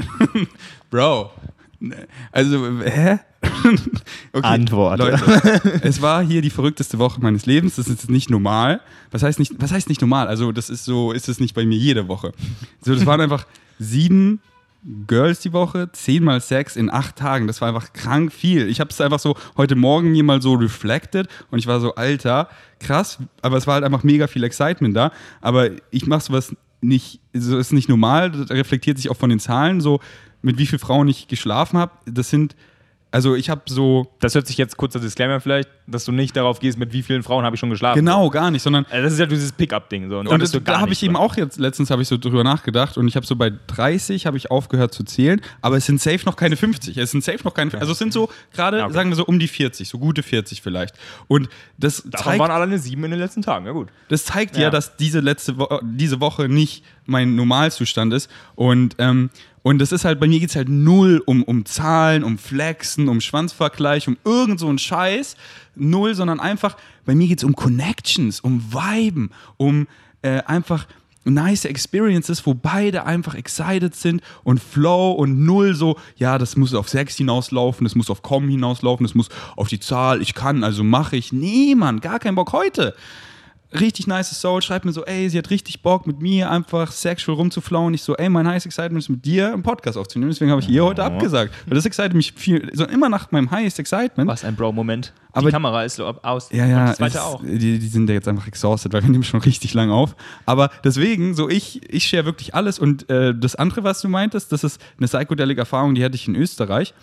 Bro. Also, hä? Okay, Antwort. Leute, es war hier die verrückteste Woche meines Lebens. Das ist nicht normal. Was heißt nicht normal? Also, das ist so, ist es nicht bei mir jede Woche. So, das waren einfach 7 Girls die Woche, 10-mal Sex in 8 Tagen. Das war einfach krank viel. Ich habe es einfach so heute Morgen mir mal so reflected und ich war so, Alter, krass, aber es war halt einfach mega viel Excitement da. Aber ich mache sowas nicht, so ist nicht normal, das reflektiert sich auch von den Zahlen, so mit wie vielen Frauen ich geschlafen habe. Das sind, also ich habe so... Das hört sich jetzt, kurzer Disclaimer vielleicht, dass du nicht darauf gehst, mit wie vielen Frauen habe ich schon geschlafen. Genau, gar nicht, sondern... Also das ist ja dieses Pick-up-Ding. So. Und da habe ich eben auch jetzt, letztens habe ich so drüber nachgedacht und ich habe so bei 30 habe ich aufgehört zu zählen, aber es sind safe noch keine 50. Es sind safe noch keine, also es sind so gerade, sagen wir so um die 40, so gute 40 vielleicht. Und das davon waren alleine 7 in den letzten Tagen, ja gut. Das zeigt ja, dass diese Woche nicht mein Normalzustand ist und das ist halt, bei mir geht es halt null um Zahlen, um Flexen, um Schwanzvergleich, um irgend so einen Scheiß. Null, sondern einfach, bei mir geht es um Connections, um Viben, um einfach nice Experiences, wo beide einfach excited sind und Flow und null so, ja, das muss auf Sex hinauslaufen, das muss auf Kommen hinauslaufen, das muss auf die Zahl, ich kann, also mache ich. Nee, Mann, gar keinen Bock heute. Richtig nice Soul, schreibt mir so, ey, sie hat richtig Bock mit mir einfach sexual rumzuflauen. Ich so, ey, mein Highest Excitement ist mit dir einen Podcast aufzunehmen. Deswegen habe ich ihr heute abgesagt. Weil das excited mich viel, so immer nach meinem Highest Excitement. Was ein Bro-Moment. Aber die Kamera ist so aus. Ja, und das zweite auch. Die sind ja jetzt einfach exhausted, weil wir nehmen schon richtig lang auf. Aber deswegen, so ich share wirklich alles. Und das andere, was du meintest, das ist eine Psychedelic-Erfahrung, die hatte ich in Österreich.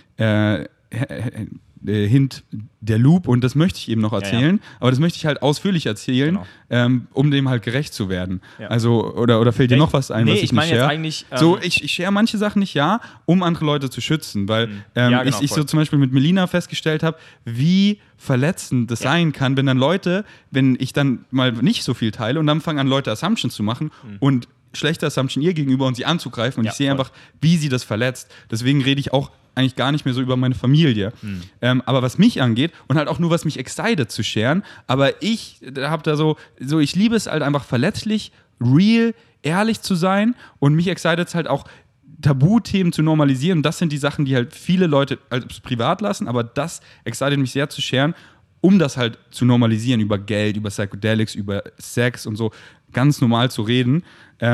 Hint der Loop und das möchte ich eben noch erzählen, aber das möchte ich halt ausführlich erzählen, um dem halt gerecht zu werden. Ja. Also, oder fällt dir noch was ein, was ich nicht share? So, ich share manche Sachen nicht, um andere Leute zu schützen, weil ich so zum Beispiel mit Melina festgestellt habe, wie verletzend das sein kann, wenn ich dann mal nicht so viel teile und dann fangen an, Leute Assumptions zu machen und schlechte Assumption ihr gegenüber und sie anzugreifen und ich sehe einfach, wie sie das verletzt. Deswegen rede ich auch eigentlich gar nicht mehr so über meine Familie. Aber was mich angeht und halt auch nur, was mich excited zu sharen, aber ich habe da so, ich liebe es halt einfach verletzlich, real, ehrlich zu sein und mich excited es halt auch, Tabuthemen zu normalisieren. Das sind die Sachen, die halt viele Leute als privat lassen, aber das excited mich sehr zu sharen, um das halt zu normalisieren über Geld, über Psychedelics, über Sex und so. ganz normal zu reden.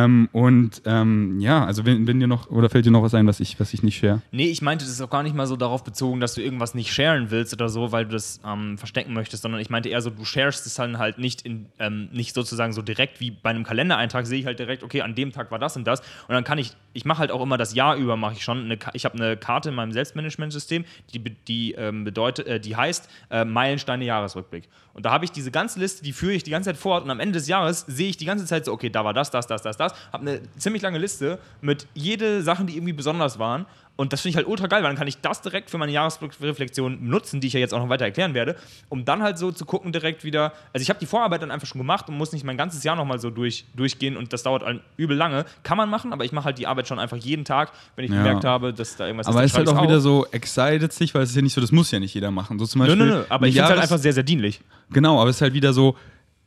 Also wenn dir noch, oder fällt dir noch was ein, was ich nicht share? Nee, ich meinte, das ist auch gar nicht mal so darauf bezogen, dass du irgendwas nicht sharen willst oder so, weil du das verstecken möchtest, sondern ich meinte eher so, du sharest es dann halt nicht nicht sozusagen so direkt wie bei einem Kalendereintrag, sehe ich halt direkt, okay, an dem Tag war das und das und dann kann ich mache halt auch immer das Jahr über, mache ich schon, ich habe eine Karte in meinem Selbstmanagementsystem, die heißt Meilensteine Jahresrückblick. Und da habe ich diese ganze Liste, die führe ich die ganze Zeit fort und am Ende des Jahres sehe ich die ganze Zeit so, okay, da war das, habe eine ziemlich lange Liste mit jede Sachen, die irgendwie besonders waren. Und das finde ich halt ultra geil, weil dann kann ich das direkt für meine Jahresreflexion nutzen, die ich ja jetzt auch noch weiter erklären werde, um dann halt so zu gucken direkt wieder, also ich habe die Vorarbeit dann einfach schon gemacht und muss nicht mein ganzes Jahr nochmal so durchgehen und das dauert halt übel lange. Kann man machen, aber ich mache halt die Arbeit schon einfach jeden Tag, wenn ich gemerkt habe, dass da irgendwas ist. Aber es ist halt auch wieder so excited sich, weil es ist ja nicht so, das muss ja nicht jeder machen. So zum Beispiel Nö, aber ich finde es halt einfach sehr, sehr dienlich. Genau, aber es ist halt wieder so,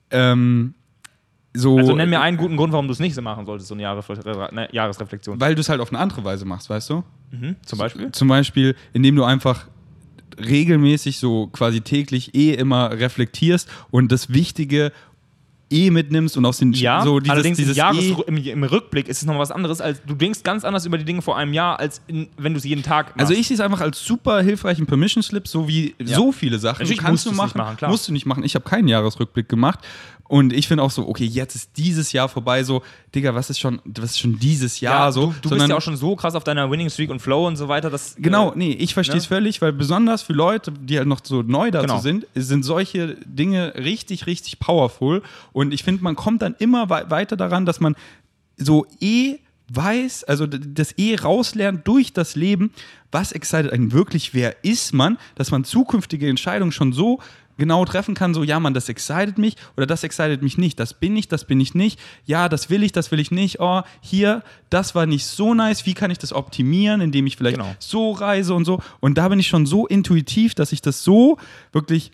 also nenn mir einen guten Grund, warum du es nicht so machen solltest, so eine Jahresreflexion. Weil du es halt auf eine andere Weise machst, weißt du? Zum Beispiel? Zum Beispiel, indem du einfach regelmäßig so quasi täglich immer reflektierst und das Wichtige mitnimmst und aus den so im Rückblick ist es noch was anderes, als du denkst ganz anders über die Dinge vor einem Jahr, als wenn du es jeden Tag machst. Also ich sehe es einfach als super hilfreichen Permission Slip, so wie so viele Sachen. Natürlich kannst du machen, musst du nicht machen. Ich habe keinen Jahresrückblick gemacht und ich finde auch so, okay, jetzt ist dieses Jahr vorbei, so, Digga, was ist schon dieses Jahr ja, so? Du bist ja auch schon so krass auf deiner Winning Streak und Flow und so weiter. Genau, ich verstehe es völlig, weil besonders für Leute, die halt noch so neu dazu sind solche Dinge richtig, richtig powerful und ich finde, man kommt dann immer weiter daran, dass man so weiß, also das rauslernt durch das Leben, was excited einen wirklich, wer ist man, dass man zukünftige Entscheidungen schon so genau treffen kann, so, ja, Mann, das excited mich oder das excited mich nicht, das bin ich nicht, ja, das will ich nicht, oh, hier, das war nicht so nice, wie kann ich das optimieren, indem ich vielleicht so reise und so und da bin ich schon so intuitiv, dass ich das so wirklich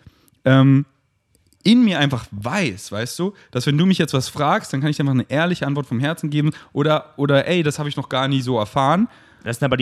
in mir einfach weiß, weißt du, dass wenn du mich jetzt was fragst, dann kann ich dir einfach eine ehrliche Antwort vom Herzen geben oder ey, das habe ich noch gar nie so erfahren. Das sind aber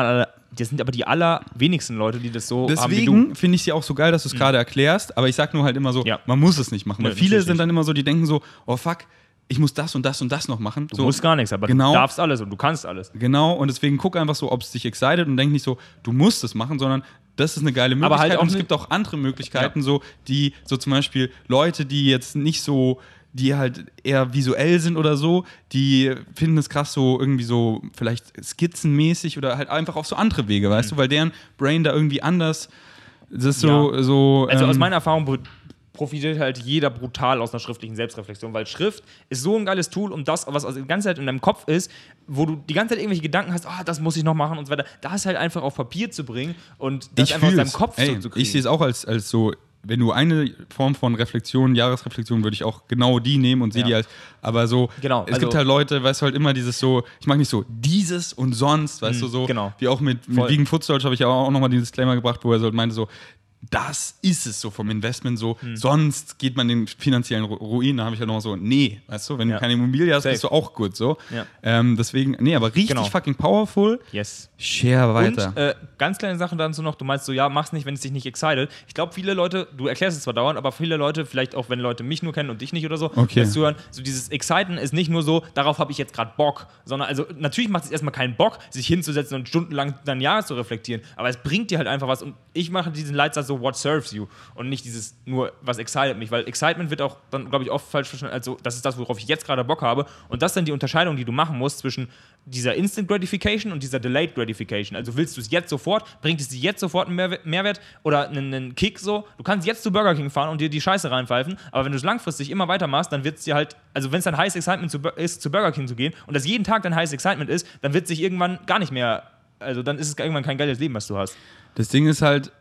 die allerwenigsten Leute, die das so haben wie du. Deswegen finde ich es ja auch so geil, dass du es gerade erklärst, aber ich sag nur halt immer so, man muss es nicht machen, weil viele sind dann immer so, die denken so, oh fuck, ich muss das und das und das noch machen. Du musst gar nichts, aber du darfst alles und du kannst alles. Genau, und deswegen guck einfach so, ob es dich excited und denk nicht so, du musst es machen, sondern das ist eine geile Möglichkeit. Aber halt auch und es gibt auch andere Möglichkeiten, so, die so zum Beispiel Leute, die jetzt nicht so, die halt eher visuell sind oder so, die finden es krass so irgendwie so vielleicht skizzenmäßig oder halt einfach auf so andere Wege, weißt du, weil deren Brain da irgendwie anders, das ist so also aus meiner Erfahrung profitiert halt jeder brutal aus einer schriftlichen Selbstreflexion, weil Schrift ist so ein geiles Tool, um das, was die ganze Zeit in deinem Kopf ist, wo du die ganze Zeit irgendwelche Gedanken hast, das muss ich noch machen und so weiter, das halt einfach auf Papier zu bringen und das einfach aus deinem Kopf zu kriegen. Ich sehe es auch als so, wenn du eine Form von Reflexion, Jahresreflexion, würde ich auch genau die nehmen und sehe die als, aber so, es gibt halt Leute, weißt du, halt immer dieses so, ich mag nicht so dieses und sonst, weißt du, so, wie auch mit Wiegen Futzdeutsch habe ich ja auch nochmal den Disclaimer gebracht, wo er so meinte so, das ist es so vom Investment so, sonst geht man den finanziellen Ruin, da habe ich halt noch so, nee, weißt du, wenn du keine Immobilie hast, bist du auch gut, so. Ja. Deswegen, aber richtig fucking powerful. Yes. Share weiter. Und ganz kleine Sachen dazu noch, du meinst so, ja, mach's nicht, wenn es dich nicht excited. Ich glaube, viele Leute, du erklärst es zwar dauernd, aber viele Leute, vielleicht auch wenn Leute mich nur kennen und dich nicht oder so, das zuhören, so dieses Exciten ist nicht nur so, darauf habe ich jetzt gerade Bock, sondern also natürlich macht es erstmal keinen Bock, sich hinzusetzen und stundenlang dein Jahr zu reflektieren, aber es bringt dir halt einfach was und ich mache diesen Leitsatz so, what serves you und nicht dieses nur, was excited mich, weil Excitement wird auch dann, glaube ich, oft falsch verstanden, also das ist das, worauf ich jetzt gerade Bock habe und das ist dann die Unterscheidung, die du machen musst zwischen dieser Instant Gratification und dieser Delayed Gratification, also willst du es jetzt sofort, bringt es dir jetzt sofort einen Mehrwert oder einen Kick so, du kannst jetzt zu Burger King fahren und dir die Scheiße reinpfeifen, aber wenn du es langfristig immer weitermachst, dann wird es dir halt, also wenn es dann Highest Excitement ist, zu Burger King zu gehen und das jeden Tag dein Highest Excitement ist, dann wird sich irgendwann gar nicht mehr, also dann ist es irgendwann kein geiles Leben, was du hast. Das Ding ist halt,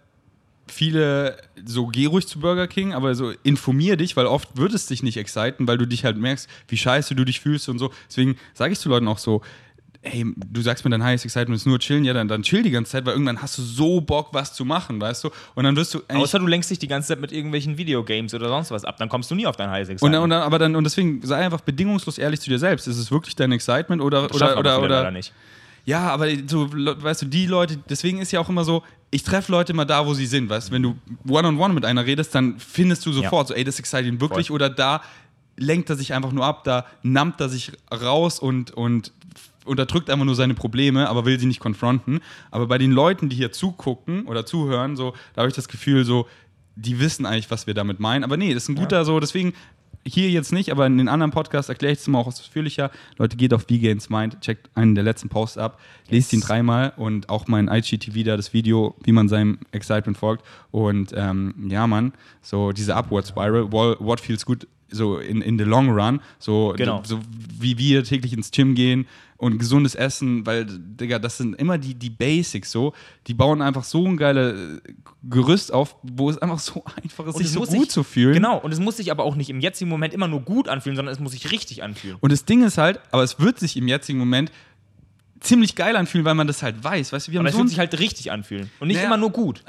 viele so, geh ruhig zu Burger King, aber so informier dich, weil oft wird es dich nicht exciten, weil du dich halt merkst, wie scheiße du dich fühlst und so. Deswegen sage ich zu Leuten auch so, hey, du sagst mir, dein Highest Excitement ist nur chillen, ja, dann chill die ganze Zeit, weil irgendwann hast du so Bock, was zu machen, weißt du? Und dann wirst du außer du lenkst dich die ganze Zeit mit irgendwelchen Videogames oder sonst was ab, dann kommst du nie auf dein Highest Excitement. Und deswegen sei einfach bedingungslos ehrlich zu dir selbst. Ist es wirklich dein Excitement oder nicht? Ja, aber so, weißt du, die Leute, deswegen ist ja auch immer so, ich treffe Leute immer da, wo sie sind, weißt du, wenn du one-on-one mit einer redest, dann findest du sofort so, ey, das excited ihn wirklich oder da lenkt er sich einfach nur ab, da nammt er sich raus und unterdrückt einfach nur seine Probleme, aber will sie nicht konfronten. Aber bei den Leuten, die hier zugucken oder zuhören, so, da habe ich das Gefühl, so, die wissen eigentlich, was wir damit meinen. Aber nee, das ist ein guter, so, deswegen hier jetzt nicht, aber in den anderen Podcasts erkläre ich es immer auch ausführlicher. Leute, geht auf V-Gains Mind, checkt einen der letzten Posts ab, lest ihn 3-mal und auch mein IGTV da, das Video, wie man seinem Excitement folgt. Und ja, Mann, so diese Upward Spiral, what feels good, so in the long run, so, Genau. so wie wir täglich ins Gym gehen und gesundes Essen, weil, Digga, das sind immer die Basics so, die bauen einfach so ein geiles Gerüst auf, wo es einfach so einfach ist, sich so gut zu fühlen. Genau, und es muss sich aber auch nicht im jetzigen Moment immer nur gut anfühlen, sondern es muss sich richtig anfühlen. Und das Ding ist halt, aber es wird sich im jetzigen Moment ziemlich geil anfühlen, weil man das halt weiß. Weißt du, wir haben Aber es so wird sich halt richtig anfühlen und nicht immer nur gut.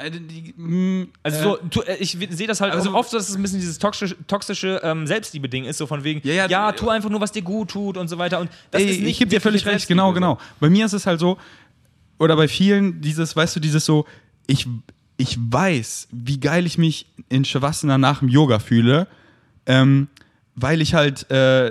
Ich sehe das halt auch oft so, dass es ein bisschen dieses toxische Selbstliebe-Ding ist, so von wegen, tu einfach nur, was dir gut tut und so weiter. Und das ist nicht, ich gebe dir völlig recht, genau. Bei mir ist es halt so, oder bei vielen, dieses so, ich weiß, wie geil ich mich in Shavasana nach dem Yoga fühle, weil ich halt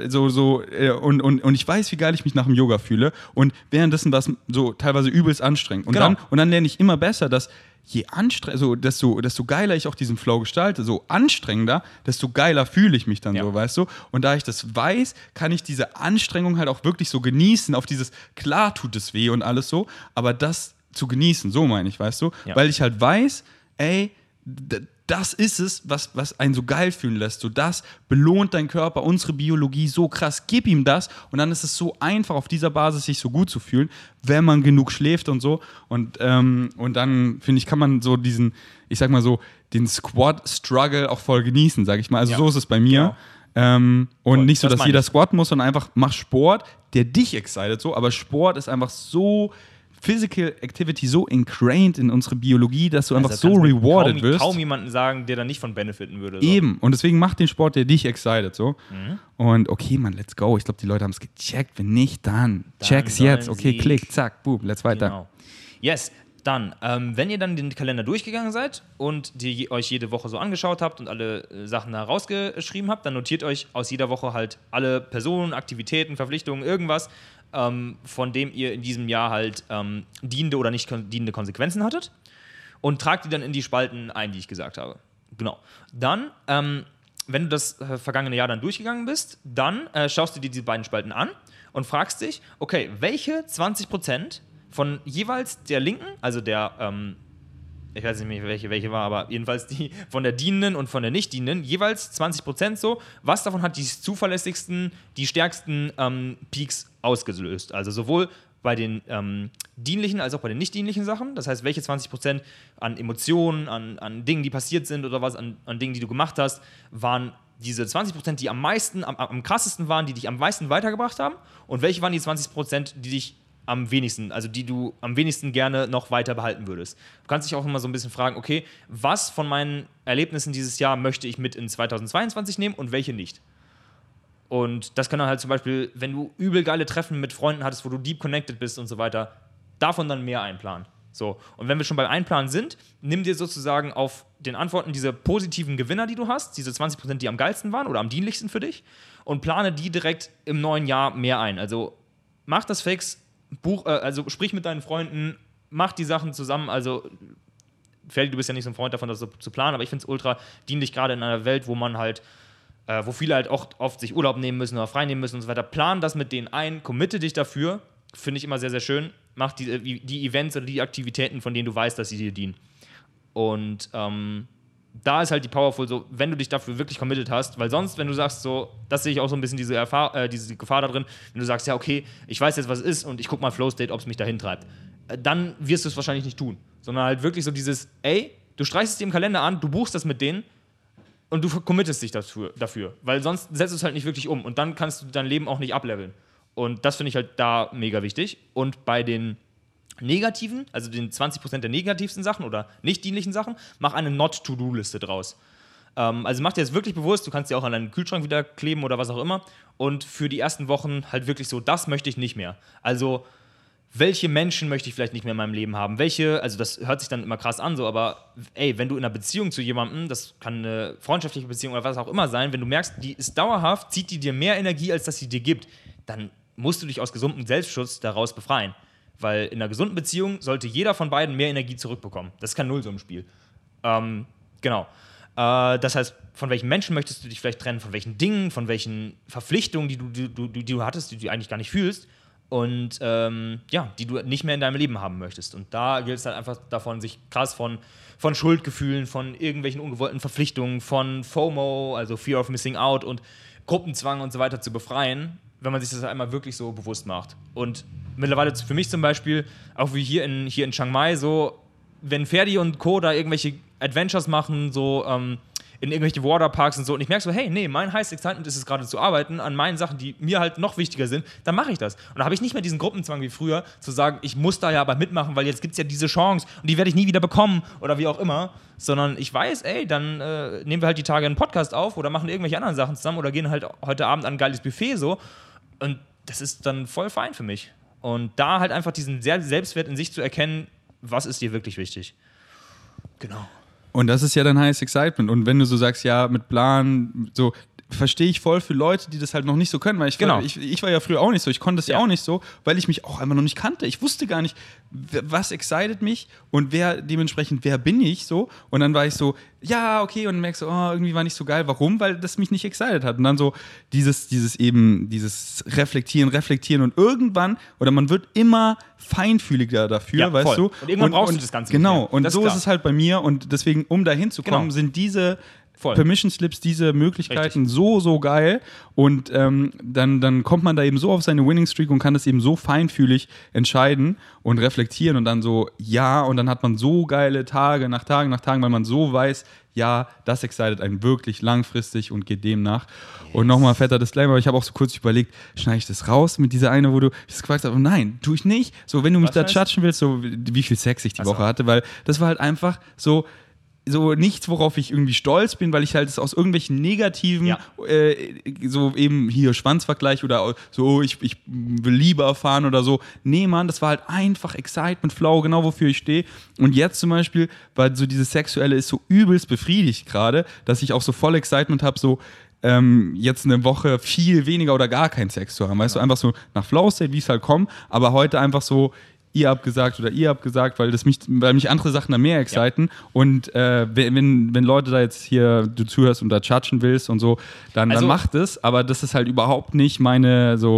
und ich weiß, wie geil ich mich nach dem Yoga fühle und währenddessen das so teilweise übelst anstrengend. Und dann lerne ich immer besser, dass je anstrengender, so, desto geiler ich auch diesen Flow gestalte, so anstrengender, desto geiler fühle ich mich dann so, weißt du? Und da ich das weiß, kann ich diese Anstrengung halt auch wirklich so genießen, auf dieses, klar tut es weh und alles so, aber das zu genießen, so meine ich, weißt du? Ja. Weil ich halt weiß, ey, das ist es, was einen so geil fühlen lässt. So, das belohnt dein Körper, unsere Biologie so krass. Gib ihm das und dann ist es so einfach, auf dieser Basis sich so gut zu fühlen, wenn man genug schläft und so. Und dann, finde ich, kann man so diesen, ich sag mal so, den Squat-Struggle auch voll genießen, sag ich mal. Also so ist es bei mir. Genau. Und nicht so, dass jeder squatten muss, sondern einfach mach Sport, der dich excited so. Aber Sport ist einfach so Physical Activity so ingrained in unsere Biologie, dass du einfach so rewarded wirst. Kaum jemanden sagen, der da nicht von benefiten würde. So. Eben. Und deswegen mach den Sport, der dich excited. So. Und okay, Mann, let's go. Ich glaube, die Leute haben es gecheckt. Wenn nicht, dann check's jetzt. Okay, klick, zack, boom, let's weiter. Genau. Yes. Dann, wenn ihr dann den Kalender durchgegangen seid und euch jede Woche so angeschaut habt und alle Sachen da rausgeschrieben habt, dann notiert euch aus jeder Woche halt alle Personen, Aktivitäten, Verpflichtungen, irgendwas, von dem ihr in diesem Jahr halt dienende oder nicht dienende Konsequenzen hattet und tragt die dann in die Spalten ein, die ich gesagt habe. Genau. Dann, wenn du das vergangene Jahr dann durchgegangen bist, dann schaust du dir diese beiden Spalten an und fragst dich, okay, welche 20% von jeweils der linken, also der, ich weiß nicht mehr, welche war, aber jedenfalls die von der dienenden und von der nicht dienenden, jeweils 20% so, was davon hat die zuverlässigsten, die stärksten Peaks ausgelöst. Also sowohl bei den dienlichen als auch bei den nicht dienlichen Sachen. Das heißt, welche 20% an Emotionen, an Dingen, die passiert sind oder was, an Dingen, die du gemacht hast, waren diese 20%, die am meisten, am krassesten waren, die dich am meisten weitergebracht haben, und welche waren die 20%, die dich am wenigsten, also die du am wenigsten gerne noch weiter behalten würdest. Du kannst dich auch immer so ein bisschen fragen, okay, was von meinen Erlebnissen dieses Jahr möchte ich mit in 2022 nehmen und welche nicht? Und das kann dann halt zum Beispiel, wenn du übel geile Treffen mit Freunden hattest, wo du deep connected bist und so weiter, davon dann mehr einplanen. So. Und wenn wir schon beim Einplanen sind, nimm dir sozusagen auf den Antworten diese positiven Gewinner, die du hast, diese 20%, die am geilsten waren oder am dienlichsten für dich, und plane die direkt im neuen Jahr mehr ein. Also mach das fix, also sprich mit deinen Freunden, mach die Sachen zusammen. Also Ferdi, du bist ja nicht so ein Freund davon, das so zu planen, aber ich finde es ultra dienlich, gerade in einer Welt, wo man halt, wo viele halt auch oft sich Urlaub nehmen müssen oder frei nehmen müssen und so weiter. Plan das mit denen ein, committe dich dafür, finde ich immer sehr, sehr schön. Mach die Events oder die Aktivitäten, von denen du weißt, dass sie dir dienen. Und da ist halt die Powerful so, wenn du dich dafür wirklich committed hast, weil sonst, wenn du sagst so, das sehe ich auch so ein bisschen diese Gefahr da drin, wenn du sagst, ja okay, ich weiß jetzt, was es ist und ich guck mal Flow State, ob es mich dahin treibt, dann wirst du es wahrscheinlich nicht tun, sondern halt wirklich so dieses, ey, du streichst es dir im Kalender an, du buchst das mit denen und du committest dich dafür, weil sonst setzt du es halt nicht wirklich um und dann kannst du dein Leben auch nicht upleveln, und das finde ich halt da mega wichtig. Und bei den negativen, also den 20% der negativsten Sachen oder nicht dienlichen Sachen, mach eine Not-to-Do-Liste draus. Also mach dir das wirklich bewusst, du kannst dir auch an deinen Kühlschrank wieder kleben oder was auch immer, und für die ersten Wochen halt wirklich so, das möchte ich nicht mehr. Also welche Menschen möchte ich vielleicht nicht mehr in meinem Leben haben? Welche, also das hört sich dann immer krass an, so, aber ey, wenn du in einer Beziehung zu jemandem, das kann eine freundschaftliche Beziehung oder was auch immer sein, wenn du merkst, die ist dauerhaft, zieht die dir mehr Energie, als dass sie dir gibt, dann musst du dich aus gesundem Selbstschutz daraus befreien. Weil in einer gesunden Beziehung sollte jeder von beiden mehr Energie zurückbekommen. Das ist kein Nullsummenspiel. Genau. Das heißt, von welchen Menschen möchtest du dich vielleicht trennen, von welchen Dingen, von welchen Verpflichtungen, die du hattest, die du eigentlich gar nicht fühlst und die du nicht mehr in deinem Leben haben möchtest. Und da gilt es halt einfach davon, sich krass von Schuldgefühlen, von irgendwelchen ungewollten Verpflichtungen, von FOMO, also Fear of Missing Out und Gruppenzwang und so weiter zu befreien, wenn man sich das einmal wirklich so bewusst macht. Und mittlerweile für mich zum Beispiel, auch wie hier in Chiang Mai, so, wenn Ferdi und Co. da irgendwelche Adventures machen, so in irgendwelche Waterparks und so, und ich merke so, hey, nee, mein heißes Excitement ist es gerade zu arbeiten an meinen Sachen, die mir halt noch wichtiger sind, dann mache ich das. Und da habe ich nicht mehr diesen Gruppenzwang wie früher, zu sagen, ich muss da ja aber mitmachen, weil jetzt gibt es ja diese Chance und die werde ich nie wieder bekommen oder wie auch immer, sondern ich weiß, ey, dann nehmen wir halt die Tage einen Podcast auf oder machen irgendwelche anderen Sachen zusammen oder gehen halt heute Abend an ein geiles Buffet so, und das ist dann voll fein für mich. Und da halt einfach diesen Selbstwert in sich zu erkennen, was ist dir wirklich wichtig. Genau. Und das ist ja dann Highest Excitement. Und wenn du so sagst, ja, mit Plan, so, verstehe ich voll für Leute, die das halt noch nicht so können. Weil ich war ja früher auch nicht so, ich konnte es ja auch nicht so, weil ich mich auch einfach noch nicht kannte. Ich wusste gar nicht, was excited mich und wer bin ich so. Und dann war ich so, ja, okay, und dann merkst du, oh, irgendwie war nicht so geil. Warum? Weil das mich nicht excited hat. Und dann so dieses Reflektieren und irgendwann, oder man wird immer feinfühliger dafür, ja, weißt voll. du? Und irgendwann brauchst du das Ganze genau, nicht mehr. und so ist es halt bei mir, und deswegen, um da hinzukommen, sind diese Permission Slips, diese Möglichkeiten so geil, und dann kommt man da eben so auf seine Winning Streak und kann das eben so feinfühlig entscheiden und reflektieren und dann so, ja, und dann hat man so geile Tage nach Tagen, weil man so weiß, ja, das excited einen wirklich langfristig und geht dem nach. Yes. Und nochmal fetter Disclaimer, ich habe auch so kurz überlegt, schneide ich das raus mit dieser eine, wo du das gefragt hast, aber nein, tue ich nicht. So, wenn du mich da judgen willst, so wie viel Sex ich die Woche hatte, weil das war halt einfach so nichts, worauf ich irgendwie stolz bin, weil ich halt es aus irgendwelchen negativen, so eben hier Schwanzvergleich oder so, ich will Liebe erfahren oder so. Nee, Mann, das war halt einfach Excitement, Flow, genau wofür ich stehe. Und jetzt zum Beispiel, weil so dieses Sexuelle ist so übelst befriedigt gerade, dass ich auch so voll Excitement habe, so jetzt eine Woche viel weniger oder gar keinen Sex zu haben. Weißt du, einfach so nach Flow-State, wie es halt kommt, aber heute einfach so, ihr habt gesagt, weil mich andere Sachen da mehr exciten. Ja. Und wenn Leute da jetzt hier, du zuhörst und da judgen willst und so, dann macht es. Aber das ist halt überhaupt nicht meine, I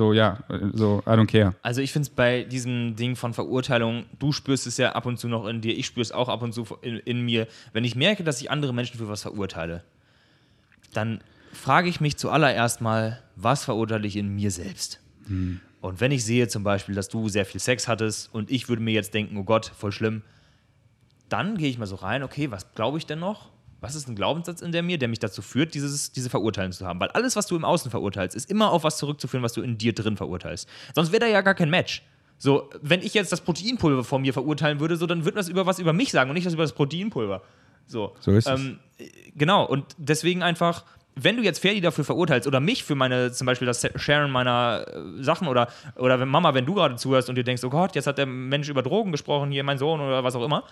don't care. Also ich finde es bei diesem Ding von Verurteilung, du spürst es ja ab und zu noch in dir, ich spüre es auch ab und zu in mir. Wenn ich merke, dass ich andere Menschen für was verurteile, dann frage ich mich zuallererst mal, was verurteile ich in mir selbst? Und wenn ich sehe zum Beispiel, dass du sehr viel Sex hattest und ich würde mir jetzt denken, oh Gott, voll schlimm, dann gehe ich mal so rein, okay, was glaube ich denn noch? Was ist ein Glaubenssatz in mir, der mich dazu führt, diese Verurteilung zu haben? Weil alles, was du im Außen verurteilst, ist immer auf was zurückzuführen, was du in dir drin verurteilst. Sonst wäre da ja gar kein Match. So, wenn ich jetzt das Proteinpulver von mir verurteilen würde, so, dann würde das was über mich sagen und nicht was über das Proteinpulver. So ist es. Genau, und deswegen einfach, wenn du jetzt Ferdi dafür verurteilst oder mich für zum Beispiel das Sharen meiner Sachen oder wenn Mama, wenn du gerade zuhörst und dir denkst, oh Gott, jetzt hat der Mensch über Drogen gesprochen, hier mein Sohn oder was auch immer.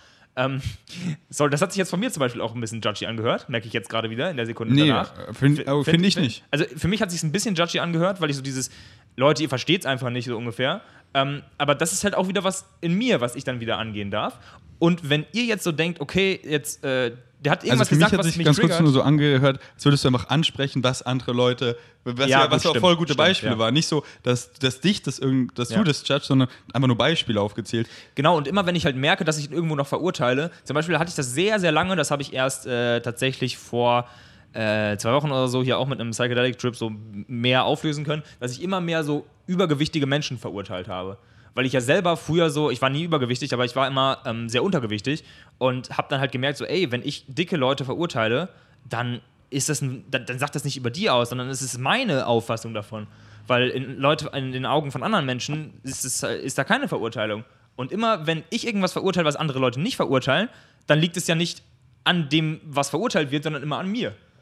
Das hat sich jetzt von mir zum Beispiel auch ein bisschen judgy angehört, merke ich jetzt gerade wieder in der Sekunde danach. Finde ich nicht. Also für mich hat es sich ein bisschen judgy angehört, weil ich so dieses, Leute, ihr versteht es einfach nicht so ungefähr. Aber das ist halt auch wieder was in mir, was ich dann wieder angehen darf. Und wenn ihr jetzt so denkt, okay, jetzt der hat irgendwas gesagt, was mich triggert. Also für mich hat sich ganz kurz nur so angehört, als würdest du einfach ansprechen, was andere Leute, was auch voll gute Beispiele waren. Nicht so, dass du das judgst, sondern einfach nur Beispiele aufgezählt. Genau, und immer wenn ich halt merke, dass ich ihn irgendwo noch verurteile, zum Beispiel hatte ich das sehr, sehr lange, das habe ich erst tatsächlich vor 2 Wochen oder so hier auch mit einem Psychedelic-Trip so mehr auflösen können, dass ich immer mehr so übergewichtige Menschen verurteilt habe. Weil ich ja selber früher so, ich war nie übergewichtig, aber ich war immer sehr untergewichtig und habe dann halt gemerkt, so ey, wenn ich dicke Leute verurteile, dann dann sagt das nicht über die aus, sondern es ist meine Auffassung davon. Weil in den Augen von anderen Menschen ist da keine Verurteilung. Und immer, wenn ich irgendwas verurteile, was andere Leute nicht verurteilen, dann liegt es ja nicht an dem, was verurteilt wird, sondern immer an mir.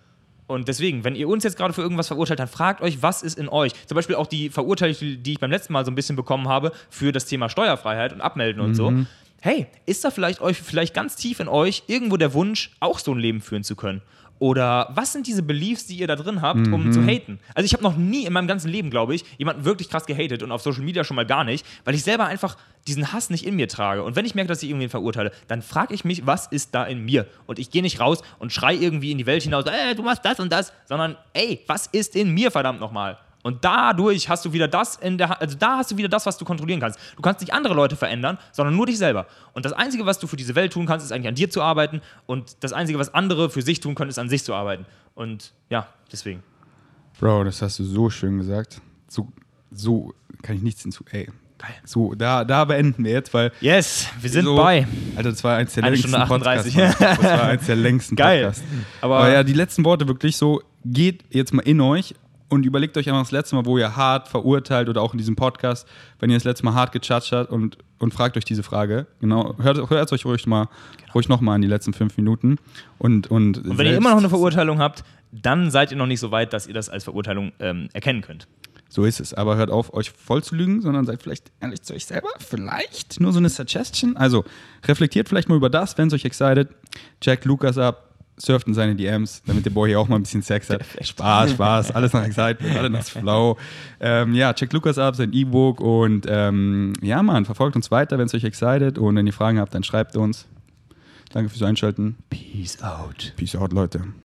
Und deswegen, wenn ihr uns jetzt gerade für irgendwas verurteilt, dann fragt euch, was ist in euch? Zum Beispiel auch die Verurteilung, die ich beim letzten Mal so ein bisschen bekommen habe für das Thema Steuerfreiheit und Abmelden und so. Hey, ist da vielleicht ganz tief in euch irgendwo der Wunsch, auch so ein Leben führen zu können? Oder was sind diese Beliefs, die ihr da drin habt, um zu haten? Also ich habe noch nie in meinem ganzen Leben, glaube ich, jemanden wirklich krass gehatet und auf Social Media schon mal gar nicht, weil ich selber einfach diesen Hass nicht in mir trage. Und wenn ich merke, dass ich irgendwen verurteile, dann frage ich mich, was ist da in mir? Und ich gehe nicht raus und schrei irgendwie in die Welt hinaus, du machst das und das, sondern was ist in mir, verdammt nochmal? Und dadurch hast du wieder das da hast du wieder das, was du kontrollieren kannst. Du kannst nicht andere Leute verändern, sondern nur dich selber. Und das Einzige, was du für diese Welt tun kannst, ist eigentlich an dir zu arbeiten. Und das Einzige, was andere für sich tun können, ist an sich zu arbeiten. Und ja, deswegen. Bro, das hast du so schön gesagt. So kann ich nichts hinzu. Ey. Geil. So, da beenden wir jetzt, weil. Yes, wir sind bei. Alter, das war eins der 1 längsten Stunde 38. Podcasts. Das war eins der längsten Geil. Podcasts. Aber ja, die letzten Worte wirklich so: geht jetzt mal in euch und überlegt euch einfach das letzte Mal, wo ihr hart verurteilt oder auch in diesem Podcast, wenn ihr das letzte Mal hart gejudged habt und fragt euch diese Frage. Genau, hört es euch ruhig nochmal an die letzten 5 Minuten. Und wenn ihr immer noch eine Verurteilung habt, dann seid ihr noch nicht so weit, dass ihr das als Verurteilung erkennen könnt. So ist es. Aber hört auf, euch voll zu lügen, sondern seid vielleicht ehrlich zu euch selber. Vielleicht nur so eine Suggestion. Also reflektiert vielleicht mal über das, wenn es euch excited. Checkt Lukas ab. Surft in seine DMs, damit der Boy hier auch mal ein bisschen Sex hat. Spaß, alles nach Excitement, alles nach Flow. Checkt Lukas ab, sein E-Book und verfolgt uns weiter, wenn es euch excited und wenn ihr Fragen habt, dann schreibt uns. Danke fürs Einschalten. Peace out. Peace out, Leute.